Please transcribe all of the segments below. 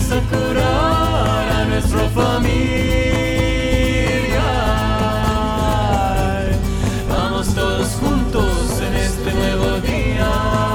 a curar a nuestra familia. Vamos todos juntos en este nuevo día.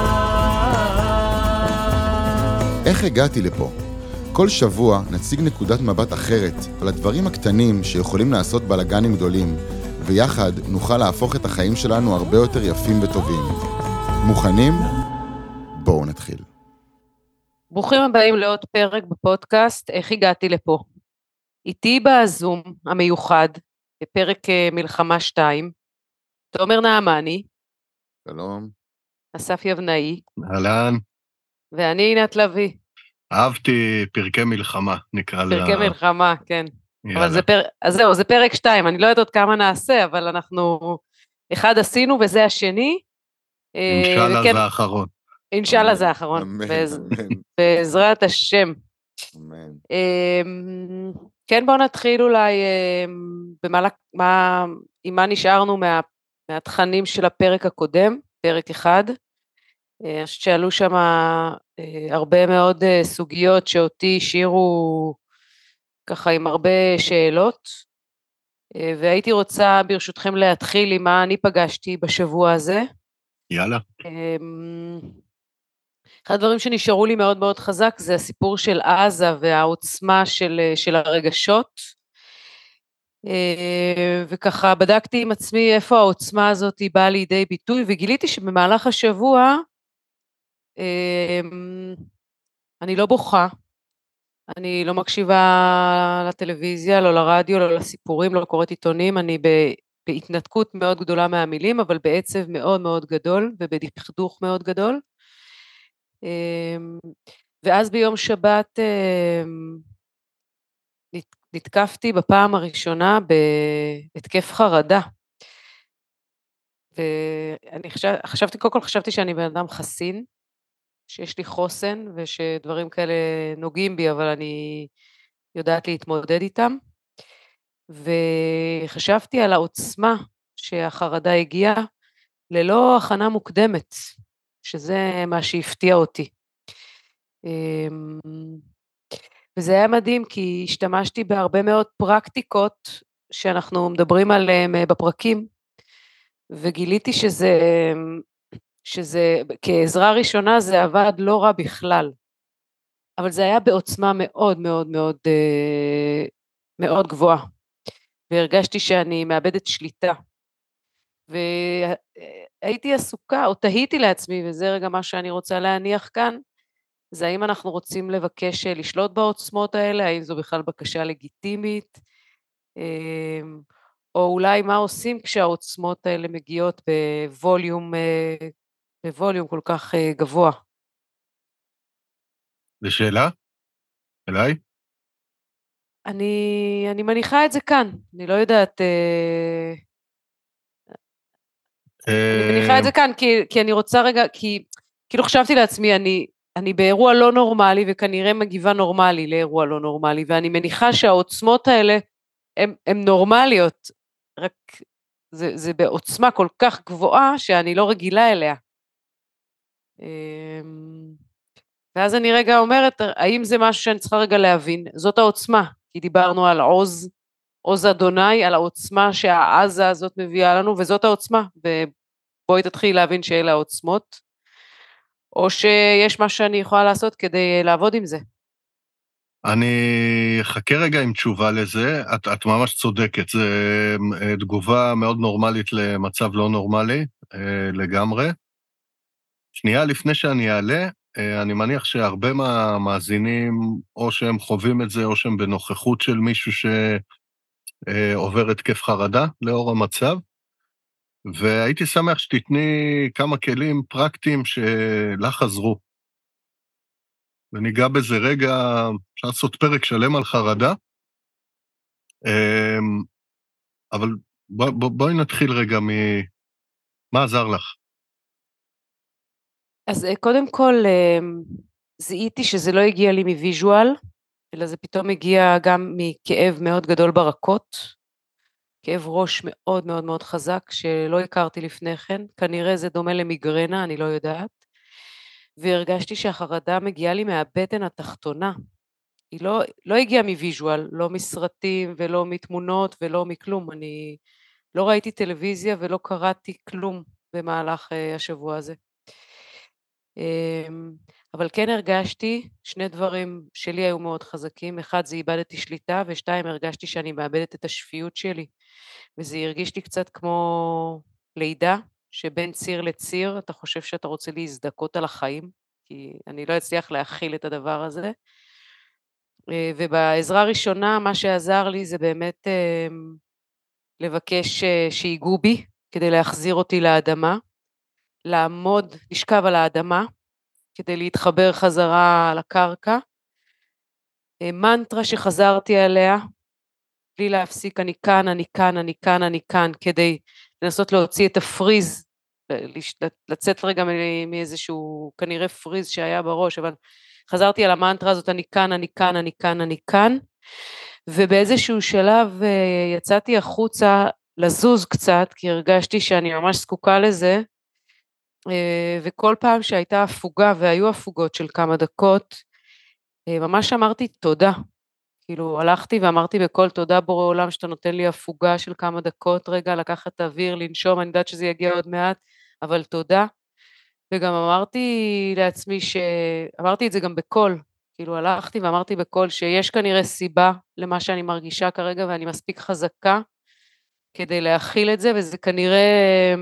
איך הגעתי לפה? כל שבוע נציג נקודת מבט אחרת על הדברים הקטנים שיכולים לעשות בלגנים גדולים, ויחד נוכל להפוך את החיים שלנו הרבה יותר יפים וטובים. מוכנים? בואו נתחיל. ברוכים הבאים לעוד פרק בפודקאסט, איך הגעתי לפה. איתי בזום המיוחד, בפרק מלחמה 2, תומר נעמני. שלום. אסף יבנאי. אהלן. ואני עינת לוי. אהבתי פרקי מלחמה, נקרא לה. פרקי מלחמה, כן. יאללה. אבל אז זהו, זה פרק 2, אני לא יודעת עוד כמה נעשה, אבל אנחנו, אחד עשינו וזה השני. אינשאללה זה האחרון. אינשאללה זה האחרון. אמן, בעזרת השם. אמן. כן, בואו נתחיל אולי עם מה נשארנו מהתכנים של הפרק הקודם, פרק 1. שעלו שם הרבה מאוד סוגיות שאותי השאירו ככה עם הרבה שאלות, והייתי רוצה ברשותכם להתחיל עם מה אני פגשתי בשבוע הזה. יאללה. אחד הדברים שנשארו לי מאוד מאוד חזק זה הסיפור של עזה והעוצמה של הרגשות, וככה בדקתי עם עצמי איפה העוצמה הזאת היא באה לידי ביטוי, וגיליתי שבמהלך השבוע אני לא בוכה, אני לא מקשיבה לטלוויזיה, לא לרדיו, לא לסיפורים, לא קוראת עיתונים, אני בהתנתקות מאוד גדולה מהמילים, אבל בעצב מאוד מאוד גדול ובדכדוך מאוד גדול. ואז ביום שבת נתקפתי בפעם הראשונה בהתקף חרדה, ואני חשבתי שאני בן אדם חסין, שיש לי חוסן ושדברים כאלה נוגעים בי, אבל אני יודעת להתמודד איתם, וחשבתי על העוצמה שהחרדה הגיעה ללא הכנה מוקדמת, שזה מה שהפתיע אותי. וזה היה מדהים, כי השתמשתי בהרבה מאוד פרקטיקות שאנחנו מדברים עליהן בפרקים, וגיליתי שזה כעזרה ראשונה זה עבד לא רע בכלל, אבל זה היה בעוצמה מאוד מאוד מאוד מאוד גבוהה, והרגשתי שאני מאבדת שליטה, והייתי עסוקה, או תהיתי לעצמי, וזה רגע מה שאני רוצה להניח כאן, זה האם אנחנו רוצים לבקש לשלוט בעוצמות האלה, האם זו בכלל בקשה לגיטימית, או אולי מה עושים כשהעוצמות האלה מגיעות בווליום כל כך גבוה. זה שאלה? אליי? אני מניחה את זה כאן, אני לא יודעת, אני מניחה את זה כאן, כי אני רוצה רגע, כי כאילו חשבתי לעצמי, אני באירוע לא נורמלי, וכנראה מגיבה נורמלי לאירוע לא נורמלי, ואני מניחה שהעוצמות האלה הן נורמליות, רק זה בעוצמה כל כך גבוהה, שאני לא רגילה אליה. ואז אני רגע אומרת, האם זה משהו שאני צריכה רגע להבין? זאת העוצמה, כי דיברנו על עוז אדוני, על העוצמה שהעזה הזאת מביאה לנו, וזאת העוצמה, ובואי תתחיל להבין שאלה העוצמות, או שיש מה שאני יכולה לעשות כדי לעבוד עם זה. אני אחכה רגע עם תשובה לזה, את ממש צודקת, זו תגובה מאוד נורמלית למצב לא נורמלי, לגמרי. שנייה לפני שאני אעלה, אני מניח שהרבה מהמאזינים, או שהם חווים את זה, או שהם בנוכחות של מישהו שעובר התקף חרדה לאור המצב, והייתי שמח שתתני כמה כלים פרקטיים שלך עזרו. וניגע בזה רגע, אפשר לעשות פרק שלם על חרדה, אבל בואי נתחיל רגע מה עזר לך? אז קודם כל, זיהיתי שזה לא הגיע לי מוויז'ואל, אלא זה פתאום הגיע גם מכאב מאוד גדול ברקות, כאב ראש מאוד מאוד מאוד חזק, שלא הכרתי לפני כן, כנראה זה דומה למיגרנה, אני לא יודעת, והרגשתי שהחרדה מגיעה לי מהבטן התחתונה, לא הגיעה מוויז'ואל, לא מסרטים ולא מתמונות ולא מכלום. אני לא ראיתי טלוויזיה ולא קראתי כלום במהלך השבוע הזה. אבל כן הרגשתי, שני דברים שלי היו מאוד חזקים, אחד זה איבדתי שליטה, ושתיים הרגשתי שאני מאבדת את השפיות שלי, וזה הרגיש לי קצת כמו לידה, שבין ציר לציר אתה חושב שאתה רוצה להזדכות על החיים, כי אני לא אצליח להכיל את הדבר הזה, ובעזרה הראשונה מה שעזר לי זה באמת לבקש שיגעו בי, כדי להחזיר אותי לאדמה, לעמוד, לשכב על האדמה, כדי להתחבר חזרה לקרקע, מנטרה שחזרתי עליה, בלי להפסיק, אני כאן, אני כאן, אני כאן, אני כאן, כדי לנסות להוציא את הפריז, לצאת רגע מאיזשהו כנראה פריז שהיה בראש, אבל חזרתי על המנטרה הזאת, אני כאן, אני כאן, אני כאן, אני כאן, ובאיזשהו שלב יצאתי החוצה לזוז קצת, כי הרגשתי שאני ממש זקוקה לזה, וכל פעם שהייתה הפוגה, והיו הפוגות של כמה דקות, ממש אמרתי תודה, כאילו הלכתי ואמרתי בכל תודה בורא עולם שאתה נותן לי הפוגה של כמה דקות, רגע לקחת אוויר, לנשום, אני יודעת שזה יגיע עוד מעט, אבל תודה, וגם אמרתי לעצמי אמרתי את זה גם בכל, כאילו הלכתי ואמרתי בכל שיש כנראה סיבה למה שאני מרגישה כרגע, ואני מספיק חזקה כדי להכיל את זה, וזה כנראה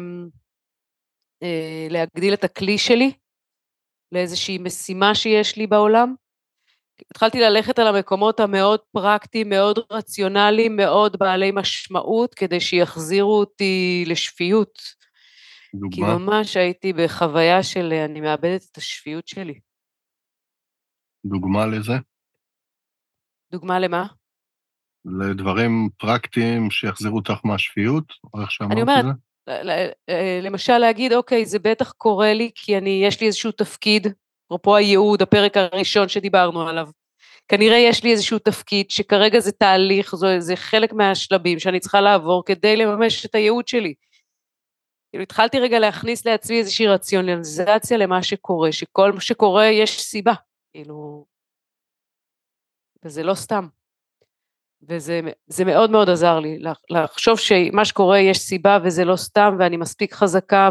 להגדיל את הכלי שלי, לאיזושהי משימה שיש לי בעולם. התחלתי ללכת על המקומות המאוד פרקטיים, מאוד רציונליים, מאוד בעלי משמעות, כדי שיחזירו אותי לשפיות. דוגמה? כי ממש הייתי בחוויה של אני מאבדת את השפיות שלי. דוגמה לזה? דוגמה למה? לדברים פרקטיים שיחזירו אותך מהשפיות, או איך שאמרת אני אומרת, את זה? למשל להגיד, אוקיי, זה בטח קורה לי, כי יש לי איזשהו תפקיד, אפרופו הייעוד, הפרק הראשון שדיברנו עליו. כנראה יש לי איזשהו תפקיד, שכרגע זה תהליך, זה חלק מהשלבים שאני צריכה לעבור, כדי לממש את הייעוד שלי. כאילו, התחלתי רגע להכניס לעצמי איזושהי רציונליזציה למה שקורה, שכל מה שקורה יש סיבה, כאילו, וזה לא סתם. וזה מאוד מאוד עזר לי, לחשוב שמה שקורה יש סיבה וזה לא סתם, ואני מספיק חזקה,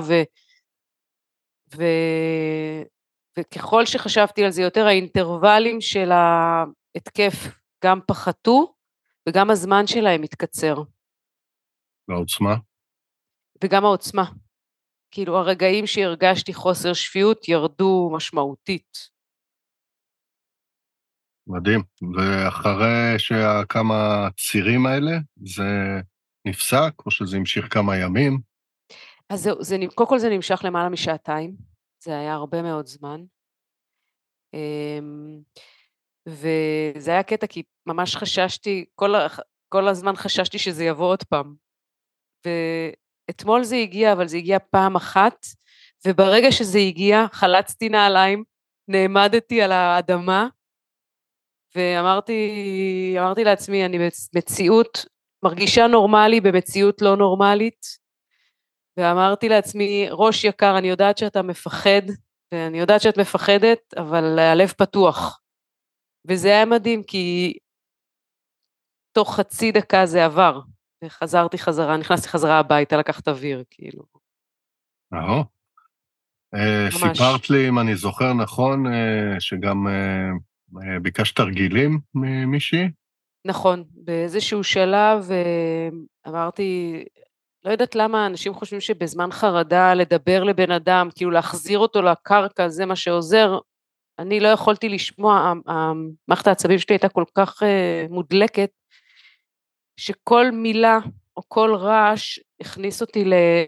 וככל שחשבתי על זה יותר, האינטרוולים של ההתקף גם פחתו, וגם הזמן שלהם מתקצר. והעוצמה? וגם העוצמה. כאילו הרגעים שהרגשתי חוסר שפיות ירדו משמעותית. מדהים. ואחרי שכמה צירים האלה, זה נפסק, או שזה המשיך כמה ימים? אז קודם כל זה נמשך למעלה משעתיים, זה היה הרבה מאוד זמן, וזה היה קטע כי ממש חששתי, כל הזמן חששתי שזה יבוא עוד פעם, ואתמול זה הגיע, אבל זה הגיע פעם אחת, וברגע שזה הגיע חלצתי נעליים, נעמדתי על האדמה, ואמרתי לעצמי, אני במציאות, מרגישה נורמלי במציאות לא נורמלית, ואמרתי לעצמי, ראש יקר, אני יודעת שאתה מפחד, ואני יודעת שאת מפחדת, אבל הלב פתוח. וזה היה מדהים, כי תוך חצי דקה זה עבר, וחזרתי חזרה, נכנסתי חזרה הביתה, לקחת אוויר, כאילו. סיפרת לי, אם אני זוכר נכון, שגם ביקשת תרגילים ממישהי? נכון, באיזשהו שלב אמרתי, לא יודעת למה אנשים חושבים שבזמן חרדה לדבר לבן אדם, כאילו להחזיר אותו לקרקע, זה מה שעוזר, אני לא יכולתי לשמוע, מערכת העצבים שלי הייתה כל כך מודלקת, שכל מילה או כל רעש הכניס אותי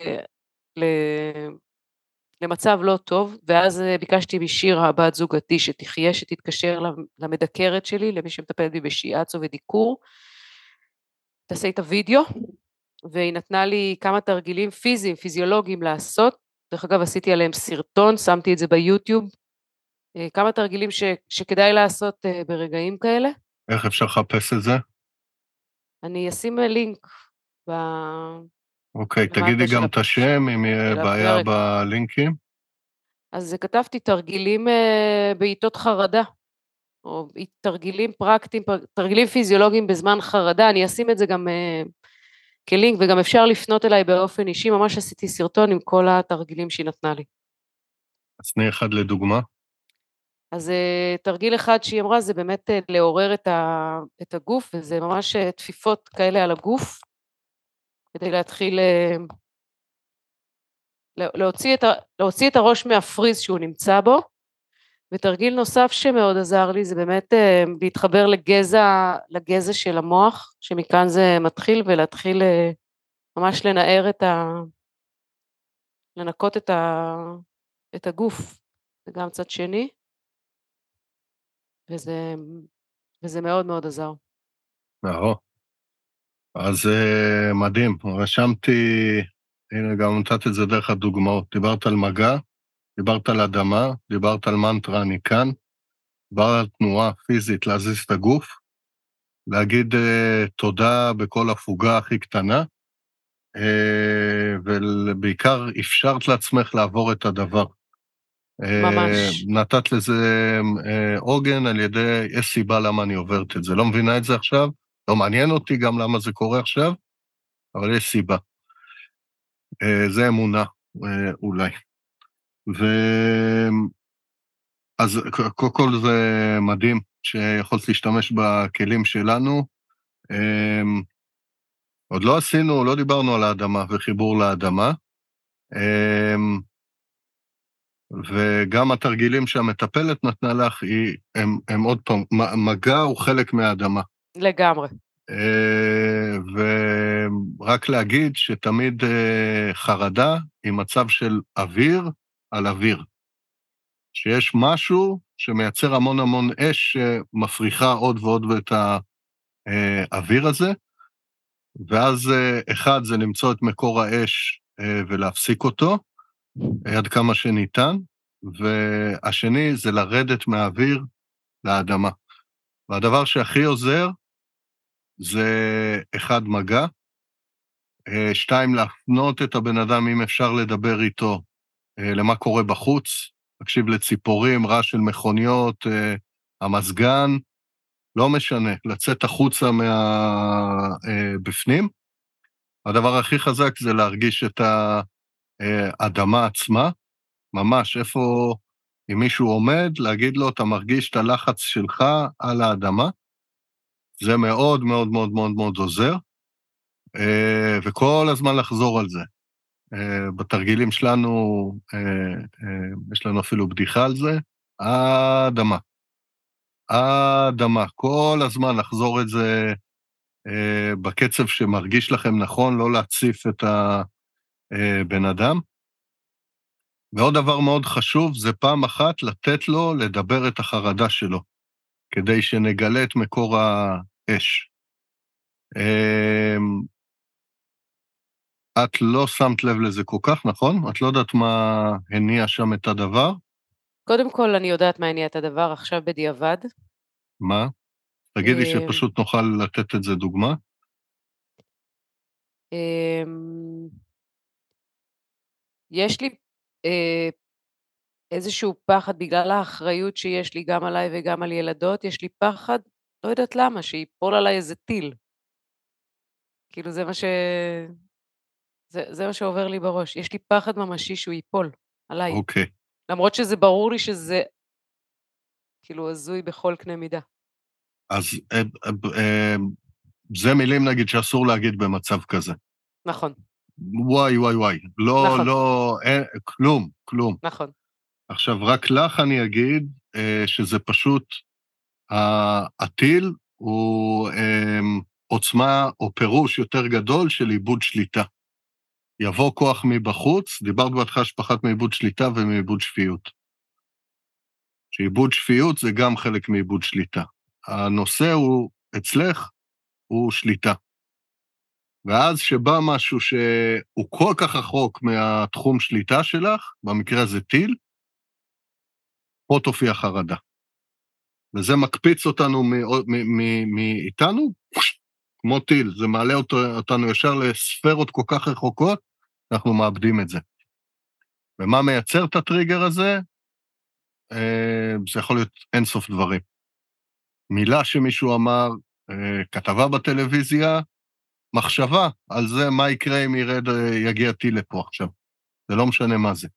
למצב לא טוב, ואז ביקשתי משירה, הבת זוגתי, שתחיה, שתתקשר למדקרת שלי, למי שמטפלת בי בשיאצו ודיקור, תעשה את הוידאו, והיא נתנה לי כמה תרגילים פיזיים, פיזיולוגיים לעשות, דרך אגב עשיתי עליהם סרטון, שמתי את זה ביוטיוב, כמה תרגילים שכדאי לעשות ברגעים כאלה. איך אפשר לחפש את זה? אני אשים לינק אוקיי, תגידי גם את השם, אם יהיה בעיה בלינקים. אז כתבתי תרגילים בעיתות חרדה, או תרגילים פרקטיים, תרגילים פיזיולוגיים בזמן חרדה, אני אשים את זה גם כלינק, וגם אפשר לפנות אליי באופן אישי, ממש עשיתי סרטון עם כל התרגילים שהיא נתנה לי. אז תני אחד לדוגמה. אז תרגיל אחד שהיא אמרה, זה באמת לעורר את הגוף, וזה ממש תפיפות כאלה על הגוף, כדי להתחיל להוציא את הראש מהפריז שהוא נמצא בו, ותרגיל נוסף שמאוד עזר לי, זה באמת להתחבר לגזע של המוח, שמכאן זה מתחיל, ולהתחיל ממש לנקות את הגוף, זה גם צד שני, וזה מאוד מאוד עזר. אז מדהים, רשמתי, הנה גם נתת את זה דרך הדוגמאות, דיברת על מגע, דיברת על אדמה, דיברת על מנטרה, אני כאן, דיברת על תנועה פיזית, להזיז את הגוף, להגיד תודה בכל הפוגה הכי קטנה, ובעיקר אפשרת לעצמך לעבור את הדבר. ממש. נתת לזה עוגן על ידי, יש סיבה למה אני עוברת את זה. לא מבינה את זה עכשיו, לא מעניין אותי גם למה זה קורה עכשיו, אבל יש סיבה. זה אמונה, אולי. אז כל זה מדהים, שיכולת להשתמש בכלים שלנו. עוד לא עשינו, לא דיברנו על האדמה וחיבור לאדמה. וגם התרגילים שהמטפלת נתנה לך, הם עוד פעם, מגע הוא חלק מהאדמה. לגמרי. ורק להגיד שתמיד חרדה היא מצב של אוויר על אוויר. שיש משהו שמייצר המון המון אש שמפריחה עוד ועוד את האוויר הזה, ואז אחד זה למצוא את מקור האש ולהפסיק אותו, עד כמה שניתן, והשני זה לרדת מהאוויר לאדמה. והדבר שהכי עוזר, זה אחד מגע, שתיים להפנות את הבן אדם אם אפשר לדבר איתו, למה קורה בחוץ, תקשיב לציפורים, רעש של מכוניות, המזגן, לא משנה, לצאת החוצה בפנים. הדבר הכי חזק זה להרגיש את האדמה עצמה, ממש איפה, אם מישהו עומד, להגיד לו, אתה מרגיש את הלחץ שלך על האדמה, זה מאוד מאוד מאוד מאוד מאוד עוזר, וכל הזמן לחזור על זה. בתרגילים שלנו, יש לנו אפילו בדיחה על זה, האדמה. האדמה, כל הזמן לחזור את זה בקצב שמרגיש לכם נכון, לא להציף את הבן אדם. ועוד דבר מאוד חשוב, זה פעם אחת לתת לו לדבר את החרדה שלו, כדי שנגלה את מקור האש. את לא שמת לב לזה כל כך, נכון? את לא יודעת מה הניע שם את הדבר? קודם כל אני יודעת מה הניע את הדבר, עכשיו בדיעבד. מה? תגידי שפשוט נוכל לתת את זה דוגמה. יש לי איזשהו פחד בגלל האחריות שיש לי גם עליי וגם על ילדות, יש לי פחד, לא יודעת למה, שיפול עליי איזה טיל. כאילו זה מה שעובר לי בראש. יש לי פחד ממשי שהוא ייפול עליי. אוקיי. למרות שזה ברור לי שזה כאילו הזוי בכל קנה מידה. אז זה מילים נגיד שאסור להגיד במצב כזה. נכון. וואי, וואי, וואי. לא, נכון. לא, כלום. נכון. עכשיו, רק לך אני אגיד שזה פשוט, הטיל הוא עוצמה או פירוש יותר גדול של איבוד שליטה. יבוא כוח מבחוץ, דיברת בהתחלה שפחת מאיבוד שליטה ומאיבוד שפיות. שאיבוד שפיות זה גם חלק מאיבוד שליטה. הנושא הוא, אצלך, הוא שליטה. ואז שבא משהו שהוא כל כך רחוק מהתחום שליטה שלך, במקרה הזה טיל, פה תופיע חרדה. וזה מקפיץ אותנו מאיתנו, כמו טיל, זה מעלה אותנו ישר לספרות כל כך רחוקות, אנחנו מאבדים את זה. ומה מייצר את הטריגר הזה? זה יכול להיות אינסוף דברים. מילה שמישהו אמר, כתבה בטלוויזיה, מחשבה על זה מה יקרה אם יגיע טיל לפה עכשיו. זה לא משנה מה זה.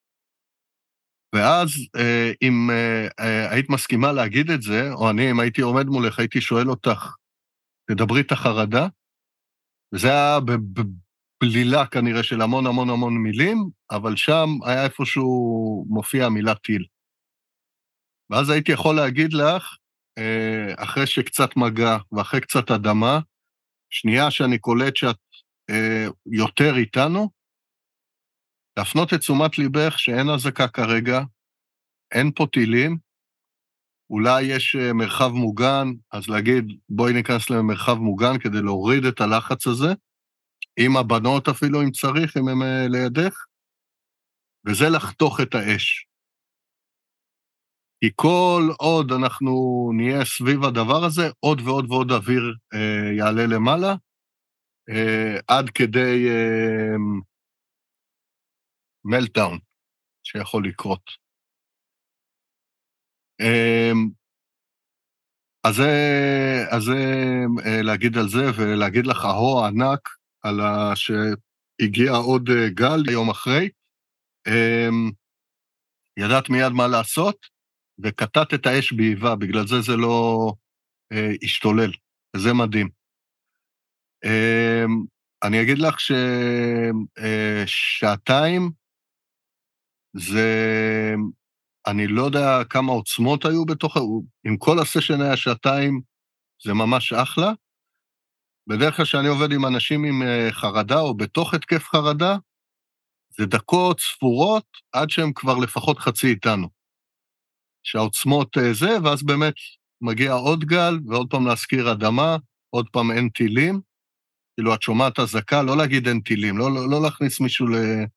ואז אם היית מסכימה להגיד את זה, או אני, אם הייתי עומד מולך, הייתי שואל אותך, תדברי את החרדה, וזה היה בבלילה כנראה של המון המון המון מילים, אבל שם היה איפשהו מופיע המילה טיל. ואז הייתי יכול להגיד לך, אחרי שקצת מגע ואחרי קצת אדמה, שנייה שאני קולט שאת יותר איתנו, להפנות את תשומת ליבך שאין הזקה כרגע, אין פה טילים, אולי יש מרחב מוגן, אז להגיד בואי ניכנס למרחב מוגן כדי להוריד את הלחץ הזה, עם הבנות אפילו אם צריך, אם הם לידך, וזה לחתוך את האש. כי כל עוד אנחנו נהיה סביב הדבר הזה, עוד ועוד ועוד אוויר יעלה למעלה, עד כדי מלטאון שיכול לקרות. אז זה להגיד על זה, ולהגיד לך אהו ענק על שהגיע עוד גל יום אחרי, ידעת מיד מה לעשות, וקטעת את האש באיבה, בגלל זה זה לא השתולל, וזה מדהים. אני אגיד לך ששעתיים, אני לא יודע כמה עוצמות היו בתוך, עם כל הסשן היה שעתיים, זה ממש אחלה. בדרך כלל שאני עובד עם אנשים עם חרדה, או בתוך התקף חרדה, זה דקות ספורות, עד שהם כבר לפחות חצי איתנו. שהעוצמות זה, ואז באמת מגיע עוד גל, ועוד פעם להזכיר אדמה, עוד פעם אין טילים, כאילו את שומעת הזקה, לא להגיד אין טילים, לא להכניס מישהו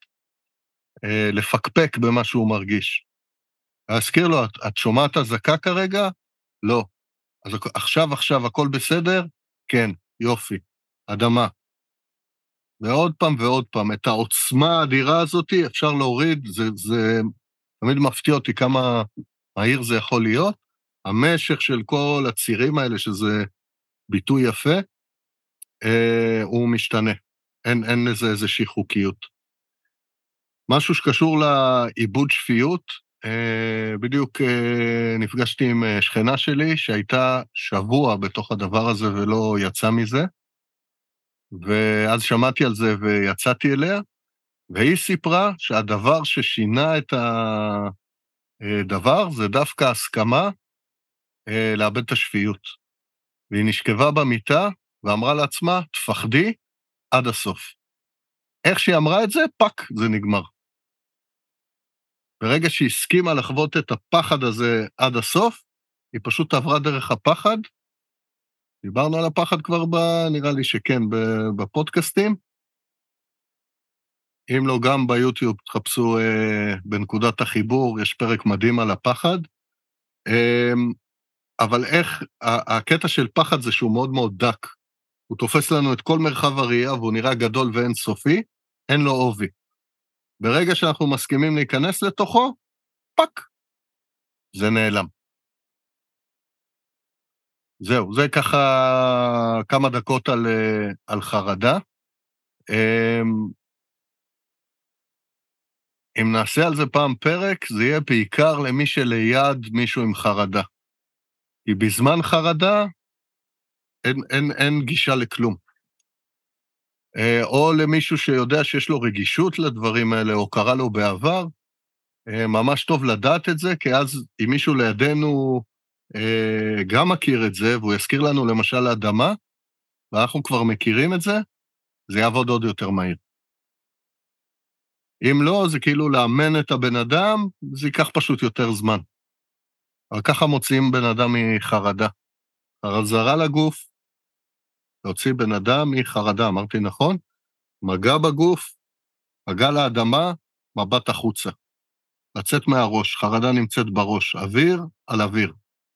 לפקפק במה שהוא מרגיש. להזכיר לו, את שומעת הזקה כרגע? לא. אז עכשיו, הכל בסדר? כן, יופי, אדמה. ועוד פעם, את העוצמה האדירה הזאת אפשר להוריד, זה תמיד מפתיע אותי כמה מהיר זה יכול להיות. המשך של כל הצירים האלה, שזה ביטוי יפה, הוא משתנה. אין לזה איזושהי חוקיות. משהו שקשור לעיבוד שפיות, בדיוק נפגשתי עם שכנה שלי, שהייתה שבוע בתוך הדבר הזה ולא יצא מזה, ואז שמעתי על זה ויצאתי אליה, והיא סיפרה שהדבר ששינה את הדבר זה דווקא הסכמה לאבד את השפיות. והיא נשכבה במיטה ואמרה לעצמה, תפחדי עד הסוף. איך שהיא אמרה את זה, פק, זה נגמר. ברגע שהיא הסכימה לחוות את הפחד הזה עד הסוף, היא פשוט עברה דרך הפחד. דיברנו על הפחד כבר נראה לי שכן, בפודקאסטים. אם לא, גם ביוטיוב תחפשו בנקודת החיבור, יש פרק מדהים על הפחד. אבל איך, הקטע של פחד זה שהוא מאוד מאוד דק. הוא תופס לנו את כל מרחב הראייה, והוא נראה גדול ואין סופי, אין לו עובי. ברגע שאנחנו מסכימים להיכנס לתוכו, פק, זה נעלם. זהו, זה ככה כמה דקות על חרדה. אם נעשה על זה פעם פרק, זה יהיה בעיקר למי שליד מישהו עם חרדה. כי בזמן חרדה, אין גישה לכלום. או למישהו שיודע שיש לו רגישות לדברים האלה, או קרה לו בעבר, ממש טוב לדעת את זה, כי אז אם מישהו לידינו גם מכיר את זה, והוא יזכיר לנו למשל האדמה, ואנחנו כבר מכירים את זה, זה יעבוד עוד יותר מהיר. אם לא, זה כאילו לאמן את הבן אדם, זה ייקח פשוט יותר זמן. אבל ככה מוציאים בן אדם מחרדה. חזרה לגוף, להוציא בן אדם מחרדה, אמרתי נכון? מגע בגוף, מגע לאדמה, מבט החוצה. לצאת מהראש, חרדה נמצאת בראש, אוויר על אוויר.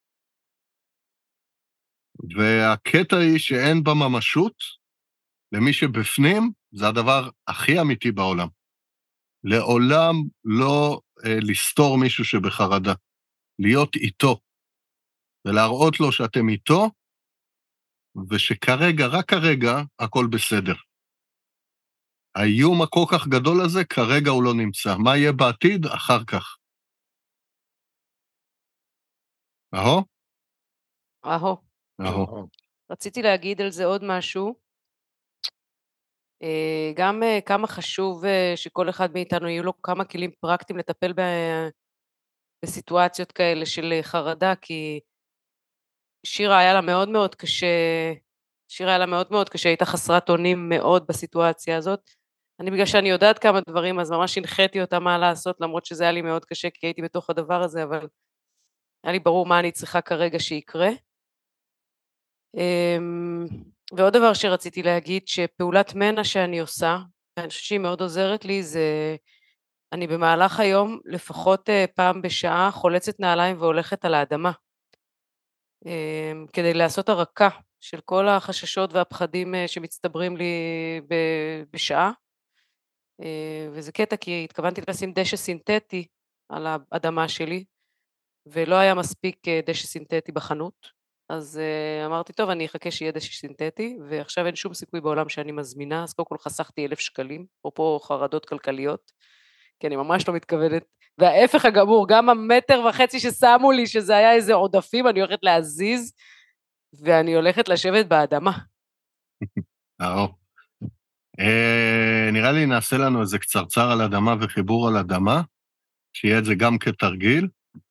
והקטע היא שאין בה ממשות, למי שבפנים, זה הדבר הכי אמיתי בעולם. לעולם לא לסתור מישהו שבחרדה, להיות איתו. ולהראות לו שאתם איתו, ושכרגע, רק כרגע, הכל בסדר. האיום הכל כך גדול הזה, כרגע הוא לא נמצא. מה יהיה בעתיד? אחר כך. אהו? אהו. אהו. רציתי להגיד על זה עוד משהו. גם כמה חשוב שכל אחד מאיתנו יהיו לו כמה כלים פרקטיים לטפל בסיטואציות כאלה של חרדה, כי שירה היה לה מאוד מאוד קשה, הייתה חסרת אונים מאוד בסיטואציה הזאת. בגלל שאני יודעת כמה דברים, אז ממש הנחיתי אותה מה לעשות, למרות שזה היה לי מאוד קשה, כי הייתי בתוך הדבר הזה, אבל היה לי ברור מה אני צריכה כרגע שיקרה. ועוד דבר שרציתי להגיד, שפעולת מנע שאני עושה, ואני חושבת שהיא מאוד עוזרת לי, זה אני במהלך היום לפחות פעם בשעה חולצת נעליים והולכת על האדמה, כדי לעשות הרקה של כל החששות והפחדים שמצטברים לי בשעה. וזה קטע, כי התכוונתי לשים דשא סינתטי על האדמה שלי, ולא היה מספיק דשא סינתטי בחנות, אז אמרתי, טוב, אני אחכה שיהיה דשא סינתטי, ועכשיו אין שום סיכוי בעולם שאני מזמינה, אז קודם כל חסכתי 1,000 שקלים, אפרופו חרדות כלכליות, כי אני ממש לא מתכוונת, וההפך הגמור, גם 1.5 מטר ששמו לי, שזה היה איזה עודפים, אני הולכת להזיז, ואני הולכת לשבת באדמה. נראה לי נעשה לנו איזה קצרצר על אדמה וחיבור על אדמה, שיהיה את זה גם כתרגיל,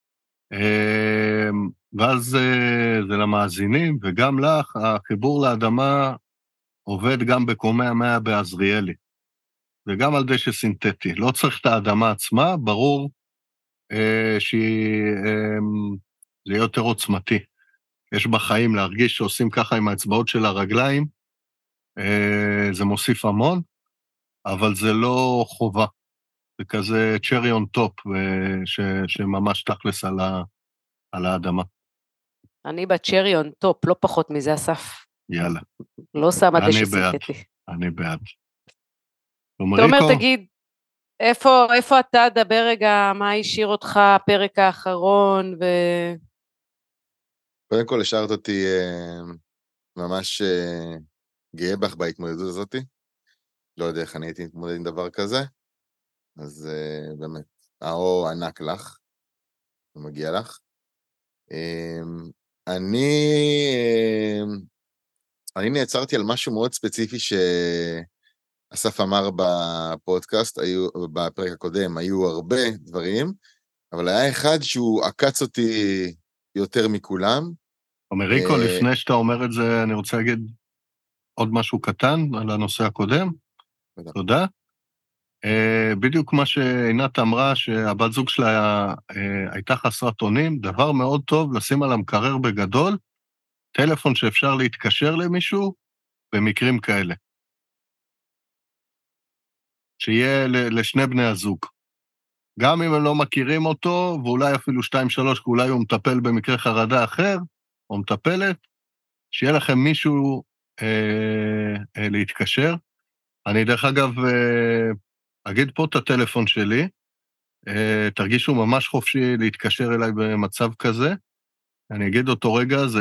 ואז זה למאזינים, וגם לך, החיבור לאדמה עובד גם בקומי המאה בעזריאלי, וגם על דשא סינתטי. לא צריך את האדמה עצמה, ברור שזה יהיה יותר עוצמתי. יש בחיים להרגיש שעושים ככה עם האצבעות של הרגליים, זה מוסיף המון, אבל זה לא חובה. זה כזה צ'רי און טופ, שממש תכלס על האדמה. אני בצ'רי און טופ, לא פחות מזה, אסף. יאללה. לא שמה דשא סינתטי. אני בעד. תומר, תגיד, איפה אתה, דבר רגע, מה השאיר אותך, הפרק האחרון, קודם כל, השארת אותי ממש גאה בך בהתמודדות הזאת. לא יודע איך אני הייתי מתמודד עם דבר כזה, אז באמת, האור ענק לך, ומגיע לך. אני נעצרתי על משהו מאוד ספציפי שאסף אמר בפודקאסט, בפרק הקודם, היו הרבה דברים, אבל היה אחד שהוא עקץ אותי יותר מכולם. אמריקו, לפני שאתה אומר את זה, אני רוצה להגיד עוד משהו קטן על הנושא הקודם. תודה. בדיוק מה שעינת אמרה, שהבת זוג שלה הייתה חסרת אונים, דבר מאוד טוב לשים על המקרר בגדול, טלפון שאפשר להתקשר למישהו במקרים כאלה. שיהיה לשני בני הזוג. גם אם הם לא מכירים אותו, ואולי אפילו 2-3, כי אולי הוא מטפל במקרה חרדה אחר, או מטפלת, שיהיה לכם מישהו להתקשר. אני דרך אגב אגיד פה את הטלפון שלי, תרגישו ממש חופשי להתקשר אליי במצב כזה, אני אגיד אותו רגע, זה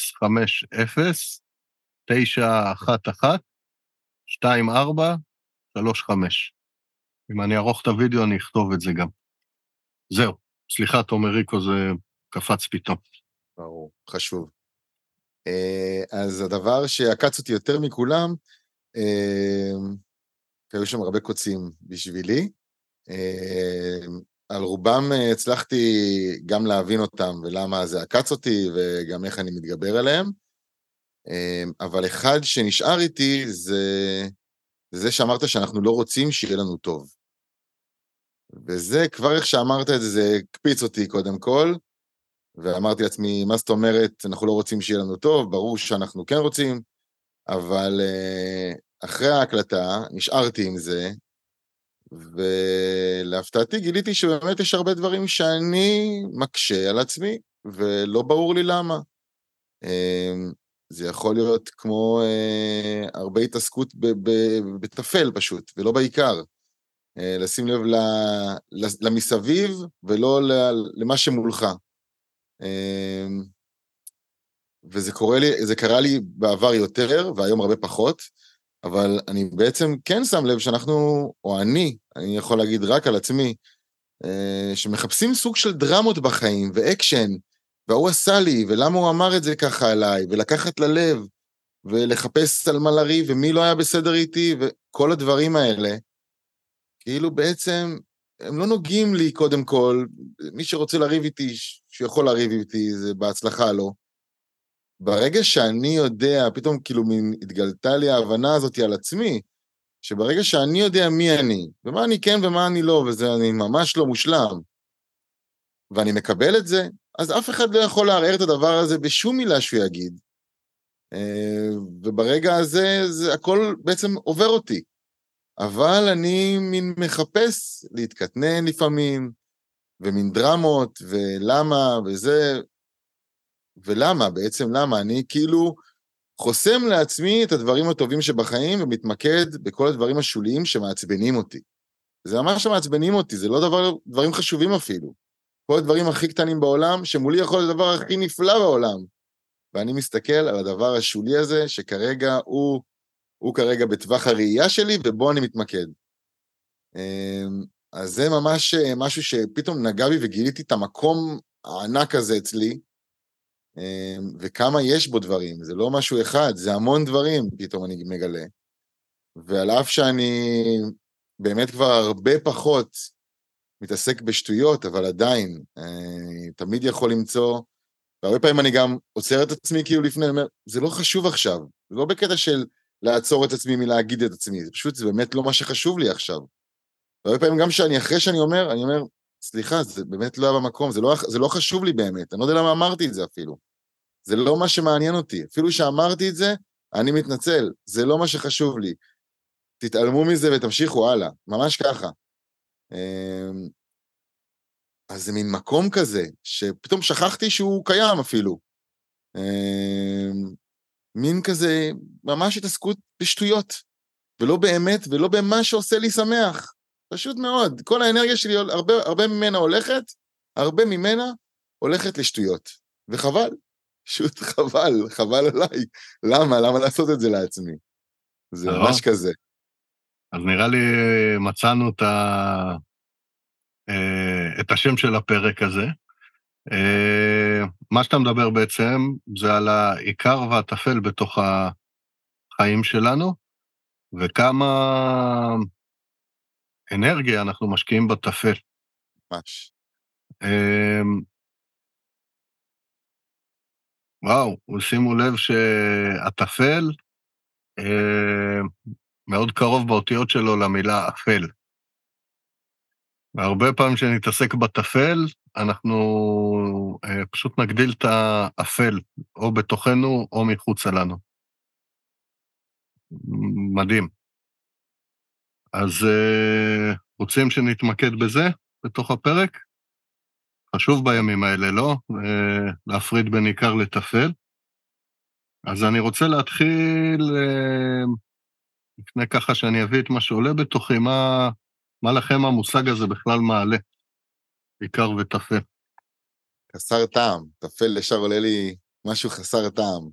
050-911-2435. אם אני ארוך את הוידאו, אני אכתוב את זה גם. זהו, סליחה, תומריקו, זה קפץ פתאום. ברור, חשוב. אז הדבר שעקץ אותי יותר מכולם, היו שם הרבה קוצים בשבילי, על רובם הצלחתי גם להבין אותם ולמה זה עקץ אותי וגם איך אני מתגבר עליהם, אבל אחד שנשאר איתי זה שאמרת שאנחנו לא רוצים שיהיה לנו טוב. וזה כבר איך שאמרת את זה, זה הקפיץ אותי קודם כל, ואמרתי לעצמי, מה זאת אומרת, אנחנו לא רוצים שיהיה לנו טוב, ברור שאנחנו כן רוצים, אבל אחרי ההקלטה נשארתי עם זה, ולהפתעתי גיליתי שבאמת יש הרבה דברים שאני מקשה על עצמי, ולא ברור לי למה. זה יכול להיות כמו הרבה התעסקות בטפל פשוט, ולא בעיקר. לשים לב למסביב, ולא למה שמולך. וזה קרה לי בעבר יותר, והיום הרבה פחות, אבל אני בעצם כן שם לב שאנחנו, או אני יכול להגיד רק על עצמי, שמחפשים סוג של דרמות בחיים, ואקשן, והוא עשה לי, ולמה הוא אמר את זה ככה עליי, ולקחת ללב, ולחפש על מה לריב, ומי לא היה בסדר איתי, וכל הדברים האלה, כאילו בעצם, הם לא נוגעים לי קודם כל, מי שרוצה לריב איתי, שיכול לריב איתי, זה בהצלחה לו. ברגע שאני יודע, פתאום כאילו התגלתה לי ההבנה הזאת על עצמי, שברגע שאני יודע מי אני, ומה אני כן ומה אני לא, וזה אני ממש לא מושלם, ואני מקבל את זה, אז אף אחד לא יכול לערער את הדבר הזה בשום מילה שהוא יגיד. וברגע הזה, הכל בעצם עובר אותי. אבל אני מין מחפש להתקטנן לפעמים, ומין דרמות, ולמה, וזה, ולמה, בעצם למה, אני כאילו חוסם לעצמי את הדברים הטובים שבחיים, ומתמקד בכל הדברים השוליים שמעצבנים אותי. זה ממש שמעצבנים אותי, זה לא דברים חשובים אפילו. כל הדברים הכי קטנים בעולם, שמולי יכול להיות הדבר הכי נפלא בעולם. ואני מסתכל על הדבר השולי הזה, שכרגע הוא כרגע בטווח הראייה שלי, ובו אני מתמקד. אז זה ממש משהו שפתאום נגע בי וגיליתי את המקום הענק הזה אצלי, וכמה יש בו דברים, זה לא משהו אחד, זה המון דברים, פתאום אני מגלה. ועל אף שאני באמת כבר הרבה פחות מתעסק בשטויות, אבל עדיין, תמיד יכול למצוא, והרבה פעמים אני גם עוצר את עצמי כאילו לפני, אני אומר, זה לא חשוב עכשיו, זה לא בקטע של לעצור את עצמי מלהגיד את עצמי, זה פשוט, זה באמת לא מה שחשוב לי עכשיו. והרבה פעמים גם אחרי שאני אומר, אני אומר, סליחה, זה באמת לא היה במקום, זה לא חשוב לי באמת, אני לא יודע למה אמרתי את זה אפילו. זה לא מה שמעניין אותי, אפילו שאמרתי את זה, אני מתנצל, זה לא מה שחשוב לי. תתעלמו מזה ותמשיכו הלאה, ממש ככה. אז זה מין מקום כזה, שפתאום שכחתי שהוא קיים אפילו. מין כזה, ממש התעסקות בשטויות, ולא באמת, ולא במה שעושה לי שמח. פשוט מאוד, כל האנרגיה שלי, הרבה ממנה הולכת לשטויות. וחבל, פשוט חבל עליי. למה לעשות את זה לעצמי? זה ממש כזה. אז נראה לי מצאנו את השם של הפרק הזה. מה שאתה מדבר בעצם זה על העיקר והטפל בתוך החיים שלנו, וכמה אנרגיה אנחנו משקיעים בטפל. ממש. וואו, שימו לב שהטפל מאוד קרוב באותיות שלו למילה אפל. והרבה פעמים שנתעסק בטפל, אנחנו פשוט נגדיל את האפל, או בתוכנו או מחוצה לנו. מדהים. אז רוצים שנתמקד בזה בתוך הפרק? חשוב בימים האלה, לא? להפריד בין עיקר לטפל. אז אני רוצה להתחיל, לפני ככה שאני אביא את מה שעולה בתוכי, מה לכם המושג הזה בכלל מעלה? עיקר וטפל. חסר טעם, טפל ישר עולה לי משהו חסר טעם.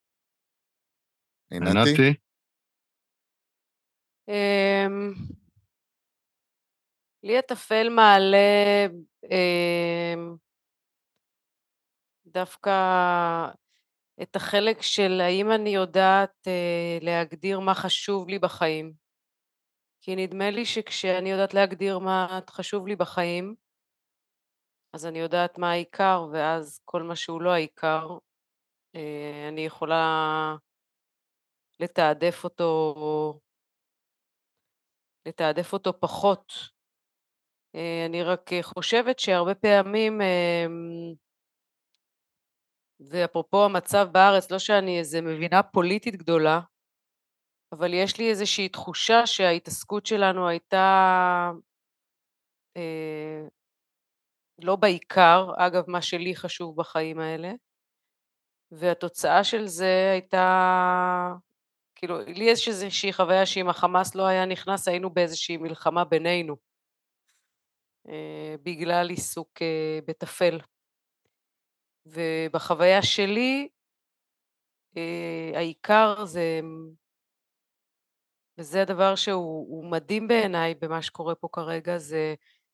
עינתי? לי הטפל מעלה דווקא את החלק של האם אני יודעת להגדיר מה חשוב לי בחיים. כי נדמה לי שכשאני יודעת להגדיר מה חשוב לי בחיים, אז אני יודעת מה העיקר, ואז כל מה שהוא לא העיקר, אני יכולה לתעדף אותו פחות. אני רק חושבת שהרבה פעמים, ואפרופו המצב בארץ, לא שאני איזה מבינה פוליטית גדולה, אבל יש לי איזושהי תחושה שההתעסקות שלנו הייתה לא בעיקר, אגב מה שלי חשוב בחיים האלה, והתוצאה של זה הייתה, כאילו, לי יש איזושהי חוויה שאם החמאס לא היה נכנס, היינו באיזושהי מלחמה בינינו, בגלל עיסוק בטפל. ובחוויה שלי, העיקר זה, וזה הדבר שהוא מדהים בעיניי במה שקורה פה כרגע, זה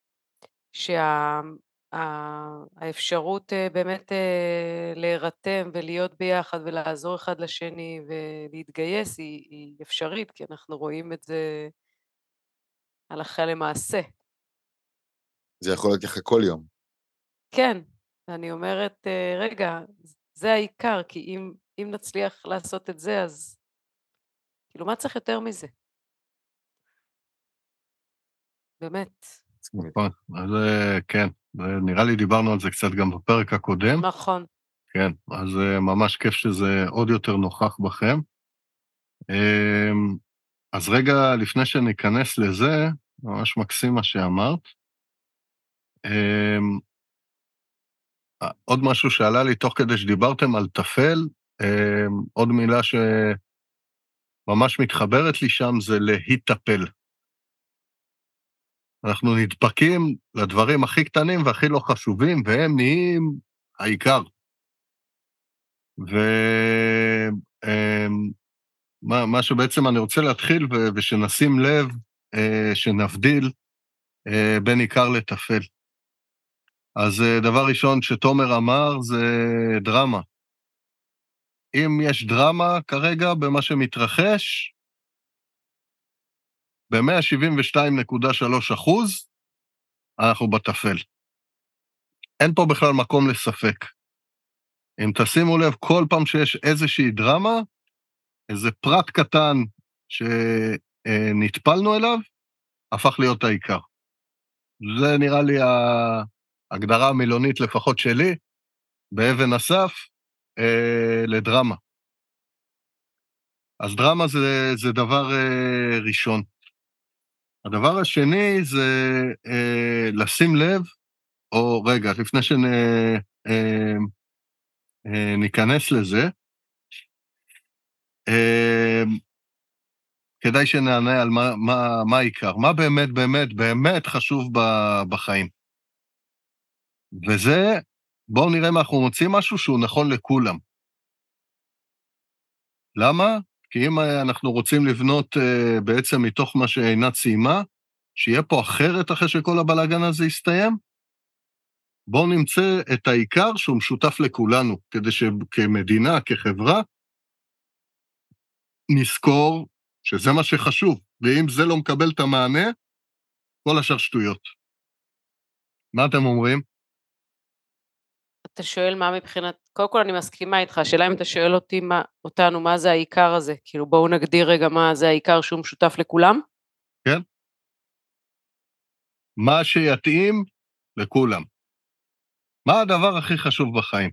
שהאפשרות באמת להירתם ולהיות ביחד ולעזור אחד לשני ולהתגייס היא אפשרית, כי אנחנו רואים את זה הלכה למעשה. זה יכול להיות ככה כל יום. כן, אני אומרת, רגע, זה העיקר, כי אם נצליח לעשות את זה, אז כאילו מה צריך יותר מזה? באמת. נכון, אז כן, נראה לי דיברנו על זה קצת גם בפרק הקודם. נכון. כן, אז ממש כיף שזה עוד יותר נוכח בכם. אז רגע, לפני שניכנס לזה, ממש מקסים מה שאמרת. עוד משהו שעלה לי תוך כדי שדיברתם על תפל, עוד מילה שממש מתחברת לי שם זה להיטפל. אנחנו נדפקים לדברים הכי קטנים והכי לא חשובים, והם נהיים העיקר. ומה שבעצם אני רוצה להתחיל, ושנשים לב, שנבדיל בין עיקר לטפל. אז דבר ראשון שתומר אמר זה דרמה. אם יש דרמה כרגע במה שמתרחש, ב-172.3% אנחנו בטפל. אין פה בכלל מקום לספק. אם תשימו לב, כל פעם שיש איזושהי דרמה, איזה פרט קטן שנטפלנו אליו, הפך להיות העיקר. זה נראה לי ההגדרה המילונית לפחות שלי, באבן אסף, לדרמה. אז דרמה זה דבר ראשון. הדבר השני זה לשים לב, או רגע, לפני שניכנס לזה, כדאי שנענה על מה העיקר, מה באמת באמת באמת חשוב בחיים. וזה, בואו נראה מה אנחנו מוצאים משהו שהוא נכון לכולם. למה? כי אם אנחנו רוצים לבנות בעצם מתוך מה שעינת סיימה, שיהיה פה אחרת אחרי שכל הבלגן הזה יסתיים, בואו נמצא את העיקר שהוא משותף לכולנו, כדי שכמדינה, כחברה, נזכור שזה מה שחשוב, ואם זה לא מקבל את המענה, כל השאר שטויות. מה אתם אומרים? אתה שואל מה מבחינת, קודם כל אני מסכימה איתך, השאלה אם אתה שואל אותנו מה זה העיקר הזה, כאילו בואו נגדיר רגע מה זה העיקר שהוא משותף לכולם? כן. מה שיתאים לכולם. מה הדבר הכי חשוב בחיים?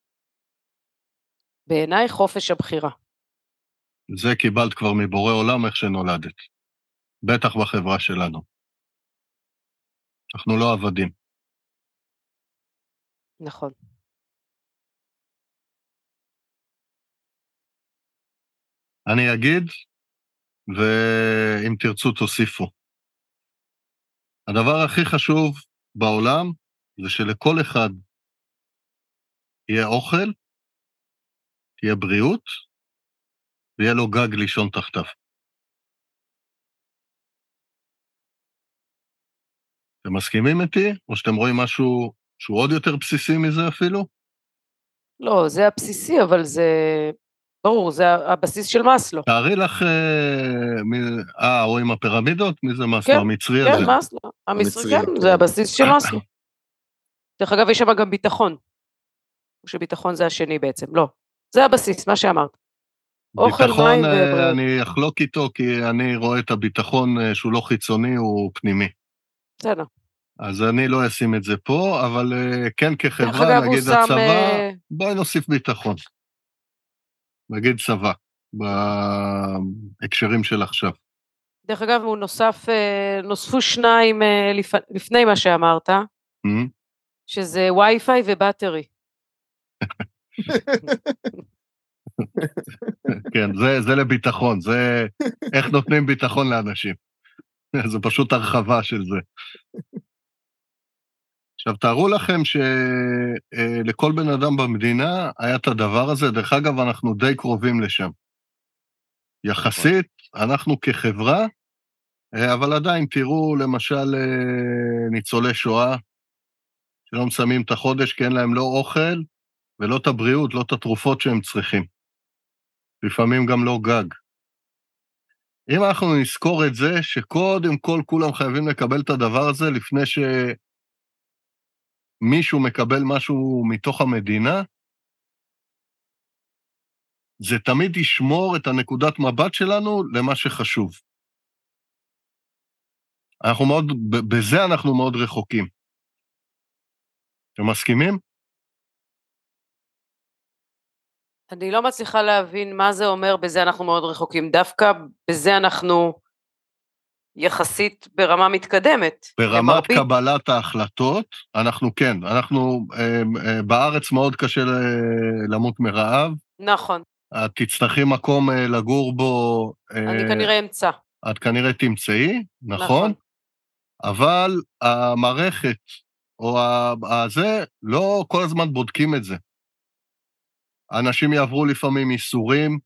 בעיניי חופש הבחירה. זה קיבלת כבר מבורא עולם איך שנולדת. בטח בחברה שלנו. אנחנו לא עבדים. נכון. אני אגיד, ואם תרצו תוסיפו. הדבר הכי חשוב בעולם זה שלכל אחד יהיה אוכל, תהיה בריאות, ויהיה לו גג לישון תחתיו. אתם מסכימים איתי? או שאתם רואים משהו שהוא עוד יותר בסיסי מזה אפילו? לא, זה הבסיסי, אבל זה ברור, זה הבסיס של מסלו. תארי לך, או עם הפירמידות? מי זה מסלו? כן, המצרי כן, הזה? מסלו. המצרי, כן, זה הבסיס של מסלו. דרך אגב, יש שם גם ביטחון. או שביטחון זה השני בעצם, לא. זה הבסיס, מה שאמרת. אוכל, מים ובריאות. אני אחלוק איתו, כי אני רואה את הביטחון שהוא לא חיצוני, הוא פנימי. בסדר. אז אני לא אשים את זה פה, אבל כן כחברה, נגיד הצבא, בואי נוסיף ביטחון. נגיד צבא, בהקשרים של עכשיו. דרך אגב, הוא נוספו שניים לפני מה שאמרת, שזה וי-פיי ובטרי. כן, זה לביטחון, זה איך נותנים ביטחון לאנשים. זה פשוט הרחבה של זה. עכשיו, תארו לכם שלכל בן אדם במדינה היה את הדבר הזה, דרך אגב, אנחנו די קרובים לשם. יחסית, אנחנו כחברה, אבל עדיין תראו למשל ניצולי שואה, שלא מסיימים את החודש כי אין להם לא אוכל, ולא את הבריאות, לא את התרופות שהם צריכים. לפעמים גם לא גג. אם אנחנו נזכור את זה, שקודם כל כולם חייבים לקבל את הדבר הזה, לפני שמישהו מקבל משהו מתוך המדינה, זה תמיד ישמור את הנקודת מבט שלנו למה שחשוב. בזה אנחנו מאוד רחוקים. אתם מסכימים? אני לא מצליחה להבין מה זה אומר בזה אנחנו מאוד רחוקים, דווקא בזה אנחנו יחסית ברמה מתקדמת. ברמת קבלת ההחלטות, אנחנו כן, אנחנו בארץ מאוד קשה למות מרעב. נכון. את תצטרכי מקום לגור בו. אני כנראה אמצא. את כנראה תמצאי, נכון? אבל המערכת, או הזה, לא כל הזמן בודקים את זה. אנשים יעברו לפעמים איסורים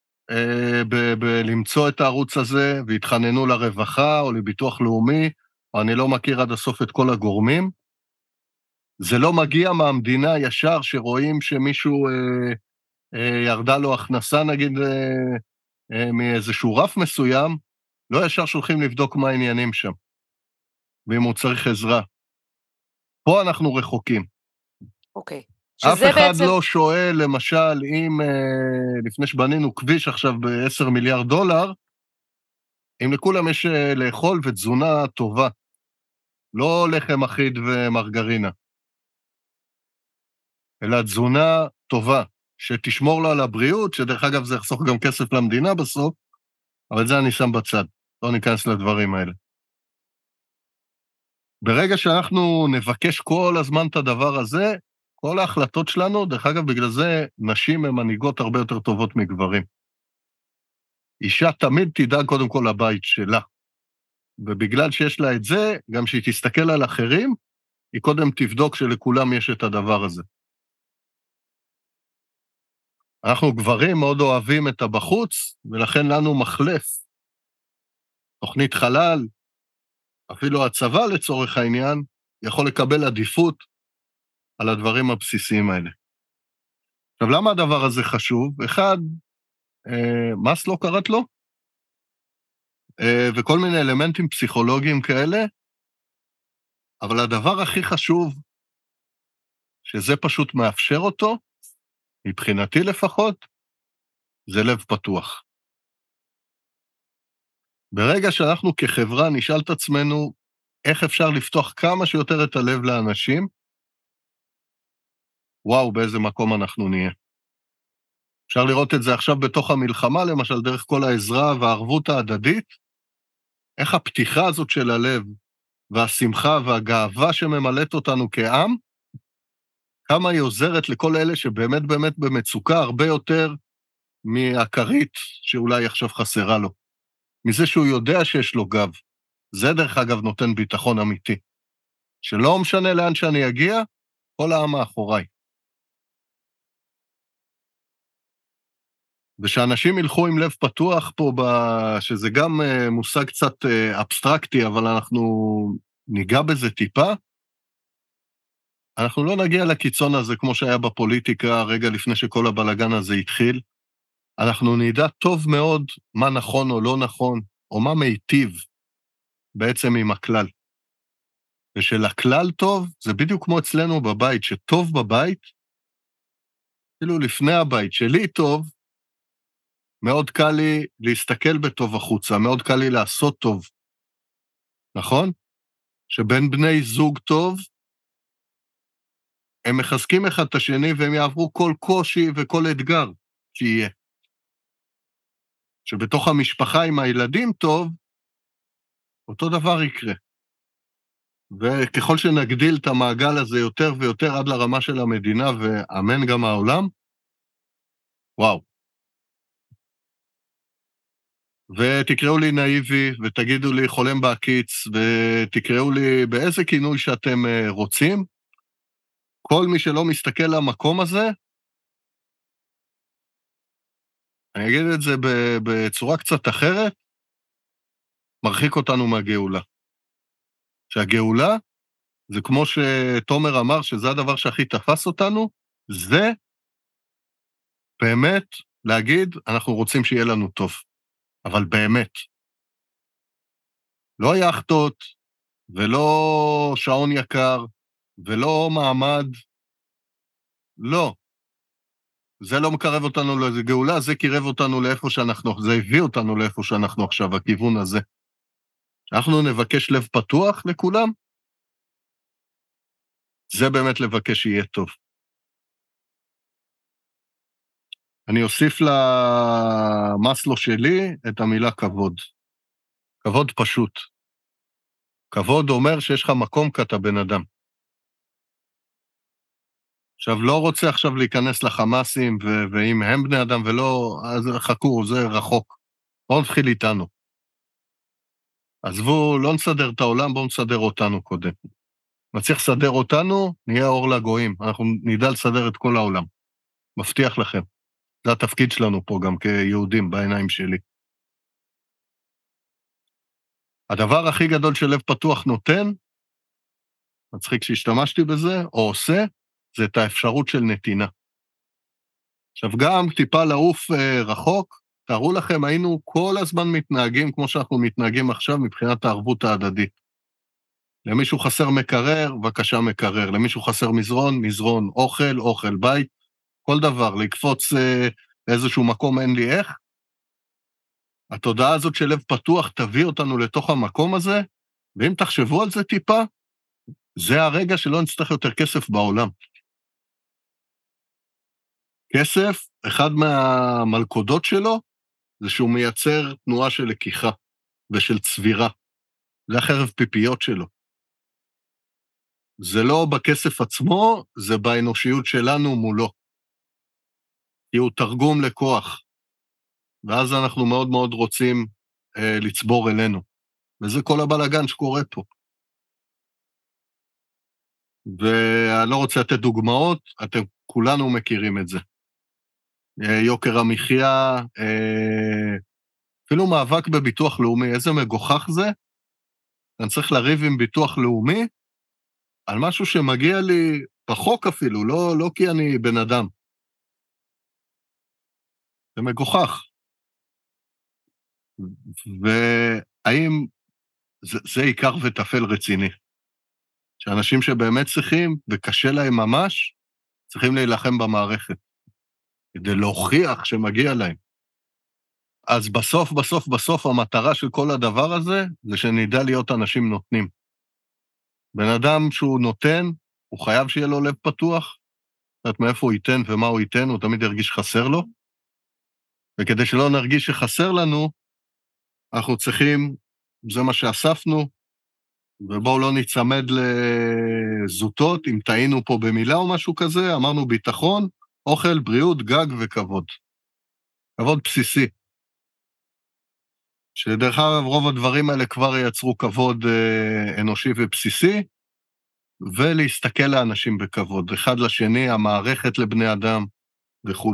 בלמצוא את הערוץ הזה, והתחננו לרווחה או לביטוח לאומי, או אני לא מכיר עד הסוף את כל הגורמים. זה לא מגיע מהמדינה ישר שרואים שמישהו ירדה לו הכנסה, נגיד, מאיזשהו רף מסוים, לא ישר שולחים לבדוק מה העניינים שם, ואם הוא צריך עזרה. פה אנחנו רחוקים. אוקיי. אף אחד לא שואל, למשל, אם לפני שבנינו כביש עכשיו ב$10 מיליארד, אם לכולם יש לאכול ותזונה טובה, לא לחם אחיד ומרגרינה, אלא תזונה טובה, שתשמור לו על הבריאות, שדרך אגב זה יחסוך גם כסף למדינה בסוף, אבל זה אני שם בצד, לא ניכנס לדברים האלה. ברגע שאנחנו נבקש כל הזמן את הדבר הזה, כל ההחלטות שלנו, דרך אגב, בגלל זה נשים הן מנהיגות הרבה יותר טובות מגברים. אישה תמיד תדאג קודם כל לבית שלה, ובגלל שיש לה את זה, גם שהיא תסתכל על אחרים, היא קודם תבדוק שלכולם יש את הדבר הזה. אנחנו גברים מאוד אוהבים את הבחוץ, ולכן לנו מחלף. תוכנית חלל, אפילו הצבא לצורך העניין, יכול לקבל עדיפות על הדברים הבסיסיים האלה. עכשיו, למה הדבר הזה חשוב? אחד, מס לא קראת לו, וכל מיני אלמנטים פסיכולוגיים כאלה, אבל הדבר הכי חשוב, שזה פשוט מאפשר אותו, מבחינתי לפחות, זה לב פתוח. ברגע שאנחנו כחברה נשאל את עצמנו, איך אפשר לפתוח כמה שיותר את הלב לאנשים, וואו, באיזה מקום אנחנו נהיה. אפשר לראות את זה עכשיו בתוך המלחמה, למשל דרך כל העזרה והערבות ההדדית, איך הפתיחה הזאת של הלב, והשמחה והגאווה שממלאת אותנו כעם, כמה היא עוזרת לכל אלה שבאמת באמת במצוקה הרבה יותר מהכרית שאולי עכשיו חסרה לו. מזה שהוא יודע שיש לו גב. זה דרך אגב נותן ביטחון אמיתי. שלא משנה לאן שאני אגיע, כל העם מאחוריי. ושאנשים ילכו עם לב פתוח פה, שזה גם מושג קצת אבסטרקטי, אבל אנחנו ניגע בזה טיפה, אנחנו לא נגיע לקיצון הזה כמו שהיה בפוליטיקה רגע לפני שכל הבלגן הזה התחיל. אנחנו נדע טוב מאוד מה נכון או לא נכון, או מה מיטיב בעצם עם הכלל. ושלכלל טוב, זה בדיוק כמו אצלנו בבית, שטוב בבית, כאילו לפני הבית שלי טוב, מאוד קל לי להסתכל בטוב החוצה, מאוד קל לי לעשות טוב. נכון? שבין בני זוג טוב, הם מחזקים אחד את השני, והם יעברו כל קושי וכל אתגר שיהיה. שבתוך המשפחה עם הילדים טוב, אותו דבר יקרה. וככל שנגדיל את המעגל הזה יותר ויותר עד לרמה של המדינה, ואמן גם העולם, וואו. ותקראו לי נאיבי, ותגידו לי חולם בעקיץ, ותקראו לי באיזה כינוי שאתם רוצים, כל מי שלא מסתכל למקום הזה, אני אגיד את זה בצורה קצת אחרת, מרחיק אותנו מהגאולה. שהגאולה, זה כמו שתומר אמר, שזה הדבר שהכי תפס אותנו, זה באמת להגיד, אנחנו רוצים שיהיה לנו טוב. אבל באמת. לא יחטות, ולא שעון יקר, ולא מעמד. לא. זה לא מקרב אותנו לגאולה, זה קירב אותנו לאיפה שאנחנו, זה הביא אותנו לאיפה שאנחנו עכשיו, הכיוון הזה. אנחנו נבקש לב פתוח לכולם, זה באמת לבקש שיהיה טוב. אני אוסיף למסלו שלי את המילה כבוד. כבוד פשוט. כבוד אומר שיש לך מקום כתה בן אדם. עכשיו, לא רוצה עכשיו להיכנס לחמאסים, ואם הם בני אדם ולא, אז חכו, זה רחוק. בואו נתחיל איתנו. עזבו, לא נסדר את העולם, בואו נסדר אותנו קודם. נצליח לסדר אותנו, נהיה אור לגויים. אנחנו נדע לסדר את כל העולם. מבטיח לכם. זה התפקיד שלנו פה גם כיהודים בעיניים שלי. הדבר הכי גדול של לב פתוח נותן, מצחיק שהשתמשתי בזה, או עושה, זה את האפשרות של נתינה. עכשיו גם טיפה לעוף רחוק, תארו לכם, היינו כל הזמן מתנהגים כמו שאנחנו מתנהגים עכשיו מבחינת הערבות ההדדית. למישהו חסר מקרר, בבקשה מקרר. למישהו חסר מזרון, מזרון. אוכל, אוכל, בית. כל דבר, לקפוץ לאיזשהו מקום אין לי איך. התודעה הזאת של לב פתוח תביא אותנו לתוך המקום הזה, ואם תחשבו על זה טיפה, זה הרגע שלא נצטרך יותר כסף בעולם. כסף, אחד מהמלכודות שלו, זה שהוא מייצר תנועה של לקיחה ושל צבירה. זה החרב פיפיות שלו. זה לא בכסף עצמו, זה באנושיות שלנו מולו. כי הוא תרגום לכוח. ואז אנחנו מאוד מאוד רוצים לצבור אלינו. וזה כל הבלגן שקורה פה. ואני לא רוצה לתת דוגמאות, אתם כולנו מכירים את זה. יוקר המחיה, אפילו מאבק בביטוח לאומי, איזה מגוחך זה? אני צריך לריב עם ביטוח לאומי, על משהו שמגיע לי בחוק אפילו, לא כי אני בן אדם. זה מגוחך. והאם זה עיקר וטפל רציני? שאנשים שבאמת צריכים, וקשה להם ממש, צריכים להילחם במערכת, כדי להוכיח שמגיע להם. אז בסוף, המטרה של כל הדבר הזה, זה שנדע להיות אנשים נותנים. בן אדם שהוא נותן, הוא חייב שיהיה לו לב פתוח, זאת מאיפה הוא ייתן ומה הוא ייתן, הוא תמיד ירגיש חסר לו, וכדי שלא נרגיש שחסר לנו, אנחנו צריכים, זה מה שאספנו, ובואו לא נצמד לזוטות, אם טעינו פה במילה או משהו כזה, אמרנו ביטחון, אוכל, בריאות, גג וכבוד. כבוד בסיסי. שדרך אגב רוב הדברים האלה כבר ייצרו כבוד אנושי ובסיסי, ולהסתכל לאנשים בכבוד, אחד לשני, המערכת לבני אדם וכו'.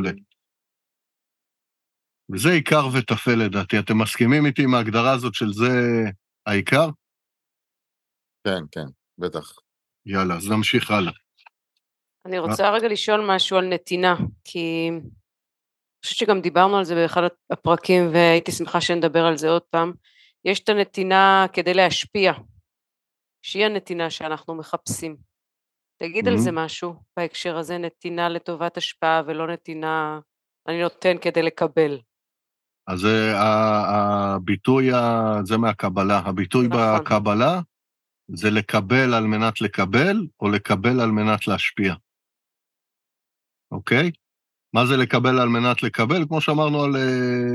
וזה עיקר וטפל לדעתי. אתם מסכימים איתי עם ההגדרה הזאת של זה העיקר? כן, כן, בטח. יאללה, אז נמשיך הלאה. אני רוצה רגע לשאול משהו על נתינה, כי אני חושבת שגם דיברנו על זה באחד הפרקים, והייתי שמחה שנדבר על זה עוד פעם. יש את הנתינה כדי להשפיע, שהיא הנתינה שאנחנו מחפשים. תגיד על זה משהו בהקשר הזה, נתינה לטובת השפעה ולא נתינה, אני נותן כדי לקבל. אז הביטוי, זה מהקבלה, הביטוי נכון. בקבלה, זה לקבל על מנת לקבל, או לקבל על מנת להשפיע. אוקיי? מה זה לקבל על מנת לקבל? כמו שאמרנו על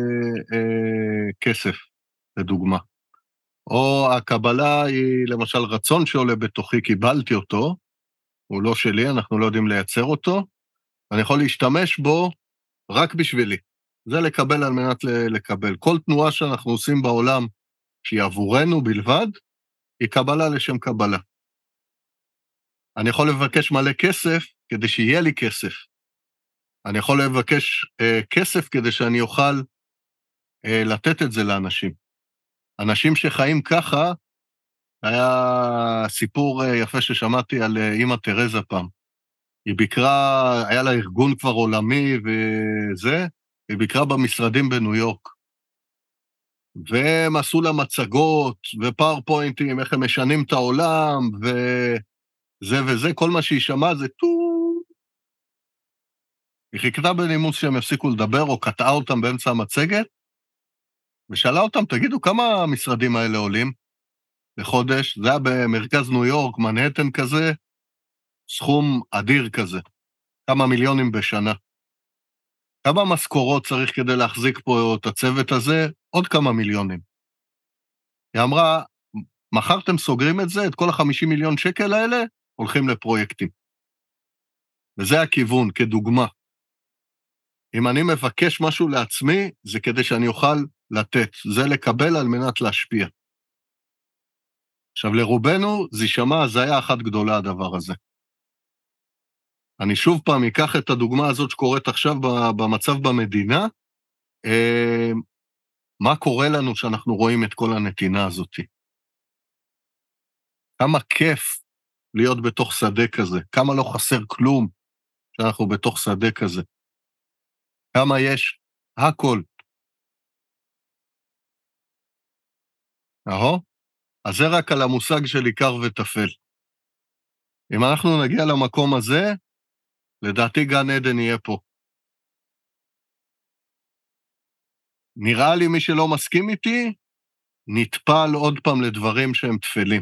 כסף, לדוגמה. או הקבלה היא למשל רצון שעולה בתוכי, קיבלתי אותו, הוא לא שלי, אנחנו לא יודעים לייצר אותו, אני יכול להשתמש בו רק בשבילי. זה לקבל על מנת לקבל. כל תנועה שאנחנו עושים בעולם, שהיא עבורנו בלבד, היא קבלה לשם קבלה. אני יכול לבקש מלא כסף כדי שיהיה לי כסף. אני יכול לבקש כסף כדי שאני אוכל לתת את זה לאנשים. אנשים שחיים ככה, היה סיפור יפה ששמעתי על אמא תרזה פעם. היא ביקרה, היה לה ארגון כבר עולמי וזה, היא ביקרה במשרדים בניו יורק. והם עשו לה מצגות ופאורפוינטים, איך הם משנים את העולם, וזה וזה, כל מה שהיא שמעה זה טו. היא חיכתה בנימוס שהם יפסיקו לדבר, או קטעה אותם באמצע המצגת, ושאלה אותם, תגידו, כמה המשרדים האלה עולים לחודש? זה היה במרכז ניו יורק, מנהטן כזה, סכום אדיר כזה, כמה מיליונים בשנה. כמה משכורות צריך כדי להחזיק פה את הצוות הזה? עוד כמה מיליונים. היא אמרה, מחרתם סוגרים את זה, את כל ה-50 מיליון שקל האלה, הולכים לפרויקטים. וזה הכיוון, כדוגמה. אם אני מבקש משהו לעצמי, זה כדי שאני אוכל לתת. זה לקבל על מנת להשפיע. עכשיו, לרובנו, זה יישמע הזיה אחת גדולה, הדבר הזה. אני שוב פעם אקח את הדוגמה הזאת שקורית עכשיו במצב במדינה, מה קורה לנו שאנחנו רואים את כל הנתינה הזאת? כמה כיף להיות בתוך שדה כזה, כמה לא חסר כלום שאנחנו בתוך שדה כזה, כמה יש הכל. אז זה רק על המושג של עיקר וטפל. אם אנחנו נגיע למקום הזה, לדעתי גן עדן יהיה פה. נראה לי מי שלא מסכים איתי, נטפל עוד פעם לדברים שהם תפלים.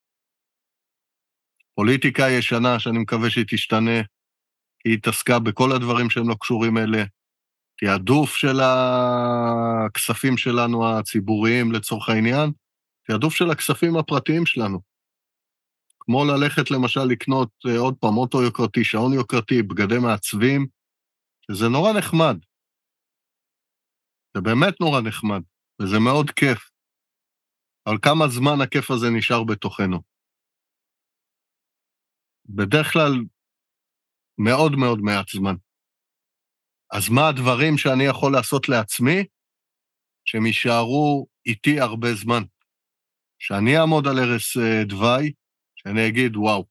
פוליטיקה ישנה שאני מקווה שהיא תשתנה, כי היא תעסקה בכל הדברים שהם לא קשורים אלה, תיעדוף של הכספים שלנו הציבוריים לצורך העניין, תיעדוף של הכספים הפרטיים שלנו. כמו ללכת למשל לקנות עוד פעם אוטו יוקרתי, שעון יוקרתי, בגדי מעצבים, שזה נורא נחמד. זה באמת נורא נחמד, וזה מאוד כיף. אבל כמה זמן הכיף הזה נשאר בתוכנו? בדרך כלל מאוד מאוד מעט זמן. אז מה הדברים שאני יכול לעשות לעצמי, שהם יישארו איתי הרבה זמן? שאני אעמוד על ערש דווי, שאני אגיד, וואו,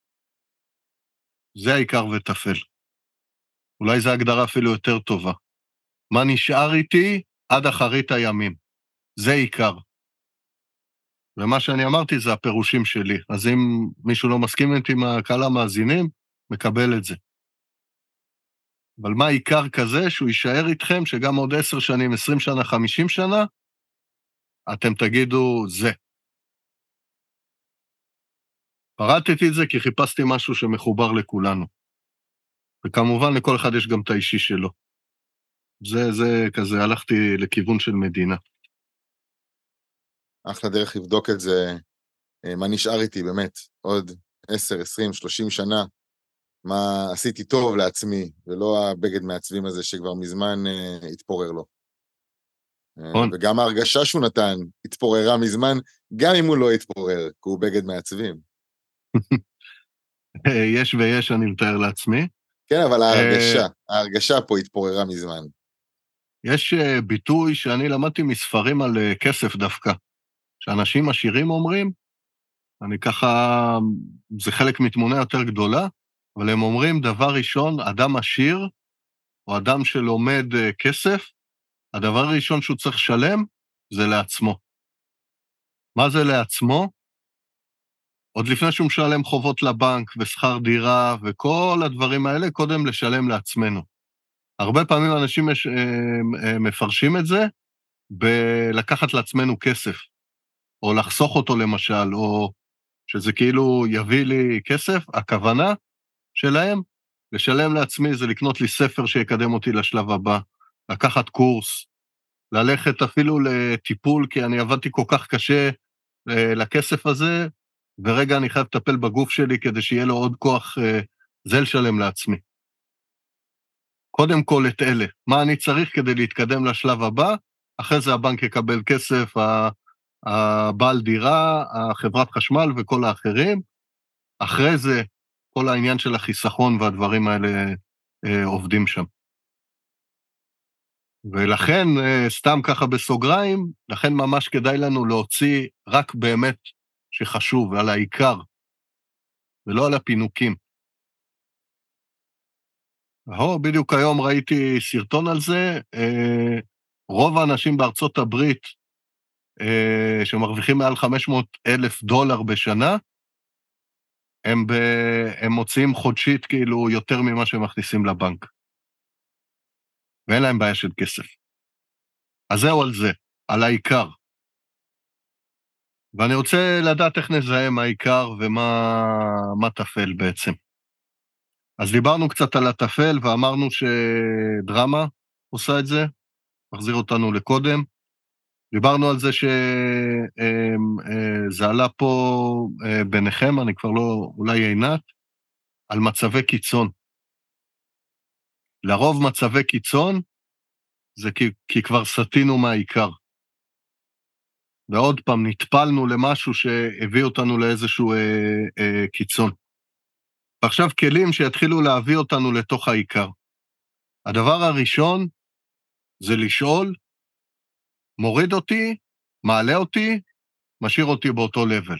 זה העיקר וטפל. אולי זו הגדרה אפילו יותר טובה. מה נשאר איתי עד אחרית הימים? זה עיקר. ומה שאני אמרתי זה הפירושים שלי. אז אם מישהו לא מסכים איתי מהקהל המאזינים, מקבל את זה. אבל מה עיקר כזה שהוא יישאר איתכם, שגם עוד 10 שנים, 20 שנה, 50 שנה, אתם תגידו זה. פרטתי את זה כי חיפשתי משהו שמחובר לכולנו. וכמובן לכל אחד יש גם את האישי שלו. זה כזה, הלכתי לכיוון של מדינה. אחלה דרך לבדוק את זה, מה נשאר איתי באמת, עוד 10, 20, 30 שנה, מה עשיתי טוב לעצמי, ולא הבגד מעצבים הזה שכבר מזמן התפורר לו. וגם ההרגשה שהוא נתן התפוררה מזמן, גם אם הוא לא התפורר, כי הוא בגד מעצבים. יש ויש, אני מתאר לעצמי. כן, אבל ההרגשה פה התפוררה מזמן. יש ביטוי שאני למדתי מספרים על כסף דווקא, שאנשים עשירים אומרים, אני ככה, זה חלק מתמונה יותר גדולה, אבל הם אומרים דבר ראשון, אדם עשיר, או אדם שלומד כסף, הדבר הראשון שהוא צריך לשלם, זה לעצמו. מה זה לעצמו? עוד לפני שהוא משלם חובות לבנק ושכר דירה וכל הדברים האלה, קודם לשלם לעצמנו. הרבה פעמים אנשים מפרשים את זה בלקחת לעצמנו כסף, או לחסוך אותו למשל, או שזה כאילו יביא לי כסף. הכוונה שלהם, לשלם לעצמי זה לקנות לי ספר שיקדם אותי לשלב הבא, לקחת קורס, ללכת אפילו לטיפול, כי אני עבדתי כל כך קשה לכסף הזה, ורגע אני חייב לטפל בגוף שלי כדי שיהיה לו עוד כוח, זה לשלם לעצמי. קודם כל את אלה, מה אני צריך כדי להתקדם לשלב הבא, אחרי זה הבנק יקבל כסף, הבעל דירה, החברת חשמל וכל האחרים, אחרי זה כל העניין של החיסכון והדברים האלה עובדים שם. ולכן, סתם ככה בסוגריים, לכן ממש כדאי לנו להוציא רק באמת שחשוב, על העיקר, ולא על הפינוקים. בדיוק היום ראיתי סרטון על זה, רוב האנשים בארצות הברית, שמרוויחים מעל $500,000 בשנה, הם מוציאים חודשית כאילו יותר ממה שהם מכניסים לבנק. ואין להם בעיה של כסף. אז זהו על זה, על העיקר. ואני רוצה לדעת איך נזהה מה העיקר ומה תפל בעצם. אז דיברנו קצת על התפל ואמרנו שדרמה עושה את זה, מחזיר אותנו לקודם. דיברנו על זה שזה עלה פה ביניכם, אני כבר לא, אולי עינת, על מצבי קיצון. לרוב מצבי קיצון, זה כי כבר סתינו מהעיקר. ועוד פעם, נטפלנו למשהו שהביא אותנו לאיזשהו קיצון. ועכשיו כלים שיתחילו להביא אותנו לתוך העיקר. הדבר הראשון, זה לשאול, מוריד אותי, מעלה אותי, משאיר אותי באותו לבל.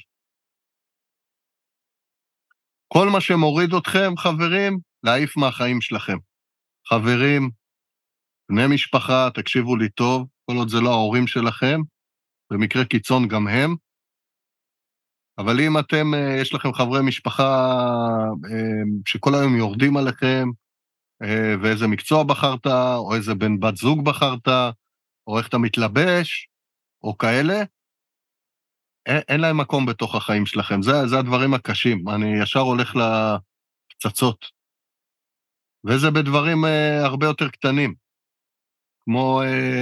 כל מה שמוריד אתכם, חברים, להעיף מהחיים שלכם. חברים, בני משפחה, תקשיבו לי טוב, כל עוד זה לא ההורים שלכם, במקרה קיצון גם הם, אבל אם אתם, יש לכם חברי משפחה שכל היום יורדים עליכם, ואיזה מקצוע בחרת, או איזה בן בת זוג בחרת, או איך אתה מתלבש, או כאלה, אין להם מקום בתוך החיים שלכם. זה הדברים הקשים. אני ישר הולך לפצצות. וזה בדברים הרבה יותר קטנים. כמו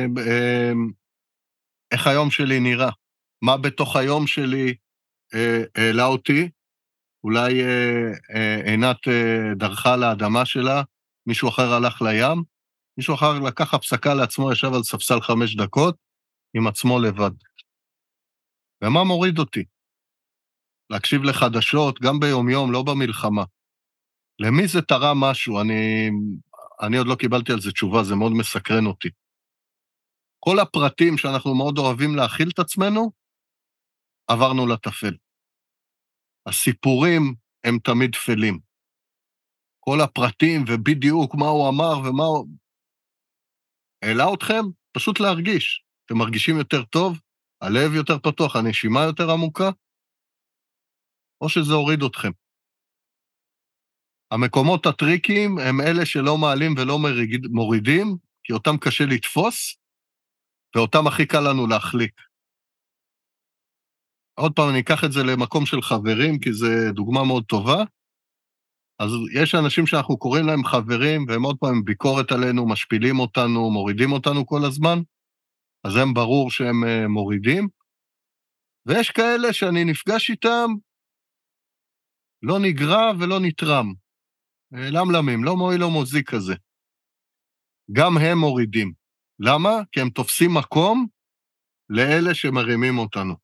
איך היום שלי נראה. מה בתוך היום שלי העלה אותי. אולי עינת דרכה לאדמה שלה, מישהו אחר הלך לים, מישהו אחר לקח הפסקה לעצמו, ישב על ספסל 5 דקות, עם עצמו לבד. ומה מוריד אותי? להקשיב לחדשות, גם ביום יום, לא במלחמה. למי זה תרם משהו? אני עוד לא קיבלתי על זה תשובה, זה מאוד מסקרן אותי. כל הפרטים שאנחנו מאוד אוהבים להכיל את עצמנו, עברנו לטפל. הסיפורים הם תמיד תפלים. כל הפרטים ובדיוק מה הוא אמר ומה הוא... העלה אתכם, פשוט להרגיש. אתם מרגישים יותר טוב, הלב יותר פתוח, הנשימה יותר עמוקה, או שזה הוריד אתכם. המקומות הטריקיים הם אלה שלא מעלים ולא מורידים, כי אותם קשה לתפוס, ואותם הכי קל לנו להחליק. עוד פעם, אני אקח את זה למקום של חברים, כי זו דוגמה מאוד טובה. אז יש אנשים שאנחנו קוראים להם חברים, והם עוד פעם ביקורת עלינו, משפילים אותנו, מורידים אותנו כל הזמן, אז הם ברור שהם מורידים. ויש כאלה שאני נפגש איתם, לא נגרע ולא נתרם. למלמים, לא מועיל או מוזיק כזה. גם הם מורידים. למה? כי הם תופסים מקום לאלה שמרימים אותנו.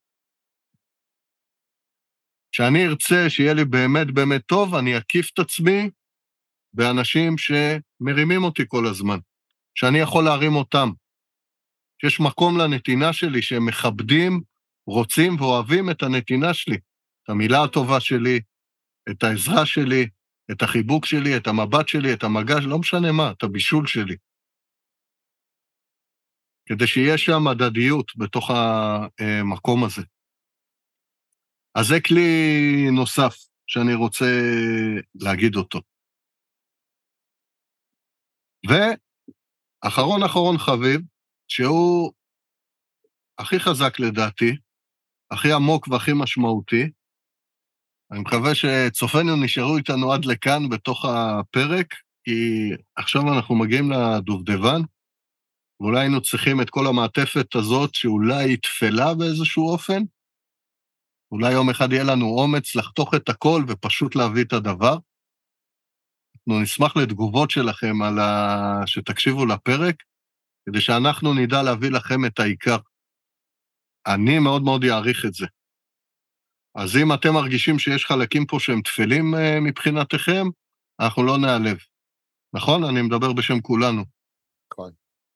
כשאני ארצה שיהיה לי באמת באמת טוב, אני אקיף את עצמי באנשים שמרימים אותי כל הזמן, שאני יכול להרים אותם, שיש מקום לנתינה שלי, שהם מכבדים, רוצים ואוהבים את הנתינה שלי, את המילה הטובה שלי, את העזרה שלי, את החיבוק שלי, את המבט שלי, את המגע, לא משנה מה, את הבישול שלי. כדי שיהיה שם הדדיות בתוך המקום הזה. אז זה כלי נוסף שאני רוצה להגיד אותו. ואחרון חביב, שהוא הכי חזק לדעתי, הכי עמוק והכי משמעותי, אני מקווה שצופינו נשארו איתנו עד לכאן בתוך הפרק, כי עכשיו אנחנו מגיעים לדובדבן, ואולי היינו צריכים את כל המעטפת הזאת שאולי היא תפלה באיזשהו אופן, אולי יום אחד יהיה לנו אומץ לחתוך את הכל ופשוט להביא את הדבר. אנחנו נשמח לתגובות שלכם שתקשיבו לפרק, כדי שאנחנו נדע להביא לכם את העיקר. אני מאוד מאוד יעריך את זה. אז אם אתם מרגישים שיש חלקים פה שהם תפלים מבחינתכם, אנחנו לא נעלב. נכון? אני מדבר בשם כולנו. נכון.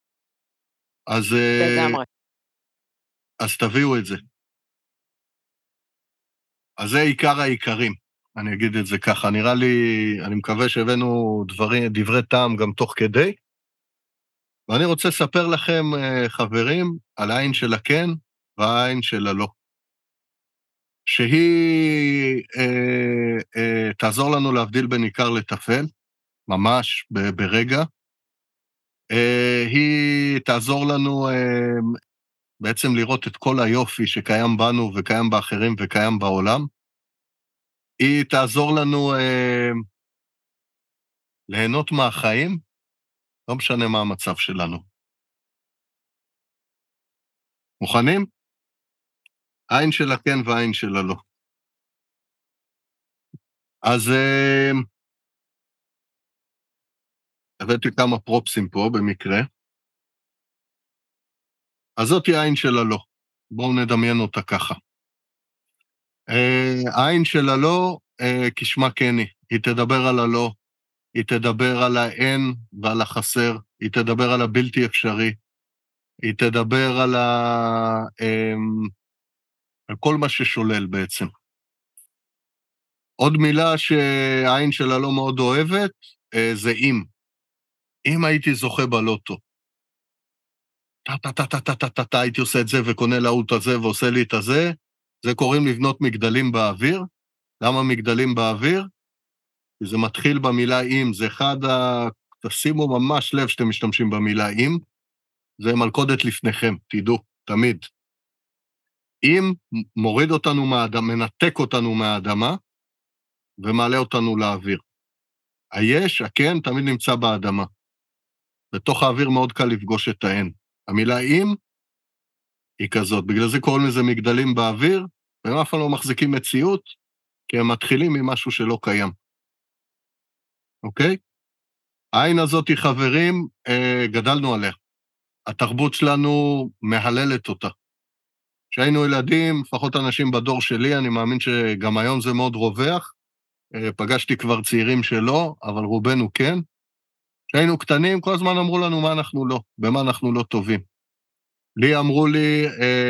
לגמרי. אז תביאו את זה. אז זה עיקר העיקרים, אני אגיד את זה ככה. נראה לי, אני מקווה שהבאנו דברי טעם גם תוך כדי. ואני רוצה לספר לכם, חברים, על העין של הכן והעין של הלא. שהיא תעזור לנו להבדיל בין עיקר לטפל, ממש ברגע. היא תעזור לנו בעצם לראות את כל היופי שקיים בנו וקיים באחרים וקיים בעולם. היא תעזור לנו ליהנות מהחיים, לא משנה מה המצב שלנו. מוכנים? העין של הכן והעין של הלא. אז הבאתי כמה פרופסים פה במקרה. אז זאת היא העין של הלא. בואו נדמיין אותה ככה. העין של הלא, כשמה כן היא תדבר על הלא, היא תדבר על האין ועל החסר, היא תדבר על הבלתי אפשרי, היא תדבר על כל מה ששולל בעצם. עוד מילה שהעין של הלא מאוד אוהבת, זה אם הייתי זוכה בלוטו. הייתי עושה את זה וקונה לאוט הזה ועושה לי את הזה, זה קוראים לבנות מגדלים באוויר. למה מגדלים באוויר? כי זה מתחיל במילה אם, זה אחד תשימו ממש לב שאתם משתמשים במילה אם, זה מלכודת לפניכם, תדעו, תמיד. אם מוריד אותנו מהאדמה, מנתק אותנו מהאדמה, ומעלה אותנו לאוויר. היש, הכן, תמיד נמצא באדמה. בתוך האוויר מאוד קל לפגוש את האין. המילה אם היא כזאת, בגלל זה קוראים לזה מגדלים באוויר, והם אף פעם לא מחזיקים מציאות, כי הם מתחילים ממשהו שלא קיים. אוקיי? העין הזאת, חברים, גדלנו עליה. התרבות שלנו מהללת אותה. כשהיינו ילדים, לפחות אנשים בדור שלי, אני מאמין שגם היום זה מאוד רווח, פגשתי כבר צעירים שלא, אבל רובנו כן. כשהיינו קטנים, כל הזמן אמרו לנו מה אנחנו לא, במה אנחנו לא טובים. לי אמרו לי,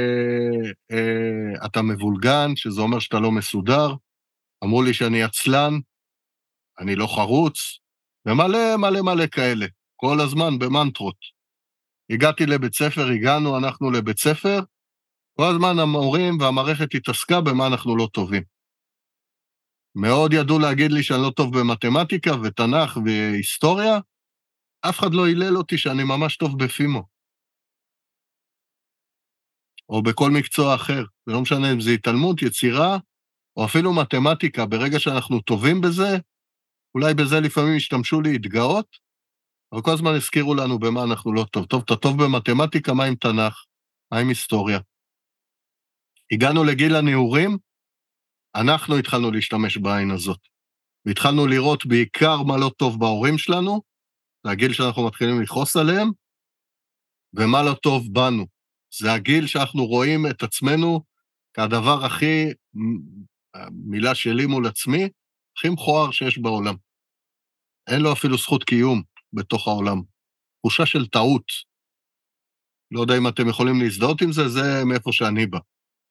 אתה מבולגן, שזה אומר שאתה לא מסודר, אמרו לי שאני עצלן, אני לא חרוץ, ומלא מלא מלא כאלה, כל הזמן במנטרות. הגעתי לבית ספר, הגענו אנחנו לבית ספר, כל הזמן המורים והמערכת התעסקה במה אנחנו לא טובים. מאוד ידעו להגיד לי שאני לא טוב במתמטיקה ותנ"ך והיסטוריה, אף אחד לא הילל אותי שאני ממש טוב בפימו. או בכל מקצוע אחר, זה לא משנה אם זה התעלמות, יצירה, או אפילו מתמטיקה, ברגע שאנחנו טובים בזה, אולי בזה לפעמים השתמשו להתגאות, אבל כל הזמן הזכירו לנו במה אנחנו לא טוב. טוב, אתה טוב במתמטיקה, מה עם תנ"ך? מה עם היסטוריה? הגענו לגיל הנעורים, אנחנו התחלנו להשתמש בעין הזאת, והתחלנו לראות בעיקר מה לא טוב בהורים שלנו, זה הגיל שאנחנו מתחילים לכעוס עליהם, ומה לא טוב בנו. זה הגיל שאנחנו רואים את עצמנו כהדבר הכי, מילה שלי מול עצמי, הכי מכוער שיש בעולם. אין לו אפילו זכות קיום בתוך העולם. תחושה של טעות. לא יודע אם אתם יכולים להזדהות עם זה, זה מאיפה שאני בא.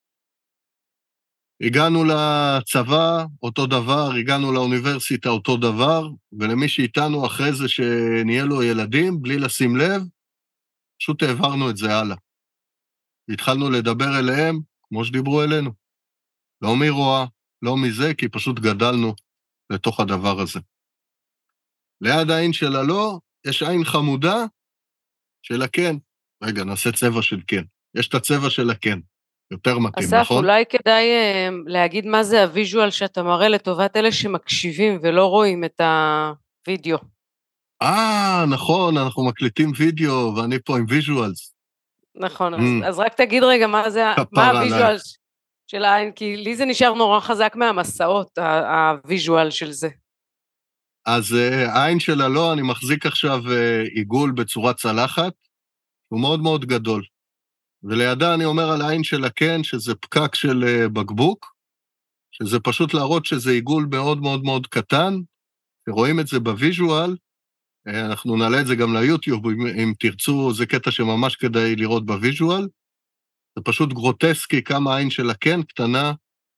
הגענו לצבא, אותו דבר, הגענו לאוניברסיטה, אותו דבר, ולמי שאיתנו אחרי זה שנהיה לו ילדים, בלי לשים לב, פשוט העברנו את זה הלאה. והתחלנו לדבר אליהם, כמו שדיברו אלינו. לא מרוע, לא מזה, כי פשוט גדלנו לתוך הדבר הזה. ליד העין של הלא, יש עין חמודה של הכן. רגע, נעשה צבע של כן. יש את הצבע של הכן. יותר מתאים, אסף, נכון? אולי כדאי להגיד מה זה הוויז'ואל שאתה מראה לטובת אלה שמקשיבים ולא רואים את הוידאו. נכון, אנחנו מקליטים וידאו, ואני פה עם ויז'ואלס. נכון, אז רק תגיד רגע מה הוויז'ואל של העין, כי לי זה נשאר נורא חזק מהמסעות, הוויז'ואל של זה. אז העין של הלא, אני מחזיק עכשיו עיגול בצורת צלחת, הוא מאוד מאוד גדול. ולידה אני אומר על העין של הכן, שזה פקק של בקבוק, שזה פשוט להראות שזה עיגול מאוד מאוד מאוד קטן, ורואים את זה בוויז'ואל, אנחנו נעלה את זה גם ליוטיוב, אם תרצו, זה קטע שממש כדאי לראות בוויז'ואל, זה פשוט גרוטסקי כמה העין של הכן קטנה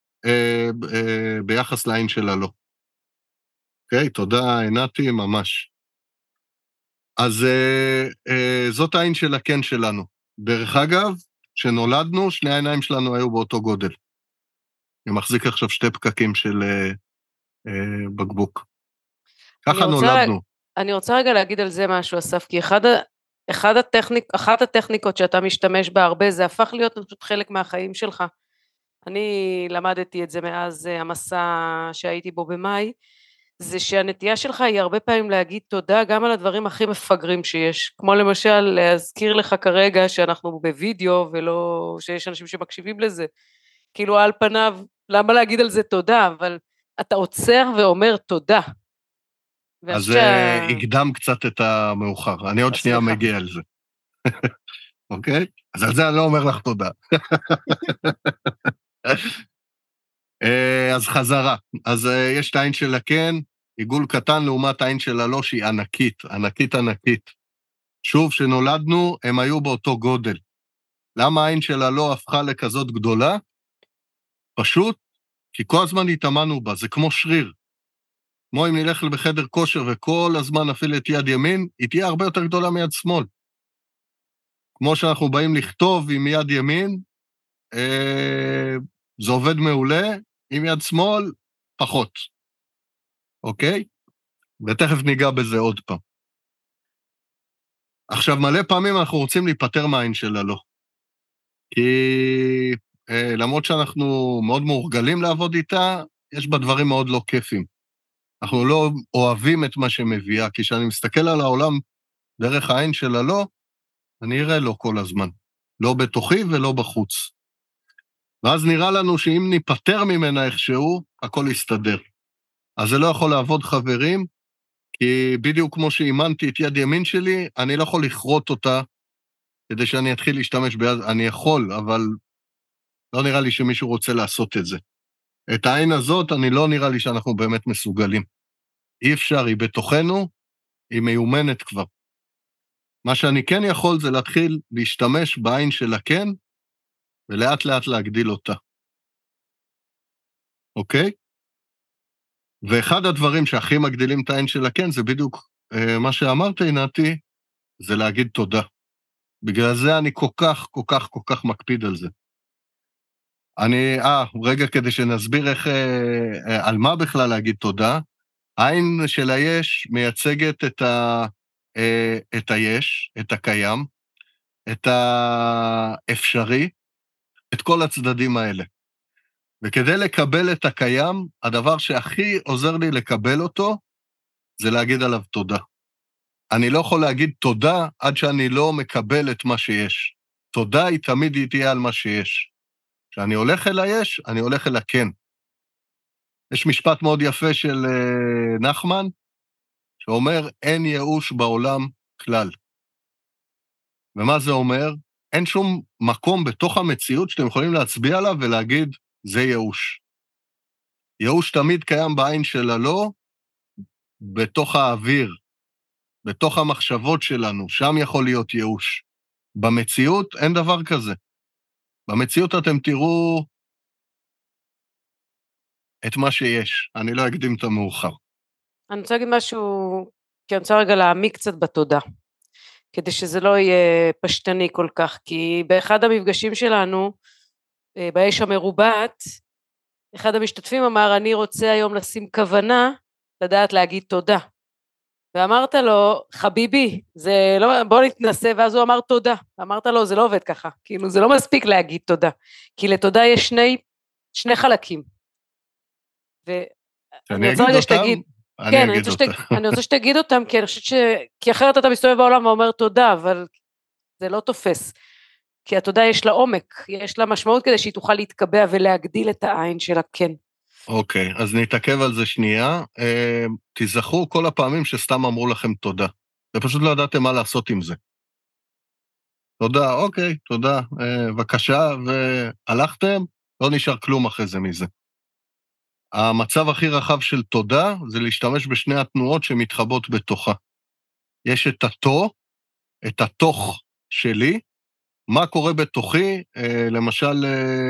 ביחס לעין של הלא. אוקיי, תודה, עינתי, ממש. אז זאת העין של הכן שלנו. דרך אגב, כשנולדנו, שני העיניים שלנו היו באותו גודל. אני מחזיק עכשיו שתי פקקים של בקבוק. ככה נולדנו. אני רוצה רגע להגיד על זה משהו, אסף, כי אחת הטכניקות שאתה משתמש בה הרבה, זה הפך להיות פשוט חלק מהחיים שלך. אני למדתי את זה מאז המסע שהייתי בו במאי, זה שהנטייה שלך היא הרבה פעמים להגיד תודה גם על הדברים הכי מפגרים שיש, כמו למשל להזכיר לך כרגע שאנחנו בווידאו ולא שיש אנשים שמקשיבים לזה, כאילו על פניו, למה להגיד על זה תודה, אבל אתה עוצר ואומר תודה. אז הקדם קצת את המאוחר, אני עוד שנייה מגיע על זה. אוקיי? אז על זה אני לא אומר לך תודה. אז חזרה, אז יש את העין של הכן, עיגול קטן לעומת העין של הלא שהיא ענקית, ענקית ענקית. שוב, שנולדנו, הם היו באותו גודל. למה העין של הלא הפכה לכזאת גדולה? פשוט, כי כל הזמן התאמנו בה, זה כמו שריר. כמו אם נלך בחדר כושר וכל הזמן נפעיל את יד ימין, היא תהיה הרבה יותר גדולה מיד שמאל. כמו שאנחנו באים לכתוב עם יד ימין, זה עובד מעולה, עם יד שמאל, פחות. אוקיי? ותכף ניגע בזה עוד פעם. עכשיו, מלא פעמים אנחנו רוצים להיפטר מהעין של הלא. כי למרות שאנחנו מאוד מורגלים לעבוד איתה, יש בה דברים מאוד לא כיפים. אנחנו לא אוהבים את מה שמביאה, כי כשאני מסתכל על העולם דרך העין של הלא, אני אראה לו כל הזמן. לא בתוכי ולא בחוץ. ואז נראה לנו שאם ניפטר ממנה איכשהו, הכל יסתדר. אז זה לא יכול לעבוד חברים, כי בדיוק כמו שאימנתי את יד ימין שלי, אני לא יכול לכרות אותה, כדי שאני אתחיל להשתמש ביד, אני יכול, אבל לא נראה לי שמישהו רוצה לעשות את זה. את העין הזאת, אני לא נראה לי שאנחנו באמת מסוגלים. אי אפשר, היא בתוכנו, היא מיומנת כבר. מה שאני כן יכול זה להתחיל להשתמש בעין של הכן, ולאט לאט להגדיל אותה. אוקיי? ואחד הדברים שהכי מגדילים את העין של הכן, זה בדיוק מה שאמרת, עינתי, זה להגיד תודה. בגלל זה אני כל כך מקפיד על זה. רגע כדי שנסביר על מה בכלל להגיד תודה, העין של היש מייצגת את היש, את הקיים, את האפשרי, את כל הצדדים האלה. וכדי לקבל את הקיים, הדבר שהכי עוזר לי לקבל אותו, זה להגיד עליו תודה. אני לא יכול להגיד תודה עד שאני לא מקבל את מה שיש. תודה היא תמיד תהיה על מה שיש. כשאני הולך אל היש, אני הולך אל הכן. יש משפט מאוד יפה של נחמן, שאומר, אין ייאוש בעולם כלל. ומה זה אומר? אין שום מקום בתוך המציאות שאתם יכולים להצביע עליו ולהגיד, זה ייאוש. ייאוש תמיד קיים בעין של הלא, בתוך האוויר, בתוך המחשבות שלנו, שם יכול להיות ייאוש. במציאות אין דבר כזה. במציאות אתם תראו את מה שיש. אני לא אקדים את המאוחר. אני רוצה להגיד משהו, כי אני רוצה רגע להעמיק קצת בתודה, כדי שזה לא יהיה פשטני כל כך, כי באחד המפגשים שלנו, באש המרובעת, אחד המשתתפים אמר, אני רוצה היום לשים כוונה, לדעת להגיד תודה. ואמרת לו, חביבי, זה לא, בוא נתנסה, ואז הוא אמר תודה. ואמרת לו, זה לא עובד ככה, כאילו זה לא מספיק להגיד תודה, כי לתודה יש שני חלקים. אני אגיד אותם, כן, אני רוצה שתגיד אותם, כי אני חושבת כי אחרת אתה מסתובב בעולם ואומר תודה, אבל זה לא תופס. כי התודה יש לה עומק, יש לה משמעות כדי שהיא תוכל להתקבע ולהגדיל את העין שלה, כן. אוקיי, אז נתעכב על זה שנייה. תזכרו כל הפעמים שסתם אמרו לכם תודה. ופשוט לא ידעתם מה לעשות עם זה. תודה, אוקיי, תודה, בבקשה, והלכתם, לא נשאר כלום אחרי זה מזה. המצב הכי רחב של תודה זה להשתמש בשני התנועות שמתחבות בתוכה. יש את את התוך שלי, מה קורה בתוכי, למשל,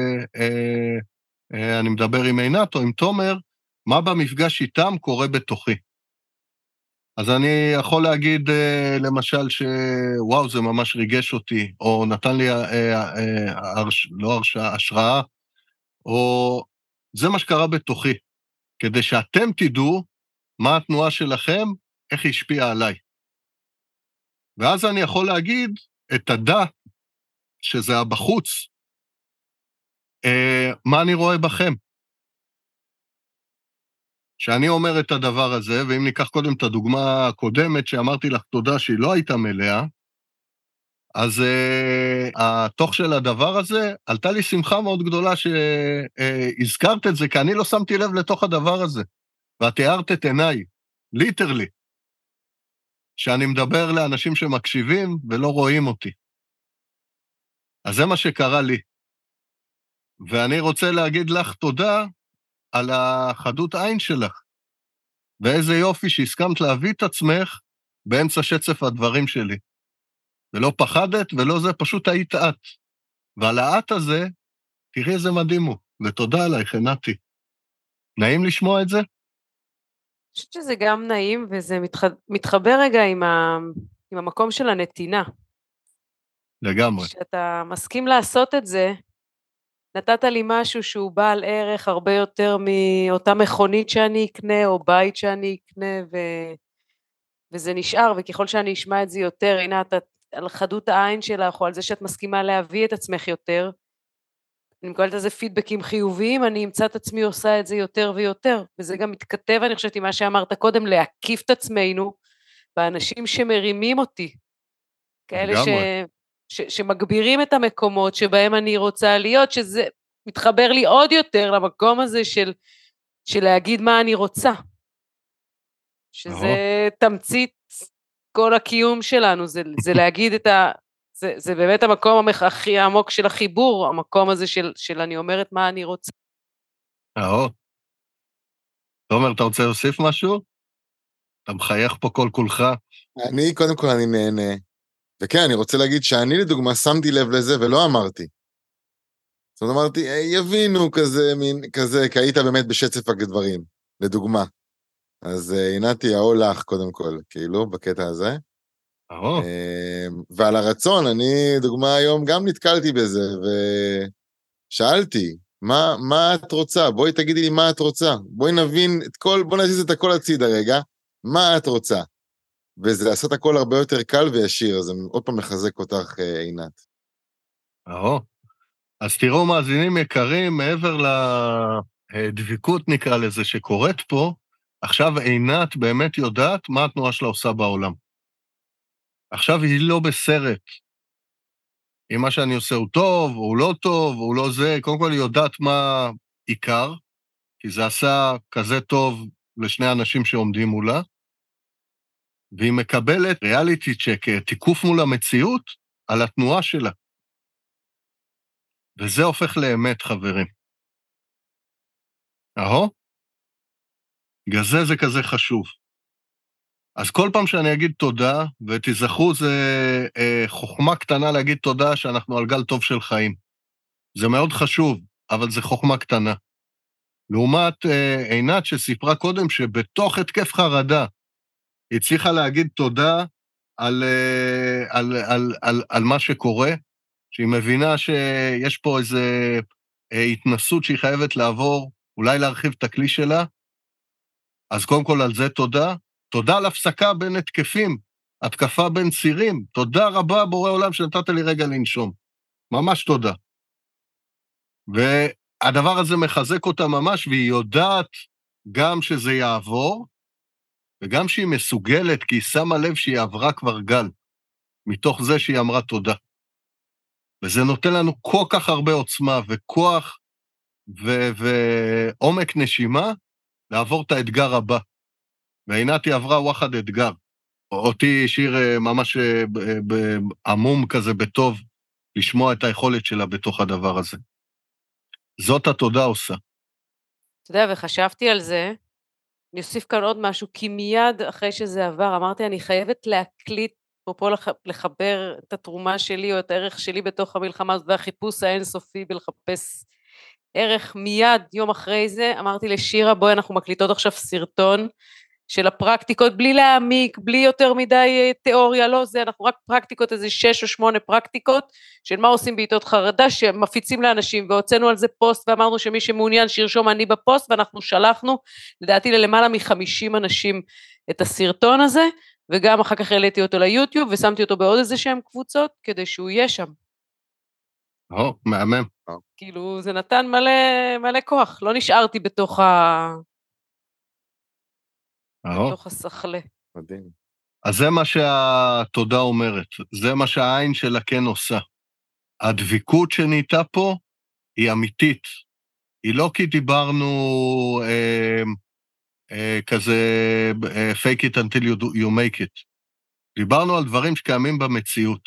אני מדבר עם עינת או עם תומר, מה במפגש איתם קורה בתוכי. אז אני יכול להגיד, למשל, שוואו, זה ממש ריגש אותי, או נתן לי, לא הרשאה, השראה, או זה מה שקרה בתוכי, כדי שאתם תדעו מה התנועה שלכם, איך היא השפיעה עליי. ואז אני יכול להגיד את הדע, שזה הבחוץ, מה אני רואה בכם. שאני אומר את הדבר הזה, ואם ניקח קודם את הדוגמה הקודמת שאמרתי לך תודה שהיא לא הייתה מלאה, אז התוך של הדבר הזה, עלתה לי שמחה מאוד גדולה שהזכרת את זה, כי אני לא שמתי לב לתוך הדבר הזה, ואת הארת את עיניי, ליטרלי, שאני מדבר לאנשים שמקשיבים ולא רואים אותי. אז זה מה שקרה לי. ואני רוצה להגיד לך תודה על החדות עין שלך, ואיזה יופי שהסכמת להביא את עצמך באמצע שצף הדברים שלי. ולא פחדת, ולא זה, פשוט היית את. ועל האת הזה, תראי איזה מדהים הוא, ותודה עלייך, עינתי. נעים לשמוע את זה? אני חושבת שזה גם נעים, וזה מתחבר רגע עם המקום של הנתינה. לגמרי. כשאתה מסכים לעשות את זה, נתת לי משהו שהוא בעל ערך הרבה יותר מאותה מכונית שאני אקנה, או בית שאני אקנה, וזה נשאר, וככל שאני אשמע את זה יותר, הנה אתה על חדות העין שלך, או על זה שאת מסכימה להביא את עצמך יותר, אני מקבלת איזה פידבקים חיוביים, אני אמצא את עצמי עושה את זה יותר ויותר, וזה גם מתכתב, אני חושבת, עם מה שאמרת קודם, להקיף את עצמנו, באנשים שמרימים אותי, כאלה שמגבירים את המקומות שבהם אני רוצה להיות, שזה מתחבר לי עוד יותר למקום הזה של להגיד מה אני רוצה, שזה תמצית כל הקיום שלנו, זה להגיד זה באמת המקום הכי עמוק של החיבור, המקום הזה של אני אומרת מה אני רוצה. תומר, אתה רוצה להוסיף משהו? אתה מחייך פה כל כולך. קודם כל אני נהנה. וכן, אני רוצה להגיד שאני לדוגמה שמתי לב לזה ולא אמרתי. זאת אומרת, אמרתי, יבינו כזה, כי היית באמת בשצף הדברים, לדוגמה. אז עינתי לך קודם כל, כאילו, בקטע הזה. ועל הרצון, אני דוגמה היום גם נתקלתי בזה, ושאלתי, מה את רוצה? בואי תגידי לי מה את רוצה. בואי נבין בואי נזיז את הכל הצידה רגע, מה את רוצה? וזה לעשות הכל הרבה יותר קל וישיר, אז אני עוד פעם מחזק אותך, עינת. אז תראו, מאזינים יקרים, מעבר לדביקות נקרא לזה שקורית פה, עכשיו עינת באמת יודעת מה התנועה שלה עושה בעולם. עכשיו היא לא בסרט. אם מה שאני עושה הוא טוב, או הוא לא טוב, או הוא לא זה, קודם כל היא יודעת מה עיקר, כי זה עשה כזה טוב לשני אנשים שעומדים מולה, והיא מקבלת ריאליטי צ'ק, תיקוף מול המציאות, על התנועה שלה. וזה הופך לאמת, חברים. גזה זה כזה חשוב. אז כל פעם שאני אגיד תודה, ותזכרו, זה חוכמה קטנה להגיד תודה שאנחנו על גל טוב של חיים. זה מאוד חשוב, אבל זה חוכמה קטנה. לעומת עינת שסיפרה קודם שבתוך התקף חרדה, היא צריכה להגיד תודה על מה שקורה, שהיא מבינה שיש פה איזו התנסות שהיא חייבת לעבור, אולי להרחיב את הכלי שלה, אז קודם כל על זה תודה. תודה על הפסקה בין התקפים, התקפה בין צירים. תודה רבה בורא עולם שנתת לי רגע לנשום. ממש תודה. והדבר הזה מחזק אותה ממש, והיא יודעת גם שזה יעבור, וגם שהיא מסוגלת, כי היא שמה לב שהיא עברה כבר גל, מתוך זה שהיא אמרה תודה. וזה נותן לנו כל כך הרבה עוצמה וכוח ועומק נשימה, לעבור את האתגר הבא. ועינתי עברה וואחד אתגר. אותי שיר ממש עמום כזה בטוב, לשמוע את היכולת שלה בתוך הדבר הזה. זאת התודה עושה. אתה יודע, וחשבתי על זה, אני אוסיף כאן עוד משהו, כי מיד אחרי שזה עבר, אמרתי, אני חייבת להקליט, אפרופו לחבר את התרומה שלי או את הערך שלי בתוך המלחמה הזאת, והחיפוש האינסופי בלחפש ערך מיד, יום אחרי זה, אמרתי לשירה, בואי אנחנו מקליטות עכשיו סרטון של הפרקטיקות, בלי להעמיק, בלי יותר מדי תיאוריה, לא זה, אנחנו רק פרקטיקות, איזה 6 או 8 פרקטיקות, של מה עושים בעיתות חרדה, שמפיצים לאנשים, והוצאנו על זה פוסט, ואמרנו שמי שמעוניין שירשום אני בפוסט, ואנחנו שלחנו, לדעתי ללמעלה מ-50 אנשים את הסרטון הזה, וגם אחר כך העליתי אותו ליוטיוב, ושמתי אותו בעוד איזה שהם קבוצות, כדי שהוא יהיה שם. מהמם. כאילו, זה נתן מלא כוח, לא נשארתי בתוך השכלה. מדהים. אז זה מה שהתודה אומרת, זה מה שהעין שלה כן עושה. הדביקות שנהייתה פה היא אמיתית. היא לא כי דיברנו כזה fake it until you make it. דיברנו על דברים שקיימים במציאות.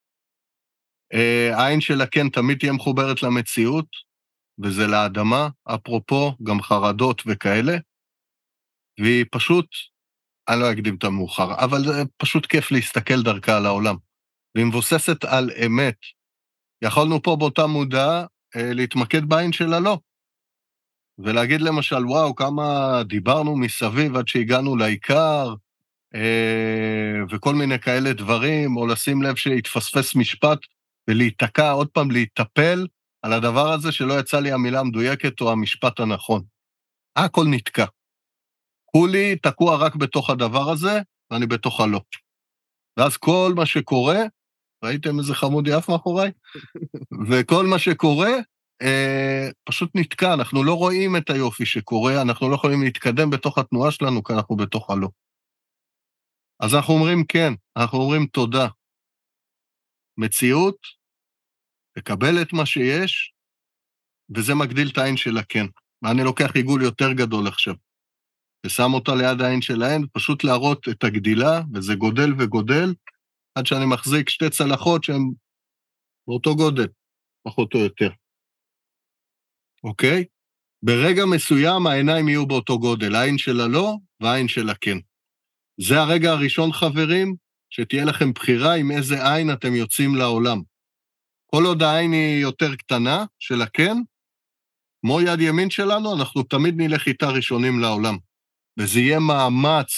העין שלה כן תמיד תהיה מחוברת למציאות, וזה לאדמה, אפרופו, גם חרדות וכאלה, והיא פשוט, אני לא אקדים את המאוחר, אבל זה פשוט כיף להסתכל דרכה על העולם. והיא מבוססת על אמת. יכולנו פה באותה מודעה להתמקד בעין שלה לא. ולהגיד למשל, וואו, כמה דיברנו מסביב עד שהגענו לעיקר, וכל מיני כאלה דברים, או לשים לב שהתפספס משפט, ולהיתקע, עוד פעם להיטפל על הדבר הזה שלא יצא לי המילה המדויקת או המשפט הנכון. הכל נתקע. כולי תקוע רק בתוך הדבר הזה, ואני בתוך הלא. ואז כל מה שקורה, ראיתם איזה חמוד יף מאחוריי? וכל מה שקורה, פשוט נתקע, אנחנו לא רואים את היופי שקורה, אנחנו לא יכולים להתקדם בתוך התנועה שלנו, כי אנחנו בתוך הלא. אז אנחנו אומרים כן, אנחנו אומרים תודה. מציאות, לקבל את מה שיש, וזה מגדיל את העין של הכן. ואני לוקח עיגול יותר גדול עכשיו, ושם אותה ליד העין שלהן, פשוט להראות את הגדילה, וזה גודל וגודל, עד שאני מחזיק 2 צלחות שהן באותו גודל, פחות או יותר. אוקיי? ברגע מסוים העיניים יהיו באותו גודל, העין של הלא והעין של הכן. זה הרגע הראשון, חברים, שתהיה לכם בחירה עם איזה עין אתם יוצאים לעולם. כל עוד העין היא יותר קטנה של הכן, כמו יד ימין שלנו, אנחנו תמיד נלך איתה ראשונים לעולם. וזה יהיה מאמץ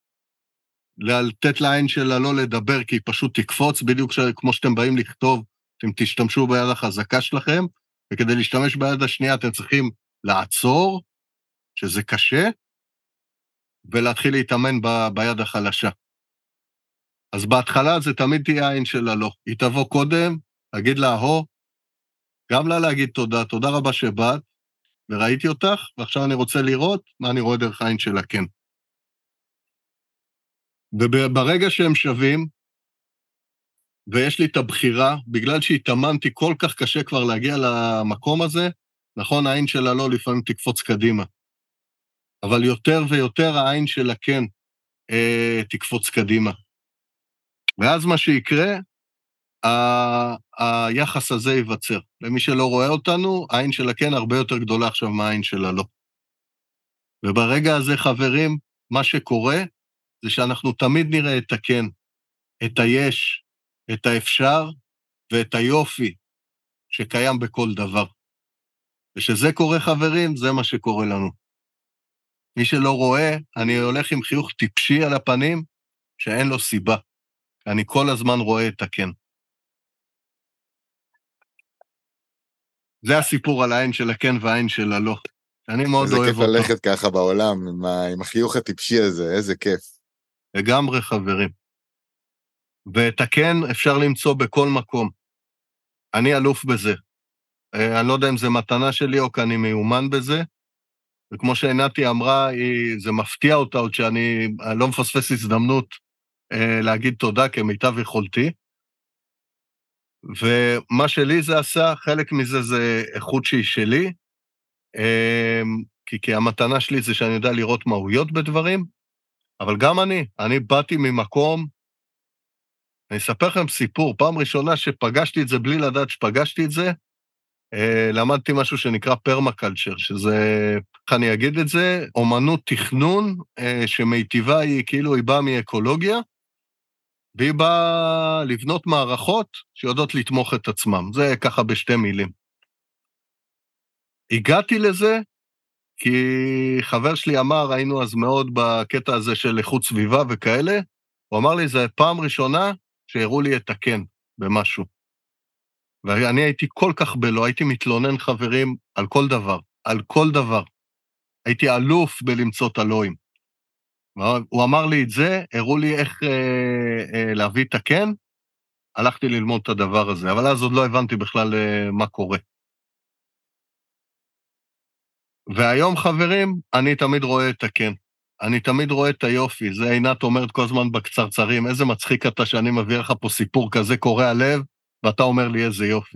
לתת לעין שלה לא לדבר, כי היא פשוט תקפוץ, בדיוק כמו שאתם באים לכתוב, אתם תשתמשו ביד החזקה שלכם, וכדי להשתמש ביד השנייה אתם צריכים לעצור, שזה קשה, ולהתחיל להתאמן ביד החלשה. אז בהתחלה זה תמיד תהיה העין שלה לא. היא תבוא קודם, להגיד לה, גם לה להגיד תודה, תודה רבה שבאת, וראיתי אותך, ועכשיו אני רוצה לראות מה אני רואה דרך העין שלה כן. וברגע שהם שווים, ויש לי את הבחירה, בגלל שהתאמנתי כל כך קשה כבר להגיע למקום הזה, נכון, העין שלה לא לפעמים תקפוץ קדימה. אבל יותר ויותר העין שלה כן תקפוץ קדימה. ואז מה שיקרה, היחס הזה ייווצר. למי שלא רואה אותנו, העין שלה כן הרבה יותר גדולה עכשיו מהעין שלה לא. וברגע הזה, חברים, מה שקורה, זה שאנחנו תמיד נראה את הכן, את היש, את האפשר ואת היופי שקיים בכל דבר. ושזה קורה, חברים, זה מה שקורה לנו. מי שלא רואה, אני הולך עם חיוך טיפשי על הפנים, שאין לו סיבה. אני כל הזמן רואה את הכן. זה הסיפור על העין של הכן והעין של הלא. אני מאוד אוהב אותו. איזה כיף ללכת ככה בעולם, עם החיוך הטיפשי הזה, איזה כיף. לגמרי, חברים. ואת הכן אפשר למצוא בכל מקום. אני אלוף בזה. אני לא יודע אם זה מתנה שלי או כי אני מיומן בזה, וכמו שעינתי אמרה, זה מפתיע אותה עוד שאני לא מפספס הזדמנות להגיד תודה כמיטב יכולתי, ומה שלי זה עשה, חלק מזה זה איכות שהיא שלי, כי המתנה שלי זה שאני יודע לראות מהויות בדברים, אבל גם אני באתי ממקום, אני אספר לכם סיפור, פעם ראשונה שפגשתי את זה בלי לדעת שפגשתי את זה, למדתי משהו שנקרא פרמקלצ'ר, שזה, איך אני אגיד את זה, אומנות תכנון שמיטיבה היא כאילו היא באה מאקולוגיה, והיא באה לבנות מערכות שיודעות לתמוך את עצמם. זה ככה בשתי מילים. הגעתי לזה כי חבר שלי אמר, היינו אז מאוד בקטע הזה של איכות סביבה וכאלה, הוא אמר לי, זה פעם ראשונה שהראו לי את הכן במשהו. ואני הייתי כל כך בלא, הייתי מתלונן חברים על כל דבר. הייתי אלוף בלמצוא את הלואים. הוא אמר לי את זה, הראו לי איך להביא את הכן, הלכתי ללמוד את הדבר הזה, אבל אז עוד לא הבנתי בכלל מה קורה. והיום חברים, אני תמיד רואה את הכן. אני תמיד רואה את היופי, זה עינת אומרת כל הזמן בקצרצרים, איזה מצחיק אתה שאני מביא לך פה סיפור כזה קורע לב, ואתה אומר לי איזה יופי.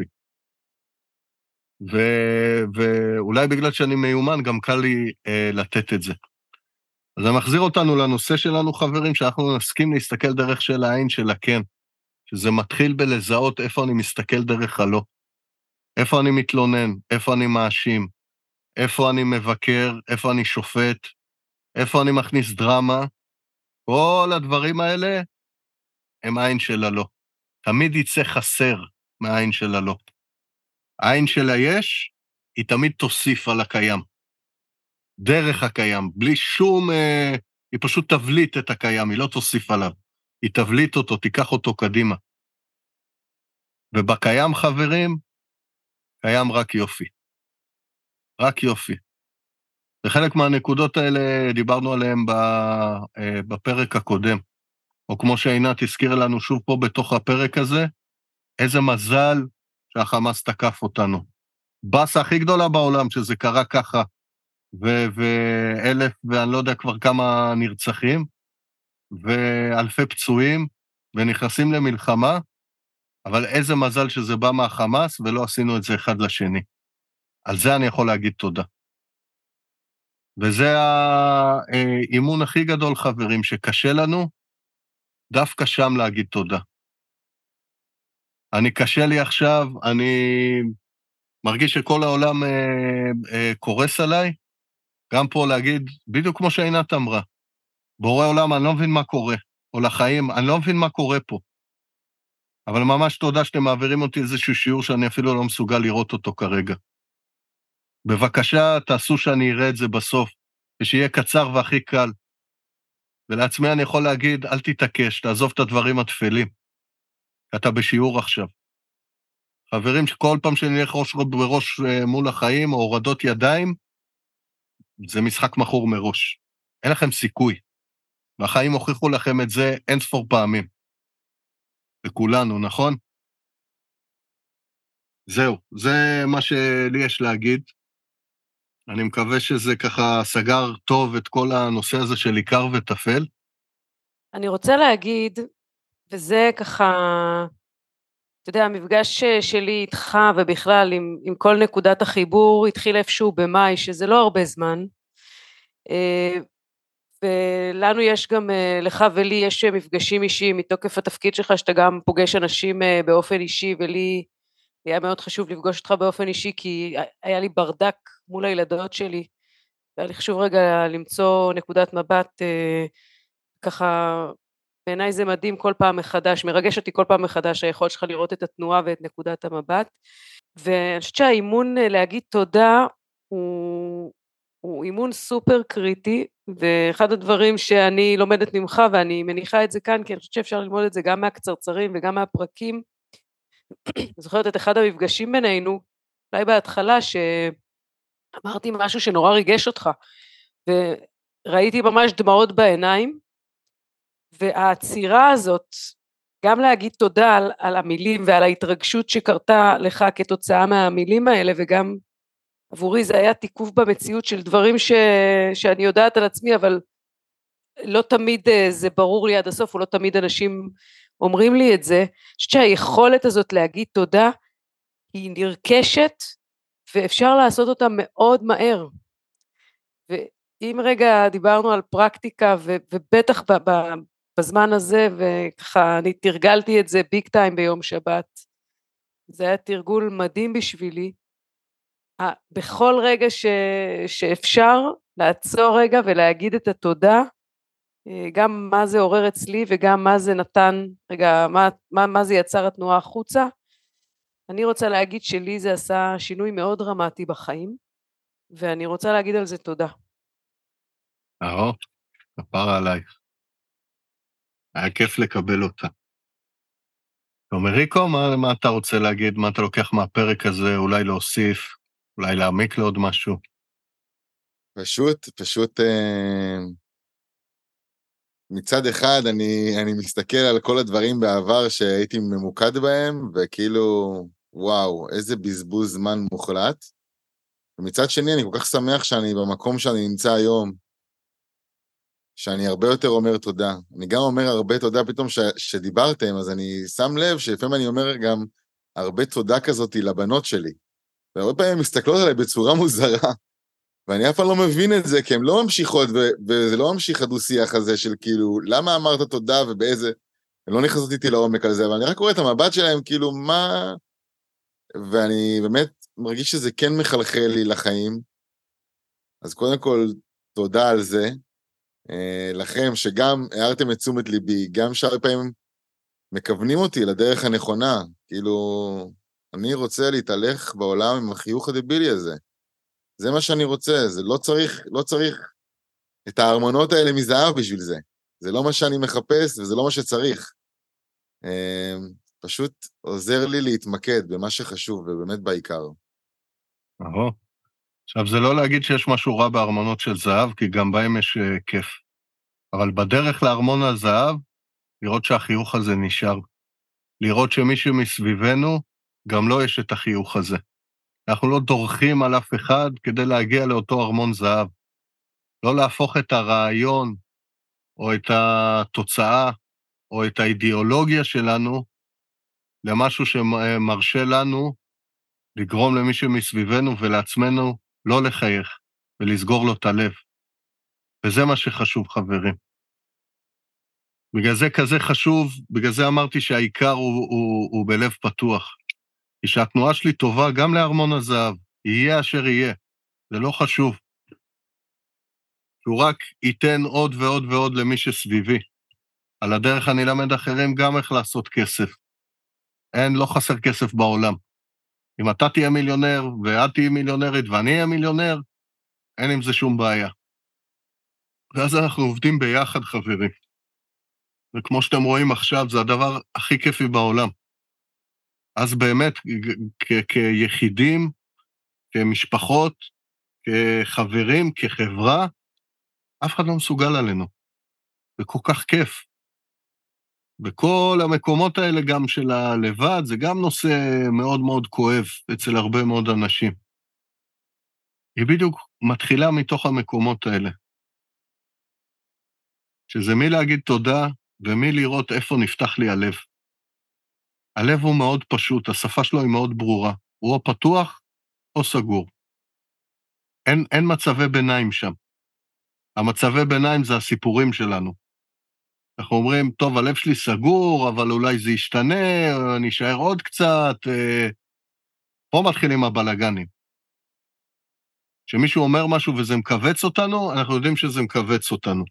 ואולי בגלל שאני מיומן, גם קל לי לתת את זה. אז זה מחזיר אותנו לנושא שלנו, חברים, שאנחנו נסכים להסתכל דרך של העין של הכן, שזה מתחיל בלזהות איפה אני מסתכל דרך הלא, איפה אני מתלונן, איפה אני מאשים, איפה אני מבקר, איפה אני שופט, איפה אני מכניס דרמה, כל הדברים האלה הם העין של הלא. תמיד יצא חסר מהעין של הלא. העין של היש, היא תמיד תוסיף על הקיים. דרך הקיים, בלי שום... היא פשוט תבליט את הקיים, היא לא תוסיף עליו. היא תבליט אותו, תיקח אותו קדימה. ובקיים, חברים, קיים רק יופי. רק יופי. וחלק מהנקודות האלה דיברנו עליהן בפרק הקודם. או כמו שעינת הזכיר לנו שוב פה בתוך הפרק הזה, איזה מזל שהחמאס תקף אותנו. בסה הכי גדולה בעולם שזה קרה ככה, ואלף, ואני לא יודע כבר כמה נרצחים, ואלפי פצועים, ונכנסים למלחמה, אבל איזה מזל שזה בא מהחמאס, ולא עשינו את זה אחד לשני. על זה אני יכול להגיד תודה. וזה האימון הכי גדול, חברים, שקשה לנו, דווקא שם להגיד תודה. אני קשה לי עכשיו, אני מרגיש שכל העולם קורס עליי, גם פה להגיד, בדיוק כמו שעינת אמרה, בורא עולם, אני לא מבין מה קורה, או לחיים, אני לא מבין מה קורה פה. אבל ממש תודה שאתם מעבירים אותי איזשהו שיעור שאני אפילו לא מסוגל לראות אותו כרגע. בבקשה, תעשו שאני אראה את זה בסוף, ושיהיה קצר והכי קל. ולעצמי אני יכול להגיד, אל תתעקש, תעזוב את הדברים התפלים. אתה בשיעור עכשיו. חברים, שכל פעם שנלך ראש בראש מול החיים, או הורדות ידיים, זה משחק מכור מראש. אין לכם סיכוי. והחיים הוכיחו לכם את זה אין ספור פעמים. וכולנו, נכון? זהו, זה מה שלי יש להגיד. אני מקווה שזה ככה סגר טוב את כל הנושא הזה של עיקר וטפל. אני רוצה להגיד, וזה ככה, אתה יודע, המפגש שלי איתך ובכלל עם כל נקודת החיבור התחיל איפשהו במאי, שזה לא הרבה זמן, ולנו יש גם, לך ולי יש מפגשים אישיים מתוקף התפקיד שלך, שאתה גם פוגש אנשים באופן אישי, ולי היה מאוד חשוב לפגוש אותך באופן אישי, כי היה לי ברדק מול הילדות שלי, והיה לי חשוב רגע למצוא נקודת מבט, ככה, בעיניי זה מדהים כל פעם מחדש, מרגש אותי כל פעם מחדש, היכולת שלך לראות את התנועה ואת נקודת המבט, ואני חושבת שהאימון להגיד תודה, הוא אימון סופר קריטי, ואחד הדברים שאני לומדת ממך, ואני מניחה את זה כאן, כי אני חושבת שאפשר ללמוד את זה גם מהקצרצרים וגם מהפרקים, זוכרת את אחד המפגשים בינינו, אולי בהתחלה, שאמרתי משהו שנורא ריגש אותך, וראיתי ממש דמעות בעיניים, והעצירה הזאת, גם להגיד תודה על המילים ועל ההתרגשות שקרתה לך כתוצאה מהמילים האלה, וגם עבורי זה היה תיקוף במציאות של דברים שאני יודעת על עצמי, אבל לא תמיד זה ברור לי עד הסוף, ולא תמיד אנשים אומרים לי את זה. אני חושבת שהיכולת הזאת להגיד תודה, היא נרכשת, ואפשר לעשות אותה מאוד מהר. ואם רגע דיברנו על פרקטיקה, ובטח בזמן הזה, וככה אני תרגלתי את זה ביג טיים ביום שבת, זה היה תרגול מדהים בשבילי, בכל רגע שאפשר לעצור רגע ולהגיד את התודה, גם מה זה עורר אצלי וגם מה זה נתן, רגע, מה זה יצר התנועה החוצה. אני רוצה להגיד שלי זה עשה שינוי מאוד דרמטי בחיים, ואני רוצה להגיד על זה תודה. כפרה עלייך. היה כיף לקבל אותה. ריקו, מה אתה רוצה להגיד? מה אתה לוקח מהפרק הזה? אולי להוסיף? אולי להעמיק לעוד משהו? פשוט מצד אחד אני מסתכל על כל הדברים בעבר שהייתי ממוקד בהם, וכאילו, וואו, איזה בזבוז זמן מוחלט. ומצד שני, אני כל כך שמח שאני במקום שאני נמצא היום, שאני הרבה יותר אומר תודה. אני גם אומר הרבה תודה פתאום שדיברתם, אז אני שם לב שלפעמים אני אומר גם הרבה תודה כזאת לבנות שלי. והרבה פעמים הן מסתכלות עליי בצורה מוזרה, ואני אף פעם לא מבין את זה, כי הן לא ממשיכות, וזה לא ממשיך הדו-שיח הזה של כאילו, למה אמרת תודה ובאיזה... הן לא נכנסות איתי לעומק על זה, אבל אני רק רואה את המבט שלהם, כאילו, מה... ואני באמת מרגיש שזה כן מחלחל לי לחיים. אז קודם כל, תודה על זה. לכם שגם הערתם את תשומת ליבי, גם שהרבה פעמים מכוונים אותי לדרך הנכונה, כאילו, אני רוצה להתהלך בעולם עם החיוך הדבילי הזה. זה מה שאני רוצה, זה לא צריך את הארמונות האלה מזהב בשביל זה. זה לא מה שאני מחפש וזה לא מה שצריך. פשוט עוזר לי להתמקד במה שחשוב ובאמת בעיקר. עכשיו זה לא להגיד שיש משהו רע בארמונות של זהב, כי גם בהם יש כיף. אבל בדרך לארמון הזהב, לראות שהחיוך הזה נשאר. לראות שמישהו מסביבנו, גם לא יש את החיוך הזה. אנחנו לא דורכים על אף אחד כדי להגיע לאותו ארמון זהב. לא להפוך את הרעיון, או את התוצאה, או את האידיאולוגיה שלנו, למשהו שמרשה לנו לגרום למישהו מסביבנו ולעצמנו לא לחייך, ולסגור לו את הלב. וזה מה שחשוב, חברים. בגלל זה כזה חשוב, בגלל זה אמרתי שהעיקר הוא בלב פתוח. כי שהתנועה שלי טובה גם לארמון הזהב, יהיה אשר יהיה, זה לא חשוב. שהוא רק ייתן עוד ועוד ועוד למי שסביבי. על הדרך אני למד אחרים גם איך לעשות כסף. לא חסר כסף בעולם. אם אתה תהיה מיליונר ואת תהיה מיליונרית ואני אהיה מיליונר, אין עם זה שום בעיה. ואז אנחנו עובדים ביחד, חברים. וכמו שאתם רואים עכשיו, זה הדבר הכי כיפי בעולם. אז באמת, כיחידים, כמשפחות, כחברים, כחברה, אף אחד לא מסוגל עלינו. זה כל כך כיף. בכל המקומות האלה גם של הלבד, זה גם נושא מאוד מאוד כואב אצל הרבה מאוד אנשים. היא בדיוק מתחילה מתוך המקומות האלה. שזה מי להגיד תודה, ומי לראות איפה נפתח לי הלב. הלב הוא מאוד פשוט, השפה שלו היא מאוד ברורה. הוא או פתוח או סגור. אין מצבי ביניים שם. המצבי ביניים זה הסיפורים שלנו. אנחנו אומרים, טוב, הלב שלי סגור, אבל אולי זה ישתנה, נשאר עוד קצת. פה מתחילים הבלגנים. כשמישהו אומר משהו וזה מקווץ אותנו, אנחנו יודעים שזה מקווץ אותנו.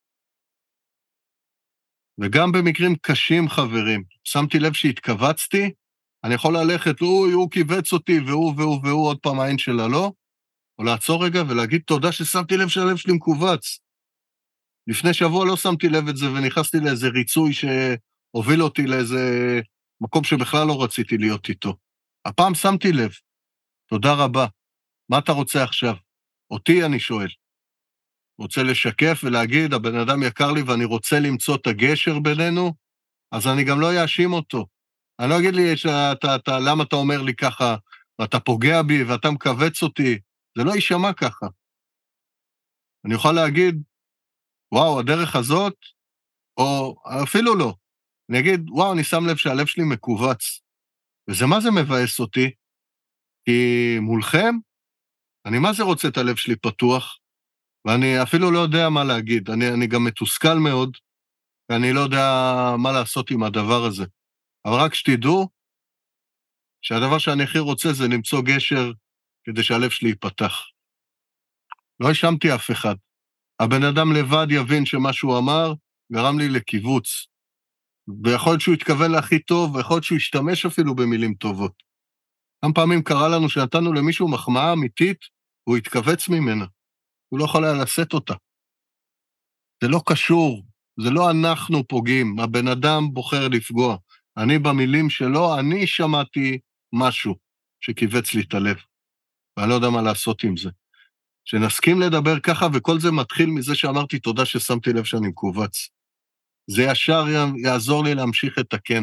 וגם במקרים קשים, חברים, שמתי לב שהתכווצתי, אני יכול ללכת, הוא קיווץ אותי, והוא עוד פעם העין שלה לא, או לעצור רגע ולהגיד תודה ששמתי לב שהלב שלי מקווץ. לפני שבוע לא שמתי לב את זה, ונכנסתי לאיזה ריצוי שהוביל אותי לאיזה מקום שבכלל לא רציתי להיות איתו. הפעם שמתי לב, תודה רבה. מה אתה רוצה עכשיו? אותי אני שואל. רוצה לשקף ולהגיד, הבן אדם יקר לי ואני רוצה למצוא את הגשר בינינו, אז אני גם לא יאשים אותו. אני לא אגיד לי למה אתה אומר לי ככה, ואתה פוגע בי ואתה מקווץ אותי, זה לא יישמע ככה. אני יכול להגיד, וואו, הדרך הזאת, או אפילו לא. אני אגיד, וואו, אני שם לב שהלב שלי מקובץ. וזה מה זה מבאס אותי? כי מולכם, אני מה זה רוצה את הלב שלי פתוח? ואני אפילו לא יודע מה להגיד. אני גם מתוסכל מאוד, ואני לא יודע מה לעשות עם הדבר הזה. אבל רק שתדעו, שהדבר שאני הכי רוצה זה למצוא גשר כדי שהלב שלי ייפתח. לא האשמתי אף אחד. הבן אדם לבד יבין שמה שהוא אמר גרם לי לקיבוץ. ויכול להיות שהוא יתכוון להכי טוב, ויכול להיות שהוא ישתמש אפילו במילים טובות. כמה פעמים קרה לנו שנתנו למישהו מחמאה אמיתית, הוא יתכווץ ממנה. הוא לא יכול היה לשאת אותה. זה לא קשור, זה לא אנחנו פוגעים, הבן אדם בוחר לפגוע. אני במילים שלו, אני שמעתי משהו שקיבץ לי את הלב. ואני לא יודע מה לעשות עם זה. שנסכים לדבר ככה, וכל זה מתחיל מזה שאמרתי תודה ששמתי לב שאני מקובץ. זה ישר יעזור לי להמשיך את הכן.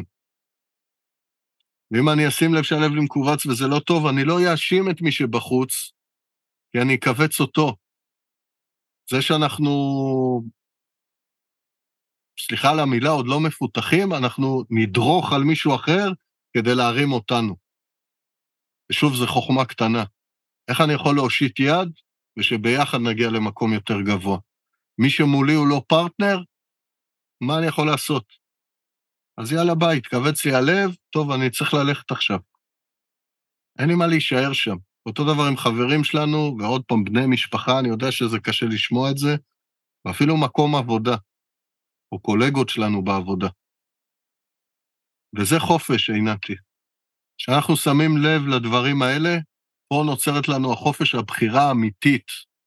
ואם אני אשים לב שהלב לי מקובץ וזה לא טוב, אני לא יאשים את מי שבחוץ, כי אני אקבץ אותו. זה שאנחנו, סליחה על המילה, עוד לא מפותחים, אנחנו נדרוך על מישהו אחר כדי להרים אותנו. ושוב, זו חוכמה קטנה. איך אני יכול להושיט יד, ושביחד נגיע למקום יותר גבוה? מי שמולי הוא לא פרטנר, מה אני יכול לעשות? אז יאללה ביי, התכווץ לי הלב, טוב, אני צריך ללכת עכשיו. אין לי מה להישאר שם. אותו דבר עם חברים שלנו, ועוד פעם בני משפחה, אני יודע שזה קשה לשמוע את זה, ואפילו מקום עבודה, או קולגות שלנו בעבודה. וזה חופש, עינתי. כשאנחנו שמים לב לדברים האלה, פה נוצרת לנו החופש, הבחירה האמיתית.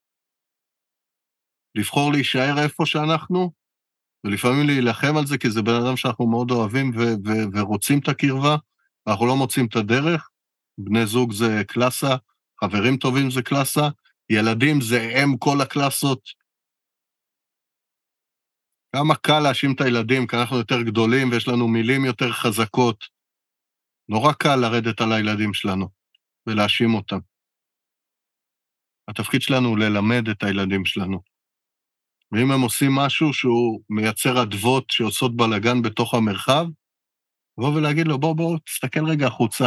לבחור להישאר איפה שאנחנו, ולפעמים להילחם על זה, כי זה בן אדם שאנחנו מאוד אוהבים ורוצים את הקרבה, ואנחנו לא מוצאים את הדרך. בני זוג זה קלאסה, חברים טובים זה קלאסה, ילדים זה הם כל הקלאסות. כמה קל להאשים את הילדים, כי אנחנו יותר גדולים ויש לנו מילים יותר חזקות. נורא קל לרדת על הילדים שלנו ולהאשים אותם. התפקיד שלנו הוא ללמד את הילדים שלנו. ואם הם עושים משהו שהוא מייצר עדבות שעושות בלגן בתוך המרחב, בוא ולהגיד לו, בוא, תסתכל רגע החוצה.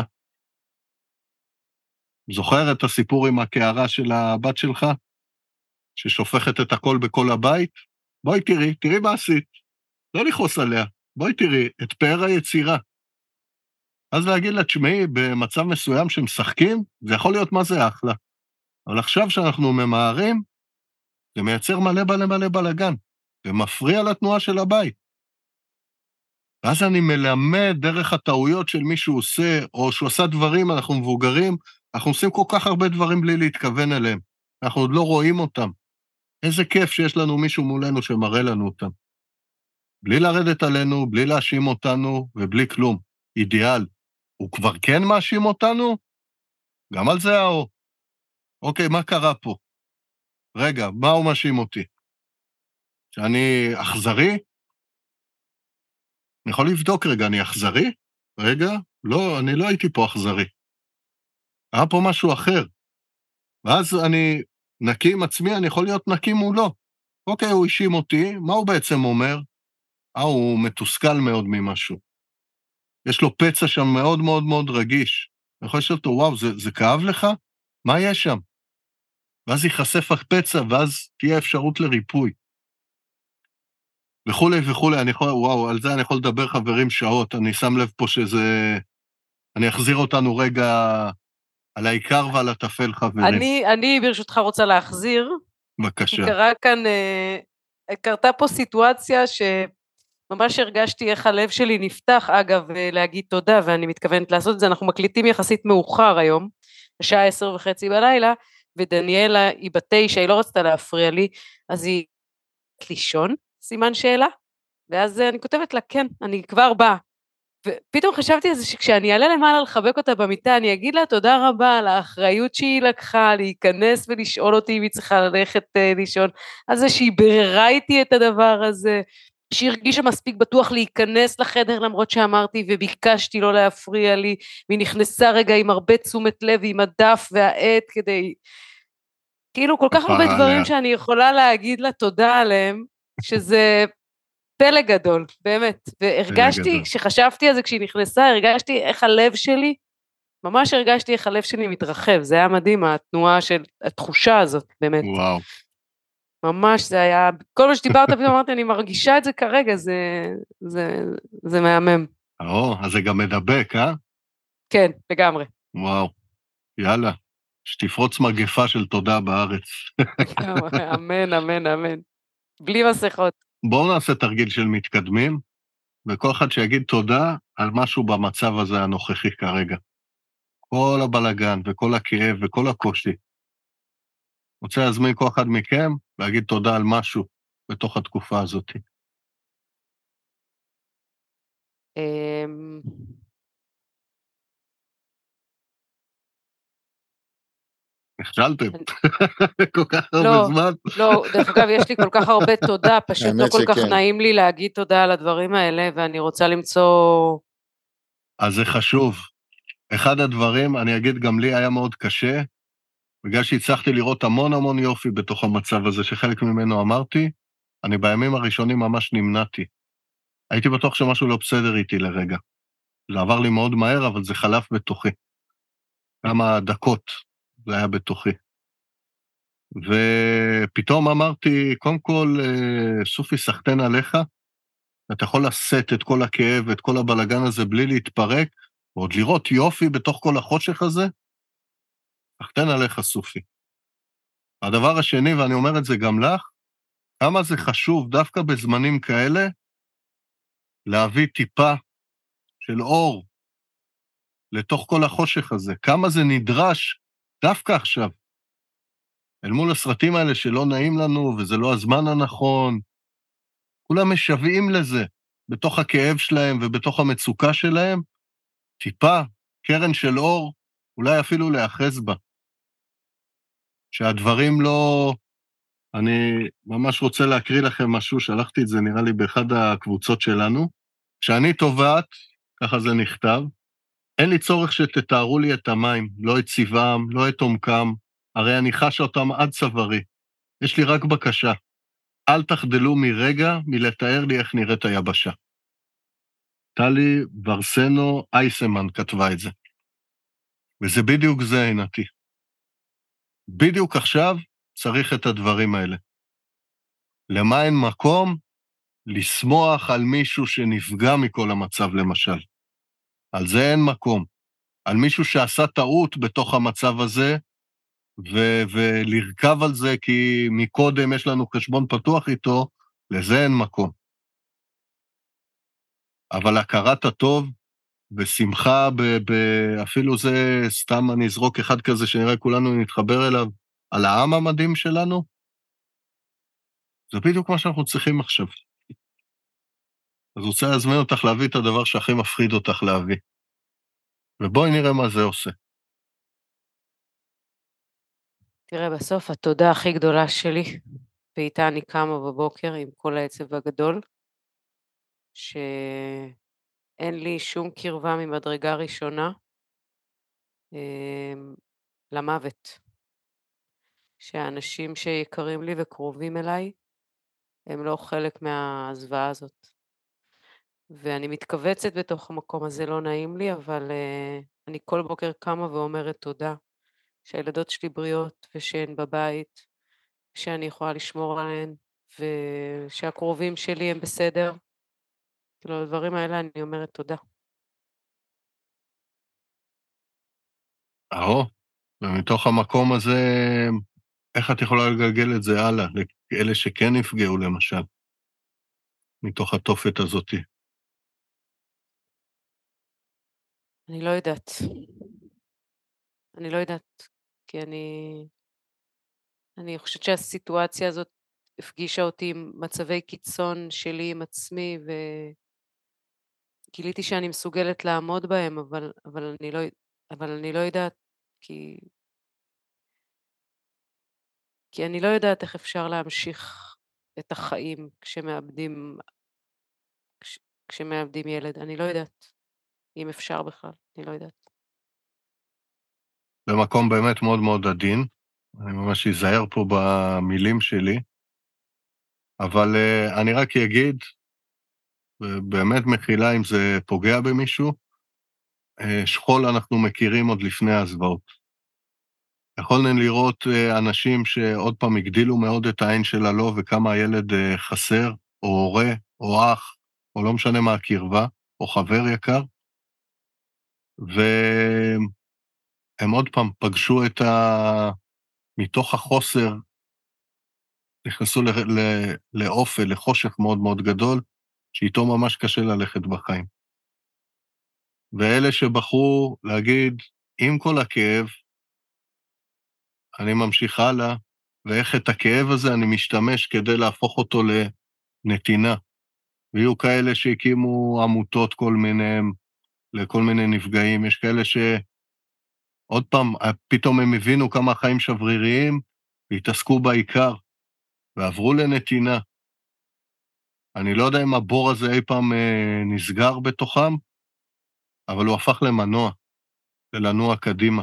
זוכר את הסיפור עם הקערה של הבת שלך, ששופכת את הכל בכל הבית? בואי תראי מה עשית. לא לכעוס עליה, בואי תראי את פאר היצירה. אז להגיד לה, תשמעי, במצב מסוים שמשחקים, זה יכול להיות מה זה אחלה. אבל עכשיו שאנחנו ממהרים, זה מייצר מלא בלגן, ומפריע לתנועה של הבית. ואז אני מלמד דרך הטעויות של מי שהוא עושה, או שהוא עשה דברים, אנחנו מבוגרים, אנחנו עושים כל כך הרבה דברים בלי להתכוון אליהם. אנחנו עוד לא רואים אותם. איזה כיף שיש לנו מישהו מולנו שמראה לנו אותם. בלי לרדת עלינו, בלי להאשים אותנו, ובלי כלום. אידיאל. הוא כבר כן מאשים אותנו? גם על זה האור. אוקיי, מה קרה פה? רגע, מה הוא מאשים אותי? שאני אכזרי? אני יכול לבדוק רגע, אני אכזרי? רגע, לא, אני לא הייתי פה אכזרי. היה פה משהו אחר. ואז אני נקי עם עצמי, אני יכול להיות נקי מולו. אוקיי, הוא האשים אותי, מה הוא בעצם אומר? הוא מתוסכל מאוד ממשהו. יש לו פצע שם מאוד מאוד מאוד רגיש. אני יכול לשאול אותו, וואו, זה כאב לך? מה יש שם? ואז ייחשף הפצע, ואז תהיה אפשרות לריפוי. וכולי, וואו, על זה אני יכול לדבר חברים שעות, אני שם לב פה שזה, אני אחזיר אותנו רגע על העיקר ועל הטפל חברים. אני ברשותך רוצה להחזיר. בבקשה. קרתה פה סיטואציה שממש הרגשתי איך הלב שלי נפתח, אגב, להגיד תודה, ואני מתכוונת לעשות את זה, אנחנו מקליטים יחסית מאוחר היום, בשעה 10:30 בלילה, ודניאלה היא ב9, היא לא רצתה להפריע לי, אז היא לישון, סימן שאלה, ואז אני כותבת לה, כן, אני כבר באה, ופתאום חשבתי על זה שכשאני אעלה למעלה לחבק אותה במיטה, אני אגיד לה תודה רבה על האחריות שהיא לקחה, להיכנס ולשאול אותי אם היא צריכה ללכת לישון, על זה שהיא בררה איתי את הדבר הזה, שהיא הרגישה מספיק בטוח להיכנס לחדר למרות שאמרתי וביקשתי לא להפריע לי, והיא נכנסה רגע עם הרבה תשומת לב, עם הדף והעט כדי, כאילו כל כך הרבה דברים שאני יכולה להגיד לה תודה עליהם, שזה פלא גדול, באמת, והרגשתי, כשחשבתי על זה כשהיא נכנסה, הרגשתי איך הלב שלי, ממש הרגשתי איך הלב שלי מתרחב, זה היה מדהים, התנועה של, התחושה הזאת, באמת. וואו. ממש זה היה, כל מה שדיברת פתאום אמרתי, אני מרגישה את זה כרגע, זה מהמם. אז זה גם מדבק, אה? כן, לגמרי. וואו, יאללה, שתפרוץ מגפה של תודה בארץ. אמן, אמן, אמן. בלי מסכות. בואו נעשה תרגיל של מתקדמים, וכל אחד שיגיד תודה על משהו במצב הזה הנוכחי כרגע. כל הבלגן וכל הכאב וכל הקושי. רוצה להזמין כל אחד מכם להגיד תודה על משהו בתוך התקופה הזאת. נכשלתם. כל כך הרבה זמן. לא, דרך אגב, יש לי כל כך הרבה תודה, פשוט לא כל כך נעים לי להגיד תודה על הדברים האלה, ואני רוצה למצוא... אז זה חשוב. אחד הדברים, אני אגיד, גם לי היה מאוד קשה, בגלל שהצלחתי לראות המון יופי בתוך המצב הזה, שחלק ממנו אמרתי, אני בימים הראשונים ממש נמנעתי. הייתי בטוח שמשהו לא בסדר איתי לרגע. זה עבר לי מאוד מהר, אבל זה חלף בתוכי. כמה דקות זה היה בתוכי. ופתאום אמרתי, קודם כל, סופי, סחטן עליך, אתה יכול לשאת את כל הכאב ואת כל הבלגן הזה בלי להתפרק, ועוד לראות יופי בתוך כל החושך הזה, סחטן עליך, סופי. הדבר השני, ואני אומר את זה גם לך, כמה זה חשוב דווקא בזמנים כאלה, להביא טיפה של אור לתוך כל החושך הזה. כמה זה נדרש דווקא עכשיו. אל מול הסרטים האלה שלא נעים לנו, וזה לא הזמן הנכון, כולם משוועים לזה, בתוך הכאב שלהם ובתוך המצוקה שלהם, טיפה, קרן של אור, אולי אפילו להאחז בה. שהדברים לא... אני ממש רוצה להקריא לכם משהו, שלחתי את זה נראה לי באחד הקבוצות שלנו, כשאני טובעת, ככה זה נכתב, אין לי צורך שתתארו לי את המים, לא את צבעם, לא את עומקם, הרי אני חש אותם עד צווארי. יש לי רק בקשה, אל תחדלו מרגע מלתאר לי איך נראית היבשה. טלי ורסנו אייסמן כתבה את זה. וזה בדיוק זה, עינתי. בדיוק עכשיו צריך את הדברים האלה. למה אין מקום? לשמוח על מישהו שנפגע מכל המצב למשל. על זה אין מקום. על מישהו שעשה טעות בתוך המצב הזה, ולרכב על זה כי מקודם יש לנו חשבון פתוח איתו, לזה אין מקום. אבל הכרת הטוב ושמחה, אפילו זה סתם אני אזרוק אחד כזה שנראה כולנו נתחבר אליו, על העם המדהים שלנו, זה בדיוק מה שאנחנו צריכים עכשיו. אז רוצה להזמין אותך להביא את הדבר שהכי מפחיד אותך להביא. ובואי נראה מה זה עושה. תראה, בסוף התודה הכי גדולה שלי, ואיתה אני קמה בבוקר עם כל העצב הגדול, שאין לי שום קרבה ממדרגה ראשונה למוות. שהאנשים שיקרים לי וקרובים אליי, הם לא חלק מהזוועה הזאת. ואני מתכווצת בתוך המקום הזה, לא נעים לי, אבל אני כל בוקר קמה ואומרת תודה, שהילדות שלי בריאות ושהן בבית, שאני יכולה לשמור עליהן, ושהקרובים שלי הם בסדר. כאילו, הדברים האלה אני אומרת תודה. ומתוך המקום הזה, איך את יכולה לגלגל את זה הלאה, לאלה שכן נפגעו למשל, מתוך התופת הזאת? אני לא יודעת. אני לא יודעת, כי אני חושבת שהסיטואציה הזאת הפגישה אותי עם מצבי קיצון שלי עם עצמי, וגיליתי שאני מסוגלת לעמוד בהם, אבל אני לא יודעת, כי אני לא יודעת איך אפשר להמשיך את החיים כשמאבדים ילד. אני לא יודעת אם אפשר בכלל, אני לא יודעת. במקום באמת מאוד מאוד עדין, אני ממש אזהר פה במילים שלי, אבל אני רק אגיד, באמת מחילה אם זה פוגע במישהו, שכול אנחנו מכירים עוד לפני הזוועות. יכולנו לראות אנשים שעוד פעם הגדילו מאוד את העין של הלא, וכמה הילד חסר, או הורה, או אח, או לא משנה מה הקרבה, או חבר יקר, הם עוד פעם פגשו מתוך החוסר, נכנסו לאופל, לחושך מאוד מאוד גדול, שאיתו ממש קשה ללכת בחיים. ואלה שבחרו להגיד, עם כל הכאב, אני ממשיך הלאה, ואיך את הכאב הזה אני משתמש כדי להפוך אותו לנתינה. ויהיו כאלה שהקימו עמותות כל מיניהם, לכל מיני נפגעים, יש כאלה עוד פעם, פתאום הם הבינו כמה החיים שבריריים, והתעסקו בעיקר, ועברו לנתינה. אני לא יודע אם הבור הזה אי פעם נסגר בתוכם, אבל הוא הפך למנוע, ללנוע קדימה.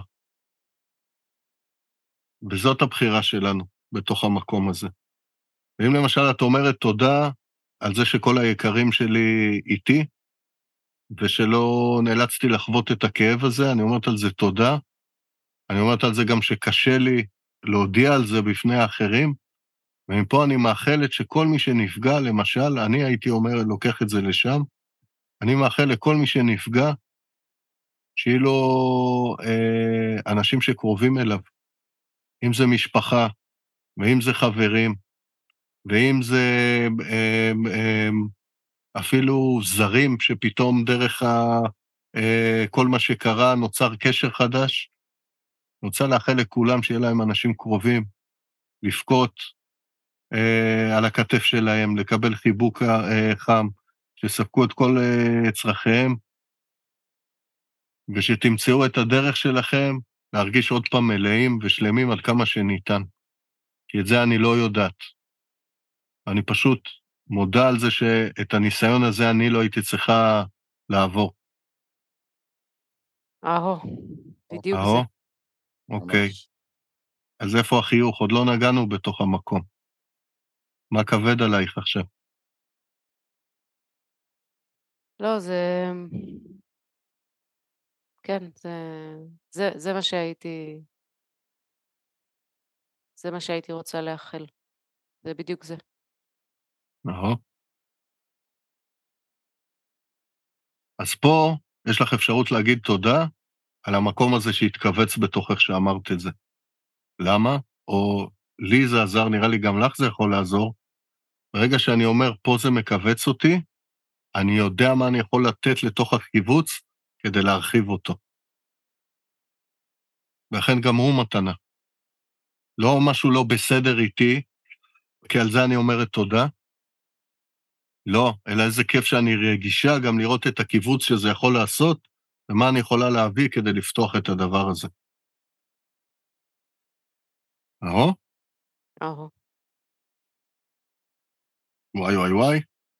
וזאת הבחירה שלנו, בתוך המקום הזה. ואם למשל את אומרת תודה על זה שכל היקרים שלי איתי, ושלא נאלצתי לחוות את הכאב הזה, אני אומרת על זה תודה, אני אומרת על זה גם שקשה לי להודיע על זה בפני האחרים, ומפה אני מאחלת שכל מי שנפגע, למשל, אני הייתי אומר, לוקח את זה לשם, אני מאחל לכל מי שנפגע, שיהיה לו אנשים שקרובים אליו, אם זה משפחה, ואם זה חברים, ואם זה אפילו זרים, שפתאום דרך כל מה שקרה נוצר קשר חדש, אני רוצה לאחל לכולם שיהיה להם אנשים קרובים, לפקוט על הכתף שלהם, לקבל חיבוק חם, שספקו את כל צרכיהם, ושתמצאו את הדרך שלכם להרגיש עוד פעם מלאים ושלמים עד כמה שניתן. כי את זה אני לא יודעת. אני פשוט מודה על זה שאת הניסיון הזה אני לא הייתי צריכה לעבור. בדיוק זה. אוקיי. אז איפה החיוך? עוד לא נגענו בתוך המקום. מה כבד עלייך עכשיו? לא, כן, זה מה שהייתי... זה מה שהייתי רוצה לאחל. זה בדיוק זה. אז פה יש לך אפשרות להגיד תודה על המקום הזה שהתכווץ בתוך איך שאמרת את זה. למה? או לי זה עזר, נראה לי גם לך זה יכול לעזור. ברגע שאני אומר, פה זה מכווץ אותי, אני יודע מה אני יכול לתת לתוך הקיבוץ כדי להרחיב אותו. ולכן גם הוא מתנה. לא משהו לא בסדר איתי, כי על זה אני אומרת תודה. לא, אלא איזה כיף שאני רגישה גם לראות את הקיבוץ שזה יכול לעשות, ומה אני יכולה להביא כדי לפתוח את הדבר הזה. וואי וואי וואי.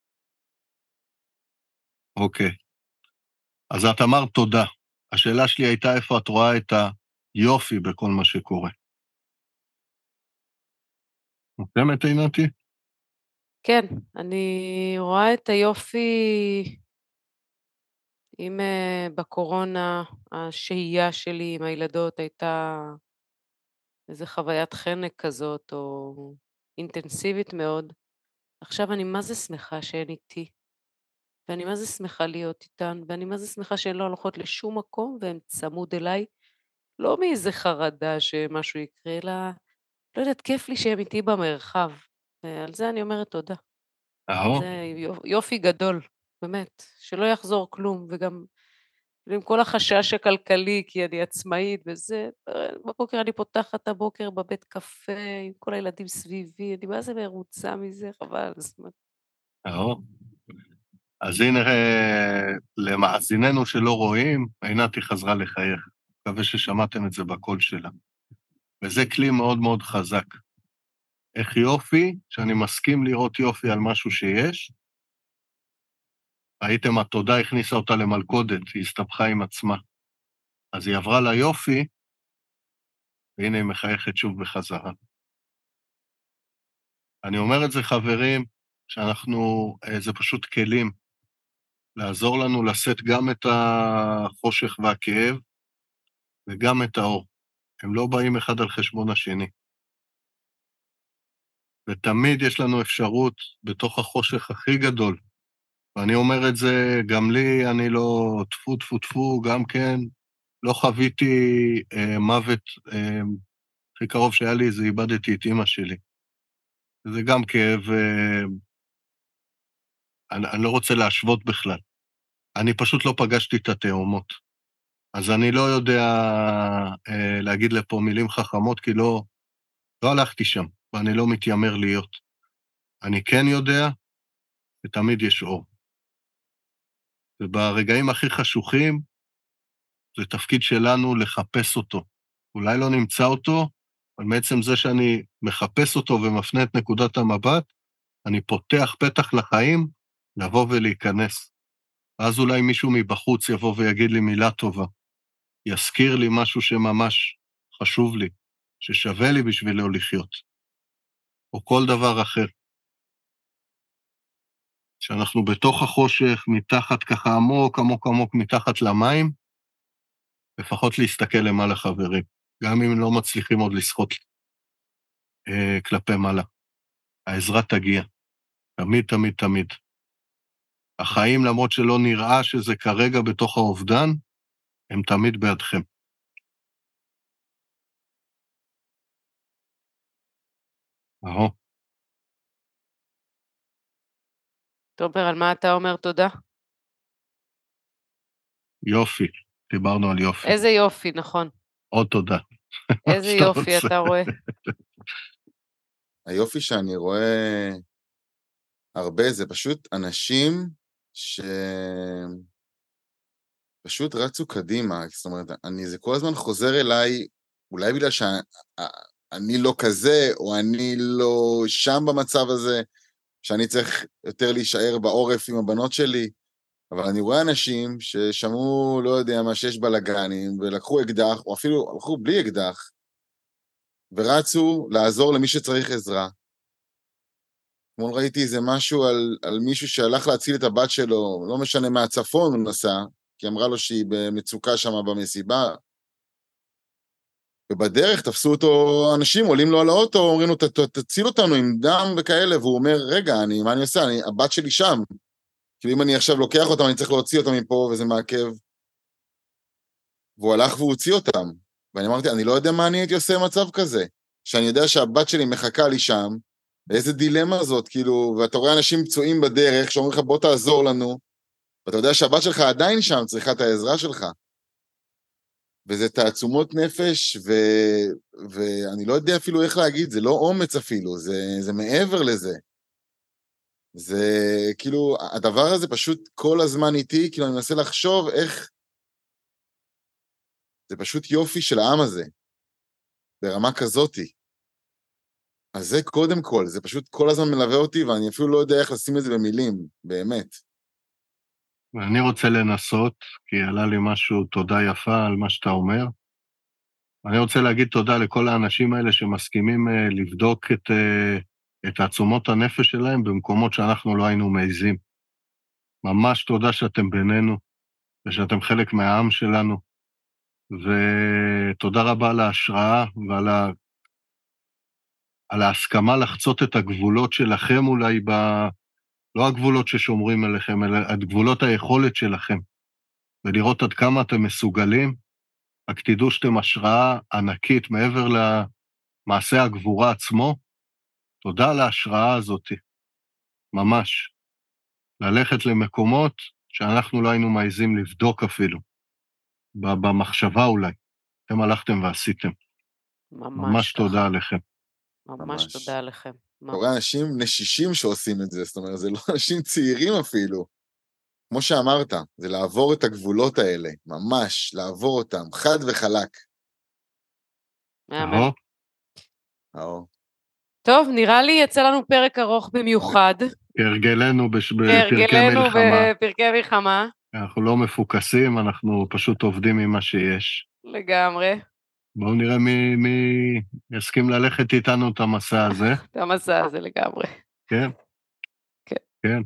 אוקיי. אז את אמרת תודה. השאלה שלי הייתה איפה את רואה את היופי בכל מה שקורה. מוקדמת עינתי? כן, אני רואה את היופי, אם בקורונה השהייה שלי עם הילדות הייתה איזו חוויית חנק כזאת, או אינטנסיבית מאוד, עכשיו אני מה זה שמחה שהן איתי, ואני מה זה שמחה להיות איתן, ואני מה זה שמחה שהן לא הולכות לשום מקום, והן צמוד אליי, לא מאיזה חרדה שמשהו יקרה, אלא, לא יודעת, כיף לי שהן איתי במרחב, ועל זה אני אומרת תודה. זה יופי גדול, באמת, שלא יחזור כלום, וגם עם כל החשש הכלכלי, כי אני עצמאית, וזה, בבוקר אני פותחת את הבוקר בבית קפה, עם כל הילדים סביבי, אני מה זה מרוצה מזה, חבל. אז הנה, למאזיננו שלא רואים, עינתי חזרה לחייך. מקווה ששמעתם את זה בקול שלה. וזה כלי מאוד מאוד חזק. איך יופי, שאני מסכים לראות יופי על משהו שיש, ראיתם, התודה הכניסה אותה למלכודת, היא הסתבכה עם עצמה. אז היא עברה ליופי, והנה היא מחייכת שוב בחזרה. אני אומר את זה, חברים, שאנחנו, זה פשוט כלים, לעזור לנו לשאת גם את החושך והכאב, וגם את האור. הם לא באים אחד על חשבון השני. ותמיד יש לנו אפשרות בתוך החושך הכי גדול, ואני אומר את זה, גם לי, אני לא טפו טפו טפו, גם כן, לא חוויתי מוות, הכי קרוב שהיה לי זה איבדתי את אמא שלי. זה גם כאב, אני לא רוצה להשוות בכלל. אני פשוט לא פגשתי את התאומות. אז אני לא יודע להגיד לפה מילים חכמות, כי לא הלכתי שם, ואני לא מתיימר להיות. אני כן יודע, ותמיד יש אור. וברגעים הכי חשוכים, זה תפקיד שלנו לחפש אותו. אולי לא נמצא אותו, אבל בעצם זה שאני מחפש אותו ומפנה את נקודת המבט, אני פותח פתח לחיים, לבוא ולהיכנס. אז אולי מישהו מבחוץ יבוא ויגיד לי מילה טובה, יזכיר לי משהו שממש חשוב לי, ששווה לי בשבילו לחיות, או כל דבר אחר. שאנחנו בתוך החושך, מתחת ככה עמוק, עמוק, עמוק, מתחת למים, לפחות להסתכל למעלה חברים, גם אם לא מצליחים עוד לשחות כלפי מעלה. העזרה תגיע, תמיד, תמיד, תמיד. החיים, למרות שלא נראה שזה כרגע בתוך האובדן, הם תמיד בידכם. אהו. תומר, על מה אתה אומר תודה? יופי, דיברנו על יופי. איזה יופי, נכון. עוד תודה. איזה יופי אתה רואה. היופי שאני רואה הרבה זה פשוט אנשים שפשוט רצו קדימה, זאת אומרת, זה כל הזמן חוזר אליי, אולי בגלל שאני לא כזה, או אני לא שם במצב הזה, שאני צריך יותר להישאר בעורף עם הבנות שלי, אבל אני רואה אנשים ששמעו, לא יודע מה, שיש בלגנים, ולקחו אקדח, או אפילו הלכו בלי אקדח, ורצו לעזור למי שצריך עזרה. אתמול ראיתי איזה משהו על מישהו שהלך להציל את הבת שלו, לא משנה מהצפון הוא נסע, כי אמרה לו שהיא במצוקה שם במסיבה, ובדרך תפסו אותו אנשים, עולים לו על האוטו, אומרים לו, תציל אותנו עם דם וכאלה, והוא אומר, רגע, מה אני עושה? הבת שלי שם. כאילו אם אני עכשיו לוקח אותם, אני צריך להוציא אותם מפה, וזה מעכב. והוא הלך והוציא אותם. ואני אמרתי, אני לא יודע מה אני הייתי עושה במצב כזה, שאני יודע שהבת שלי מחכה לי שם, ואיזה דילמה זאת, כאילו, ואתה רואה אנשים פצועים בדרך, שאומרים לך, בוא תעזור לנו, ואתה יודע שהבת שלך עדיין שם, צריכה את העזרה שלך. וזה תעצומות נפש, ואני לא יודע אפילו איך להגיד, זה לא אומץ אפילו, זה מעבר לזה. זה כאילו, הדבר הזה פשוט כל הזמן איתי, כאילו אני מנסה לחשוב איך, זה פשוט יופי של העם הזה, ברמה כזאתי. אז זה קודם כל, זה פשוט כל הזמן מלווה אותי, ואני אפילו לא יודע איך לשים את זה במילים, באמת. ואני רוצה לנסות, כי עלה לי משהו, תודה יפה על מה שאתה אומר. אני רוצה להגיד תודה לכל האנשים האלה שמסכימים לבדוק את תעצומות הנפש שלהם במקומות שאנחנו לא היינו מעיזים. ממש תודה שאתם בינינו, ושאתם חלק מהעם שלנו, ותודה רבה על ההשראה ועל על ההסכמה לחצות את הגבולות שלכם אולי, לא הגבולות ששומרים עליכם, אלא את גבולות היכולת שלכם, ולראות עד כמה אתם מסוגלים, רק תדעו שאתם השראה ענקית מעבר למעשה הגבורה עצמו. תודה על ההשראה הזאת, ממש. ללכת למקומות שאנחנו לא היינו מעיזים לבדוק אפילו, במחשבה אולי. אתם הלכתם ועשיתם. ממש תודה עליכם. ממש תודה עליכם. אתה רואה אנשים נשישים שעושים את זה, זאת אומרת, זה לא אנשים צעירים אפילו. כמו שאמרת, זה לעבור את הגבולות האלה, ממש, לעבור אותם, חד וחלק. אמן. טוב, נראה לי יצא לנו פרק ארוך במיוחד. כהרגלנו בפרקי מלחמה. אנחנו לא מפוקסים, אנחנו פשוט עובדים עם מה שיש. לגמרי. בואו נראה מי יסכים ללכת איתנו את המסע הזה. את המסע הזה לגמרי. כן. כן. כן.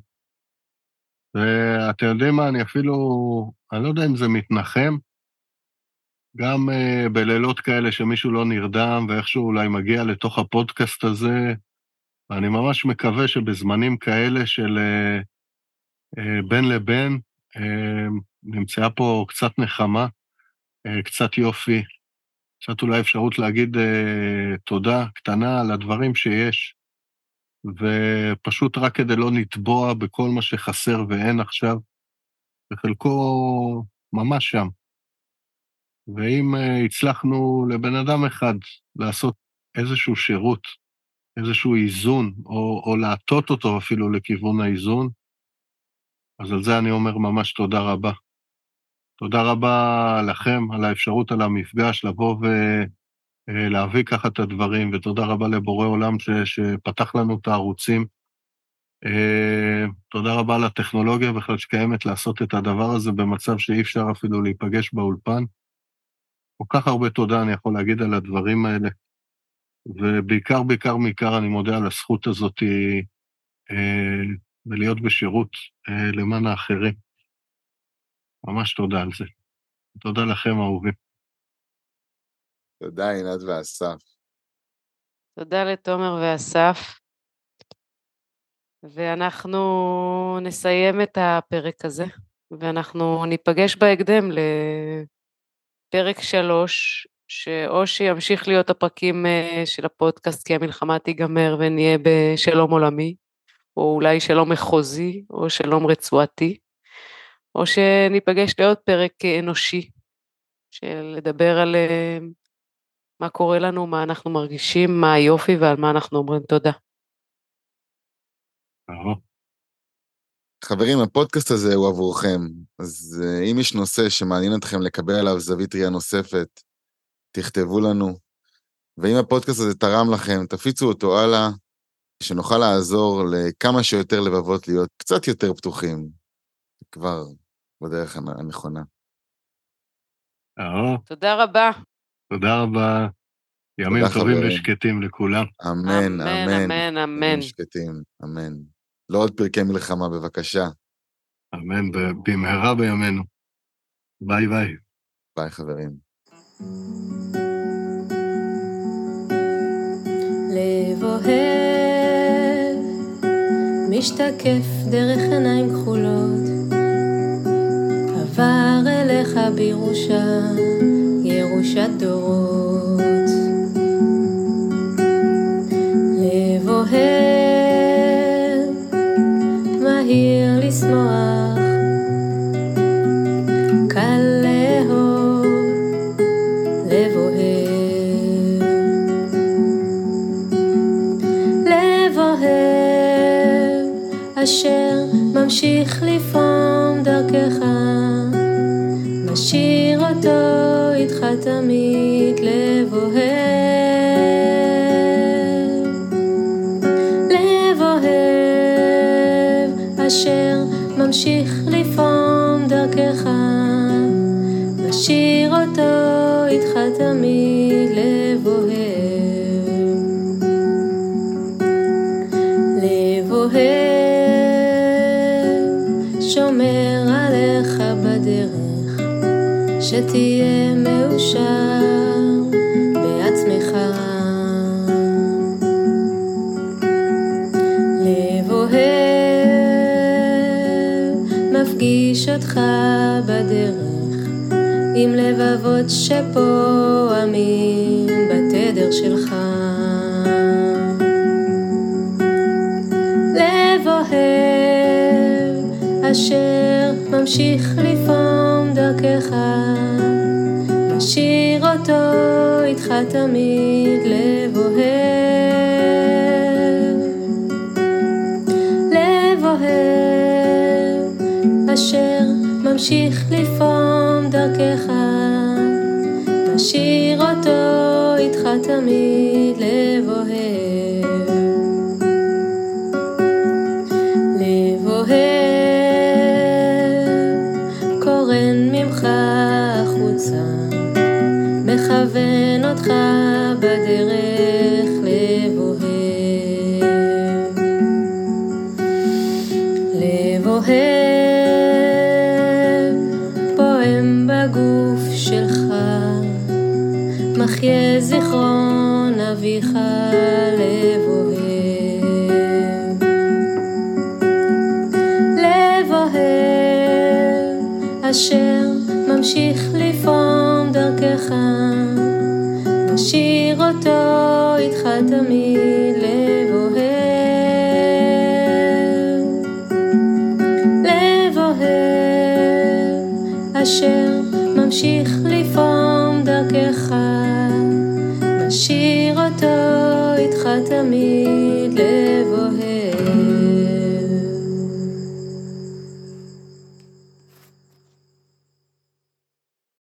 ואתם יודעים מה, אני לא יודע אם זה מתנחם, גם בלילות כאלה שמישהו לא נרדם, ואיכשהו אולי מגיע לתוך הפודקאסט הזה, ואני ממש מקווה שבזמנים כאלה של בין לבין, נמצאה פה קצת נחמה, קצת יופי, קצת אולי אפשרות להגיד תודה קטנה על הדברים שיש, ופשוט רק כדי לא נטבוע בכל מה שחסר ואין עכשיו, וחלקו ממש שם. ואם הצלחנו לבן אדם אחד לעשות איזשהו שירות, איזשהו איזון, או להטות אותו אפילו לכיוון האיזון, אז על זה אני אומר ממש תודה רבה. תודה רבה לכם על האפשרות, על המפגש, לבוא ולהביא ככה את הדברים, ותודה רבה לבורא עולם שפתח לנו את הערוצים. תודה רבה על הטכנולוגיה בכלל שקיימת לעשות את הדבר הזה במצב שאי אפשר אפילו להיפגש באולפן. כל כך הרבה תודה אני יכול להגיד על הדברים האלה, ובעיקר אני מודה על הזכות הזאת ולהיות בשירות למען האחרים. ממש תודה על זה. תודה לכם אהובים. תודה עינת ואסף. תודה לתומר ואסף. ואנחנו נסיים את הפרק הזה, ואנחנו ניפגש בהקדם לפרק 3, שאו שימשיך להיות הפרקים של הפודקאסט, כי המלחמה תיגמר ונהיה בשלום עולמי, או אולי שלום מחוזי, או שלום רצועתי, או שניפגש לעוד פרק אנושי, של לדבר על מה קורה לנו, מה אנחנו מרגישים, מה היופי ועל מה אנחנו אומרים תודה. חברים, הפודקאסט הזה הוא עבורכם, אז אם יש נושא שמעניין אתכם לקבל עליו זווית ראייה נוספת, תכתבו לנו, ואם הפודקאסט הזה תרם לכם, תפיצו אותו הלאה, שנוכל לעזור לכמה שיותר לבבות להיות קצת יותר פתוחים, כבר בדרך הנכונה. תודה רבה. תודה רבה. ימים טובים ושקטים לכולם. אמן, אמן. אמן, אמן. שקטים, אמן. לא עוד פרקי מלחמה, בבקשה. אמן, במהרה בימינו. ביי ביי. ביי חברים. לב אוהב משתקף דרך עיניים כחולות, עבר אליך בירושה, ירושת דורות. לב אוהב מהיר לשמוח, קל לאהוב, לב אוהב. לב אוהב אשר ממשיך לפעום דרכך, משאיר אותו איתך תמיד. לב אוהב, לב אוהב אשר ממשיך לפעום דרכך, משאיר אותו איתך תמיד. לב אוהב, לב אוהב שומר עליך בדרך, שתהיה מאושר בעצמך. לב אוהב מפגיש אותך בדרך עם לבבות שפועמים בתדר שלך. לב אוהב אשר ממשיך לפעום דרכך, משאיר אותו איתך תמיד. לב אוהב, לב אוהב אשר ממשיך לפעום דרכך, משאיר אותו איתך תמיד. לב אוהב, לב אוהב קורן ממך החוצה, מכוון אותך בדרך. לב אוהב, לב אוהב פועם בגוף שלך, מחיה זיכרון אביך. לב אוהב, לב אוהב אשר ממשיך לפעום דרכך, משאיר אותו איתך תמיד לב אוהב, לב אוהב, אשר ממשיך לפעום דרכך, משאיר אותו איתך תמיד לב אוהב.